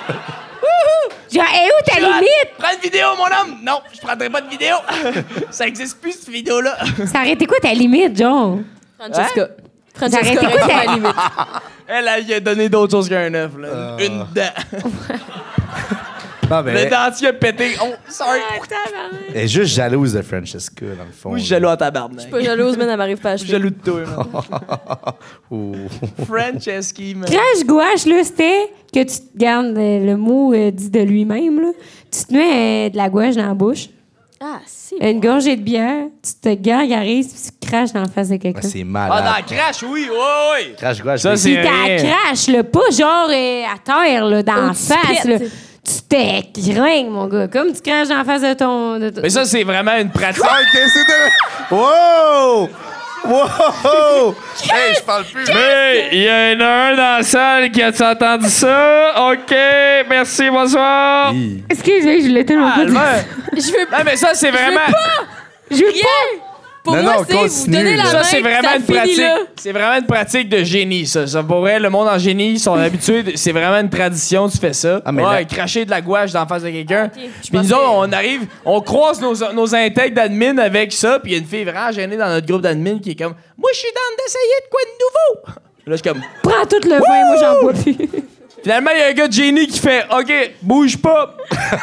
Genre, hé, où ta Je suis hot. limite? Prends une vidéo, mon homme! Non, je prendrai pas de vidéo! Ça existe plus, cette vidéo-là! Ça arrêtait quoi ta limite, genre? Francesca. Ça Francesca arrêtait quoi reste à ta la limite. Elle, elle lui a donné d'autres choses qu'un œuf, là. Une dent. Non, Le mais dentier a pété. Oh, sorry! elle est juste jalouse de Francesca, dans le fond. Moi, je suis jaloux en tabarnak. Je suis pas jalouse, mais elle m'arrive pas à Je suis acheter. jaloux de toi, man. Oh. Franceschi, man. Crash gouache, là, c'était que tu te gardes euh, le mot euh, dit de lui-même, là. Tu te mets euh, de la gouache dans la bouche, Ah, si. une gorgée de bière, tu te gargarises, puis tu craches dans la face de Ouais, quelqu'un. c'est Ah, malade. dans Crash, oui, oui, oui! Crash gouache. Ça, des- c'est- Puis t'as rien. crache, là, pas genre euh, à terre, là, dans la Au face, spit. là. Tu t'écringues, mon gars, comme tu craches dans la face de ton... de ton- Mais ça, c'est vraiment une pratique. Ah, qu'est-ce que c'était? Wow! Wow! Hey, je parle plus. Mais il y en a un dans la salle qui a-tu entendu ça? OK, merci, bonsoir. Hi. Excusez, je voulais tellement Ah, pas dire. Albert. Je veux Non, mais ça, c'est vraiment. Je veux rien. Pour Non, moi, non, c'est vous continue, donner la là. main. Ça, c'est vraiment ça une finit pratique. là. C'est vraiment une pratique de génie, ça. Ça, pour vrai, le monde en génie, ils sont habitués. de- C'est vraiment une tradition, tu fais ça. Ah, mais ouais, là- cracher de la gouache dans la face de quelqu'un. Je Puis nous pensais- autres, on arrive, on croise nos, nos intègres d'admin avec ça, puis il y a une fille vraiment gênée dans notre groupe d'admin qui est comme « Moi, je suis dans d'essayer de quoi de nouveau! » Là, je suis comme... Prends tout le vin, moi, j'en bois plus. Finalement, il y a un gars de génie qui fait « OK, bouge pas! »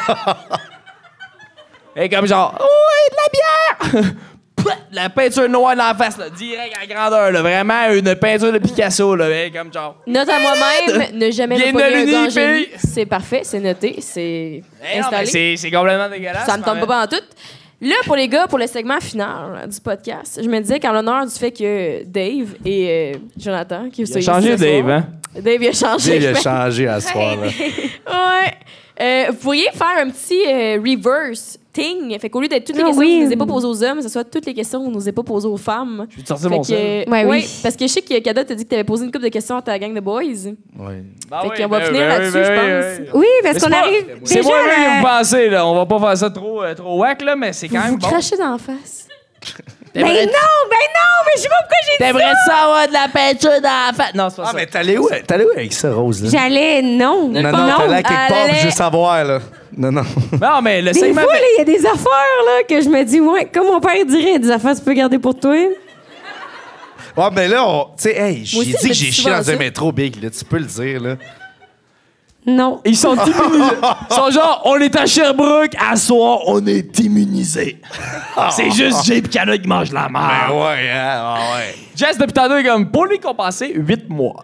Et comme genre « Ouais, de la bière! » La peinture noire dans la face, là, direct à grandeur, là, vraiment une peinture de Picasso, là, et comme genre. Note à moi-même, ne jamais me Bienvenue à pogner un gars en l'univers. génie. C'est parfait, c'est noté, c'est Eh non, mais installé. c'est, c'est complètement dégueulasse. Ça me mais en tombe pas en tout. Là, pour les gars, pour le segment final là, du podcast, je me disais qu'en l'honneur du fait que Dave et euh, Jonathan, qui Il a changé Dave, hein? Dave, il a changé. Dave, il a changé à ce soir, là. Ouais. Euh, vous pourriez faire un petit euh, reverse thing. Fait qu'au lieu d'être toutes les Ah questions oui. que vous n'osez pas poser aux hommes, ce soit toutes les questions que vous n'osez pas poser aux femmes. Je vais te sortir Fait mon que, sel. euh, Ouais, ouais, oui. parce que je sais que Kada t'a dit que t'avais posé une couple de questions à ta gang de boys. Ouais. Ah Fait oui, qu'on va ben finir oui, là-dessus, ben je oui, pense. ben oui. Oui, parce Mais qu'on c'est pas- arrive C'est déjà moins à bien la- que vous pensez, là. On va pas faire ça trop, euh, trop whack, là, mais c'est quand même Vous bon. crachez dans la face. Ben non, ben non, mais je sais pas pourquoi j'ai dit T'aimerais ça avoir de la peinture dans la face? Non, c'est pas Ah, ça. mais t'allais où, t'allais où avec ça, Rose, là? J'allais, non. Non, non, t'allais à quelque part, allez. je veux savoir, là. Non, non. Non, mais le Des segment... fois, là, il y a des affaires là, que je me dis, ouais, comme mon père dirait, des affaires que tu peux garder pour toi. Ouais, mais là, on- tu sais, hey, j'ai Moi dit aussi, je que me j'ai dis chié souvent dans ça. un métro, Big, là. Tu peux le dire, là. Non. Ils sont immunisés. Ils sont genre, on est à Sherbrooke, à soir, on est immunisés. C'est juste Jay et Cana qui mangent la Ben merde. ouais, hein, ah ouais. Jess, depuis tantôt, est comme, pour lui compenser, huit mois.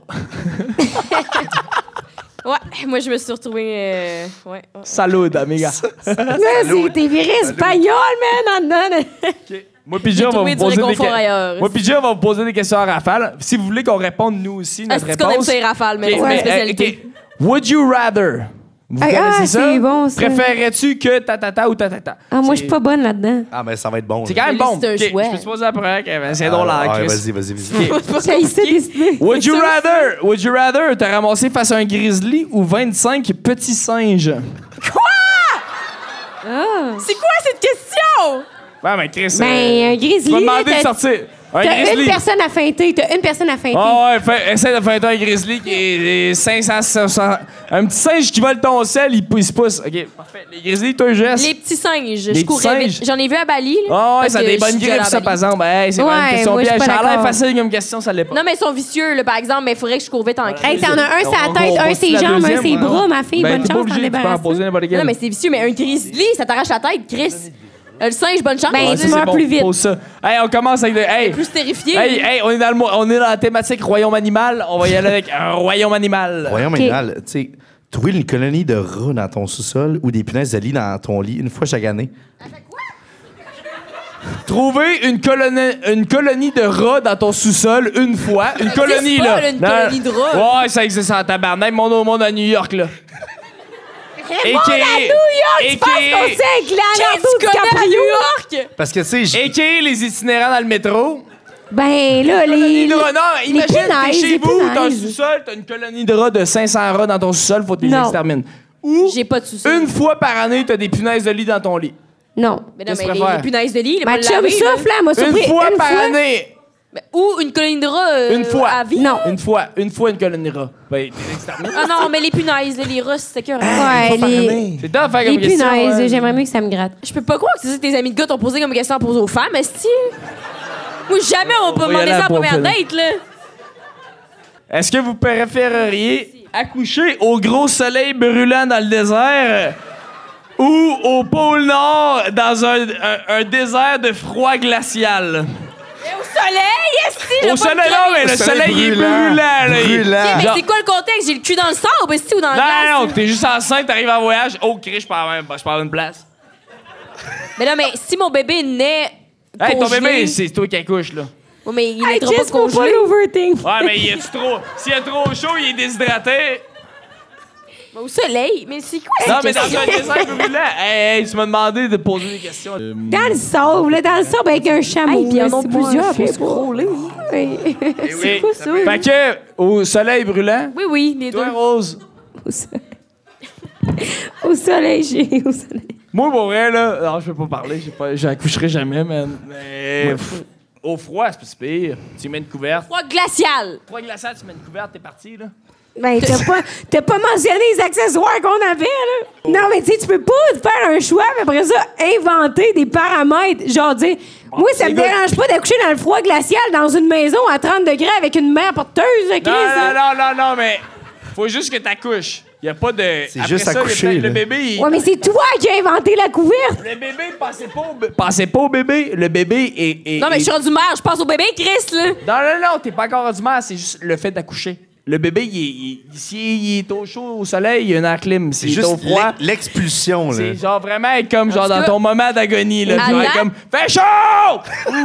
Ouais, moi, je me suis retrouvée. euh, ouais, ouais. Salud, amiga. Là, c'est t'es viré espagnol, man, en dedans. Moi pis Jay, on va trouvé vous du poser des réconfort que- ailleurs. Moi pis Jay, on va vous poser des questions à rafale. Si vous voulez qu'on réponde nous aussi Ah, notre c'est qu'on aime réponse. ça, les rafales, mais Ok, c'est mais, une euh, spécialité. ok. Would you rather? Vous Ah, connaissez ah, ça? c'est bon, ça. Préférerais-tu que tatata ou tatata? Ah, moi, je C'est- suis pas bonne là-dedans. Ah, mais ça va être bon. C'est là. quand même Mais bon. c'est un Ok, choix. je peux te poser la première, Kevin. C'est drôle Ah, à ouais, Chris. vas-y, vas-y, vas-y. J'ai essayé de décider. Would you rather, would you rather te ramasser face à un grizzly ou vingt-cinq petits singes? C'est quoi cette question? Ouais, mais Chris, Ben, euh, un grizzly. tu vas demander là, de t'as- sortir. Un T'as grizzly. une personne à feinter. T'as une personne à feinter. Ah ouais, fais- essaie de faire un grizzly qui est cinq cents, cinq cents. Un petit singe qui vole ton sel, il, pou- il se pousse. OK, parfait. Les grizzlies, toi, Jess? Les petits singes. Les je petits courais vite. singes? J'en ai vu à Bali. Là, Ah ouais, parce ça a que des je bonnes suis déjà griffes, allée à ça, Bali. par exemple. Ben, hey, c'est Ouais, vraiment une question moi, je suis piège. pas Ça a l'air d'accord. facile comme question, ça l'est pas. Non, mais ils sont vicieux, là, par exemple, mais il faudrait que je cours vite en crise. Hey, t'en as un sur On- la tête, on un passe ses la jambes, un deuxième, ses ouais. bras, ma fille. Ben, Bonne t'es pas chance, t'en obligé, tu peux en débarrasser. poser n'importe quel. Non, mais c'est vicieux, mais un grizzly, ça t'arrache la tête, Chris. Euh, Le singe, bonne chance. Ben, Ouais, tu ça, meurs c'est bon. plus vite. Pose ça. Hey, on commence avec de. Hey, plus terrifié. hey, hey, on est dans le mo- on est dans la thématique royaume animal. On va y aller avec un royaume animal. Voyons, Ok. maintenant, tu sais, trouver une colonie de rats dans ton sous-sol ou des punaises de lit dans ton lit une fois chaque année. Trouver une colonie, une colonie de rats dans ton sous-sol une fois. Une existe colonie, pas, là. là, une Non, colonie de rats. Ouais, ça existe en tabarnak. Mon au monde à New York, là. Raymond, à New York, tu penses qu'on sait avec Leonardo Tu connais à DiCaprio? New York? Parce que, tu sais, j- A K A les itinérants dans le métro. Ben, là, Colonie les... de rats. Non, imagine, t'es punaises, chez les vous, t'as un punaises. sous-sol, t'as une colonie de rats de cinq cents rats dans ton sous-sol, faut que tu les Non. extermines. Ou J'ai pas de sous-sol. une fois par année, t'as des punaises de lit dans ton lit. Non. Mais non, Qu'est-ce mais que tu les, préfères? les punaises de lit, les Ma pas le chum laver, là. souffle, là, m'a surpris Une fois une par fois. année. Mais- Ou une colonie de rats euh, Une fois. à vie. Non. Une fois. Une fois une colonie de rats. Ben, t'es exterminé. Ah non, mais les punaises, là, les rats, c'est que Ouais, les... C'est tough à faire Les comme question. punaises, hein. j'aimerais mieux que ça me gratte. Je peux pas croire que c'est ça que tes amis de gars t'ont posé comme question à poser aux femmes, esti. Moi, jamais on peut va y demander aller à ça la en première prochaine. date, là. Est-ce que vous préféreriez accoucher au gros soleil brûlant dans le désert ou au pôle Nord dans un, un- un désert de froid glacial? Mais au soleil, esti, Au soleil, non, mais le Au soleil soleil, il est brûlant. brûlant. là. Il- Brûlant. Ok, mais Genre- c'est quoi le contexte? J'ai le cul dans le sable, esti, ou dans le Non, glace? non, non, t'es juste enceinte, t'arrives en voyage. Oh, Chris, je pars même, je pars une place. Mais non, mais si mon bébé naît. Hey, ton congelé- bébé, c'est toi qui accouches, là. Ouais, mais il Hey, naîtra pas Jess, faut pas congelé. l'overthink. Ouais, mais il est trop. S'il est trop chaud, il est déshydraté. Mais au soleil. Mais c'est quoi Non, cette mais dans question? un désert brûlant. Hey, hey, tu m'as demandé de poser des questions. Dans le sable, là, dans le sable avec un chameau. Hey, puis il y en là, a c'est plusieurs bon, pour je sais se pas. crawler. Oui. C'est quoi ça? Fait que, au soleil brûlant, Oui, oui, les deux. toi, Rose. Au soleil. Au soleil, j'ai au soleil. Moi, pour vrai, là, non, je vais pas parler, j'ai pas- j'accoucherai jamais, man. Mais pff, au froid, c'est pas si pire. Tu mets une couverte. Froid glacial. Froid glacial, tu mets une couverte, t'es parti, là. Ben, t'as pas, t'as pas mentionné les accessoires qu'on avait, là. Non, mais tu sais, tu peux pas faire un choix, mais après ça, inventer des paramètres. Genre, dire, moi, ça les me gars- dérange pas d'accoucher dans le froid glacial dans une maison à trente degrés avec une mère porteuse, là, Chris. Non, là. non, non, non, non, mais faut juste que t'accouches. Y a pas de. C'est Après juste ça, il y a accoucher, peut-être là. Le bébé, il- Ouais, mais c'est toi qui as inventé la couverte. Le bébé, pensez pas, au bé- pensez pas au bébé. Le bébé est. est- Non, mais est- je suis rendu mère, je pense au bébé, Chris, là. Non, non, non, t'es pas encore du mal, c'est juste le fait d'accoucher. le bébé, il est, il, si il est au chaud, au soleil, il y a une air clim. C'est S'il est au juste froid, l'ex- l'expulsion, là. c'est genre vraiment être comme genre tout dans cas, ton moment d'agonie. Là, à tu vas être date- comme « Fais chaud! »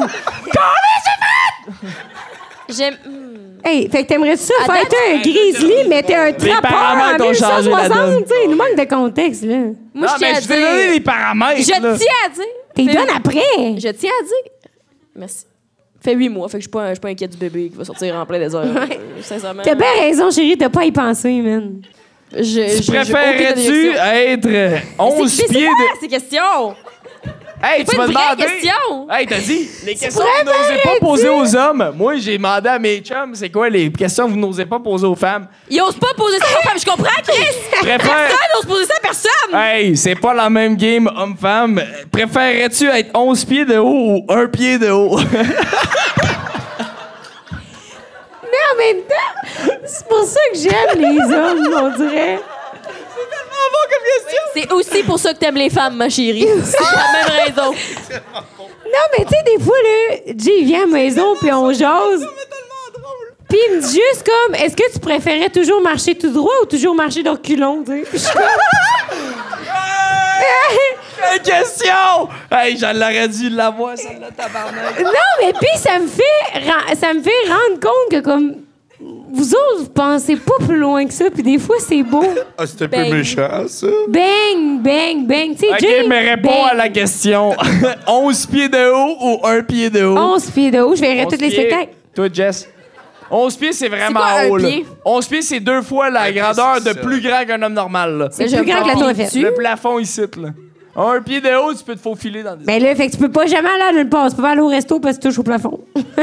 J'aime. hmm. Hey, fait que t'aimerais-tu ça À faire date- un grizzly, mais t'es un trappeur paramètres en ont changé la donne. mille huit cent soixante, tu sais, il nous manque de contexte, là. Moi, Non, je tiens mais à je t'ai donné dire. les paramètres. Je là. tiens à dire. T'es Fais- donne après. Je tiens à dire. Merci. Fait huit mois, fait que je suis pas, je suis pas inquiète du bébé qui va sortir en plein désert. euh, sincèrement. T'as bien raison, chérie, t'as pas à y penser, man. Je, je- Tu j'ai préférerais-tu aucune être euh, onze C'est pieds quoi de... ces questions? Hey, tu Pas m'as une vraie demandé... question. Hey, t'as dit, les questions que vous n'osez pas poser aux hommes. Moi, j'ai demandé à mes chums, c'est quoi les questions que vous n'osez pas poser aux femmes? Ils osent pas poser ça aux femmes, je comprends, Chris! Préfère... Personne n'ose poser ça à personne! Hey, c'est pas la même game homme-femme. Préférerais-tu être onze pieds de haut ou un pied de haut? Mais en même temps, c'est pour ça que j'aime les hommes, on dirait. C'est aussi pour ça que t'aimes les femmes, ma chérie. C'est la même raison. Non, mais tu sais, des fois, là, Jay vient à la maison, puis on jase. Puis il me dit juste comme, est-ce que tu préférais toujours marcher tout droit ou toujours marcher de reculons, tu sais? Puis je suis comme... Quelle question! Hey, j'en l'aurais dû l'avoir, celle-là, tabarnak. Non, mais puis ça me fait ra- ça me fait rendre compte que comme vous autres, vous pensez pas plus loin que ça, puis des fois c'est beau. Ah, c'est un Bang. peu méchant, ça. Bang, bang, bang. Tu sais, OK, Jay, mais réponds bang. à la question. onze pieds de haut ou un pied de haut? onze pieds de haut, je verrais onze tous les pieds. spectacles. Toi, Jess? onze pieds, c'est vraiment quoi, un haut, là. pied? onze pieds, c'est deux fois la Un pied, grandeur c'est de ça. plus grand qu'un homme normal, là. C'est je plus grand que la tour pense Eiffel. Le plafond ici, là. Un pied de haut, tu peux te faufiler dans des... Ben là, fait que tu peux pas jamais aller à nulle part. Tu peux pas aller au resto parce que tu touches au plafond.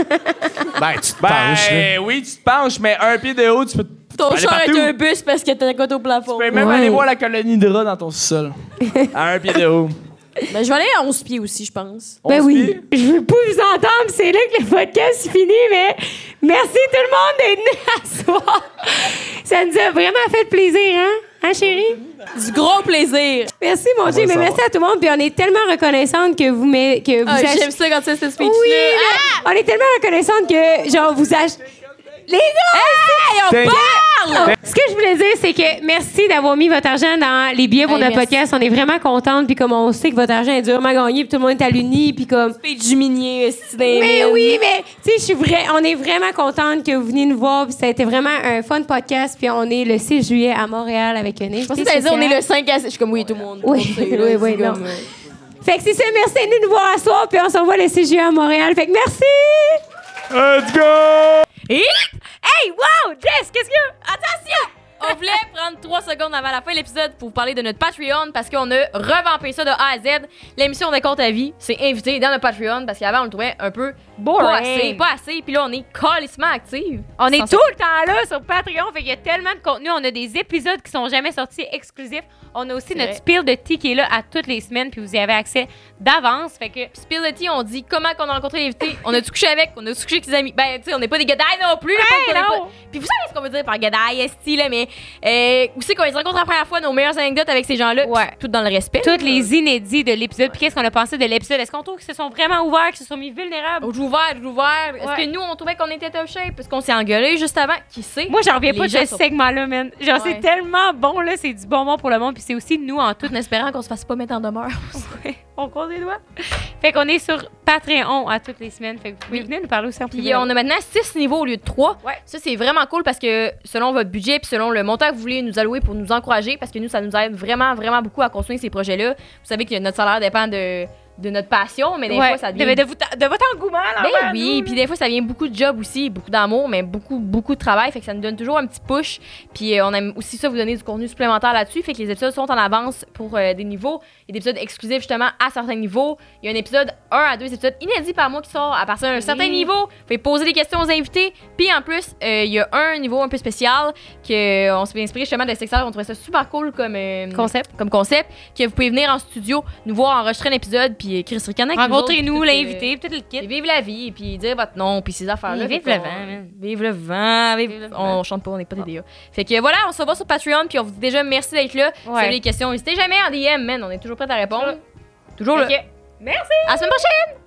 Ben, tu te Ben, penches, là. oui, tu te penches, mais un pied de haut, tu peux... Ton aller char est partout. un bus parce que t'es à côté au plafond. Tu peux même Ouais. aller voir la colonie de rats dans ton sous-sol. À un pied de haut. Ben, je vais aller à onze pieds aussi, je pense. Ben onze oui. pieds? Je veux pas vous entendre, c'est là que le podcast est fini, mais merci tout le monde d'être venu à ce soir. Ça nous a vraiment fait plaisir, hein? Hein, chérie? Du gros plaisir. Merci, mon Dieu, va mais savoir. merci à tout le monde. Puis on est tellement reconnaissante que vous met, que vous Ah, ach- j'aime ça quand tu fais ce speech-là. Oui, Ah! là, on est tellement reconnaissante que, genre, vous achetez. Les gars! Hey, on T'es- parle! Ce que je voulais dire, c'est que merci d'avoir mis votre argent dans les billets pour Hey, notre merci. podcast. On est vraiment contente. Puis comme on sait que votre argent est durement gagné, puis tout le monde est à l'uni, puis comme... Speech du minier, c'est des Mais mines. oui, mais tu sais, je suis vrai, on est vraiment contente que vous veniez nous voir. Puis ça a été vraiment un fun podcast. Puis on est le six juillet à Montréal avec un invité Je pensais que t'allais dire, on est spécial. le cinq à six. Je suis comme, oui, tout le monde. Oui, tout le monde sait, là, oui, c'est oui, non. comme, euh, Fait que c'est ça, merci d'être venu nous voir à soir. Puis on se revoit le six juillet à Montréal. Fait que merci! Let's go! Et... Hey, wow! Jess, qu'est-ce que... Attention! On voulait prendre trois secondes avant la fin de l'épisode pour vous parler de notre Patreon parce qu'on a revampé ça de A à Z. L'émission des comptes à vie, c'est invité dans notre Patreon parce qu'avant, on le trouvait un peu Boring. pas assez, pas assez. Puis là, on est calissement active. On est Sans- tout le temps là sur Patreon, fait qu'il y a tellement de contenu. On a des épisodes qui sont jamais sortis exclusifs. On a aussi C'est notre vrai. spill de tea qui est là à toutes les semaines, puis vous y avez accès d'avance. Fait que Spill the tea, on dit comment qu'on a rencontré l'invité. On a-tu couché avec, on a-tu couché avec ses amis. Ben, tu sais, on n'est pas des gadailles non plus. là, Hey, pas- non. pas- Puis vous savez ce qu'on veut dire par gadaille, esti, là, mais euh, aussi qu'on les rencontre la première fois, nos meilleures anecdotes avec ces gens-là, Ouais. puis tout dans le respect. toutes les inédits de l'épisode, puis qu'est-ce qu'on a pensé de l'épisode? Est-ce qu'on trouve qu'ils se sont vraiment ouverts, qu'ils se sont mis vulnérables? Je ouvert, je ouvert. Est-ce Ouais. que nous, on trouvait qu'on était top shape parce qu'on s'est engueulé juste avant? Qui sait? Moi, j'en reviens Les pas de gens ce sont- segment-là, man. Genre, Ouais. c'est tellement bon, là. C'est du bonbon pour le monde, puis c'est aussi nous en tout. En espérant qu'on se fasse pas mettre en demeure. On compte les doigts. Fait qu'on est sur Patreon à toutes les semaines. Fait que vous pouvez Oui. venir nous parler aussi en Puis privé. euh, on a maintenant six niveaux au lieu de trois. Ouais. Ça, c'est vraiment cool parce que selon votre budget puis selon le montant que vous voulez nous allouer pour nous encourager, parce que nous, ça nous aide vraiment, vraiment beaucoup à construire ces projets-là. Vous savez que notre salaire dépend de, de notre passion, mais des Ouais. fois, ça de, devient... de, vous- de votre engouement, là. Ben envers oui, nous, puis des fois, ça vient beaucoup de job aussi, beaucoup d'amour, mais beaucoup, beaucoup de travail. Fait que ça nous donne toujours un petit push. Puis euh, on aime aussi ça, vous donner du contenu supplémentaire là-dessus. Fait que les épisodes sont en avance pour euh, des niveaux. Il y a des épisodes exclusifs justement à certains niveaux. Il y a un épisode, un à deux épisodes inédits par mois qui sort à partir d'un certain niveau. Vous pouvez poser des questions aux invités. Puis en plus, euh, il y a un niveau un peu spécial qu'on s'est inspiré justement de Sexter. On trouvait ça super cool comme euh, Concept. Comme concept. Que vous pouvez venir en studio, nous voir enregistrer un épisode, puis euh, Chris Ricanet. Rencontrez-nous, l'invité, peut-être le kit. Et vivre la vie, puis dire votre nom, puis ces affaires-là. Oui, vive Fait le qu'on- vent, man. Vive le vent. Vive... Vive le On vent. chante pas, on n'est pas des D A. Fait que voilà, on se revoit sur Patreon, puis on vous dit déjà merci d'être là. Si vous Ouais. avez des questions, n'hésitez jamais en D M, man. On est toujours prêts à répondre. Toujours là. Ok. Merci! À la semaine prochaine!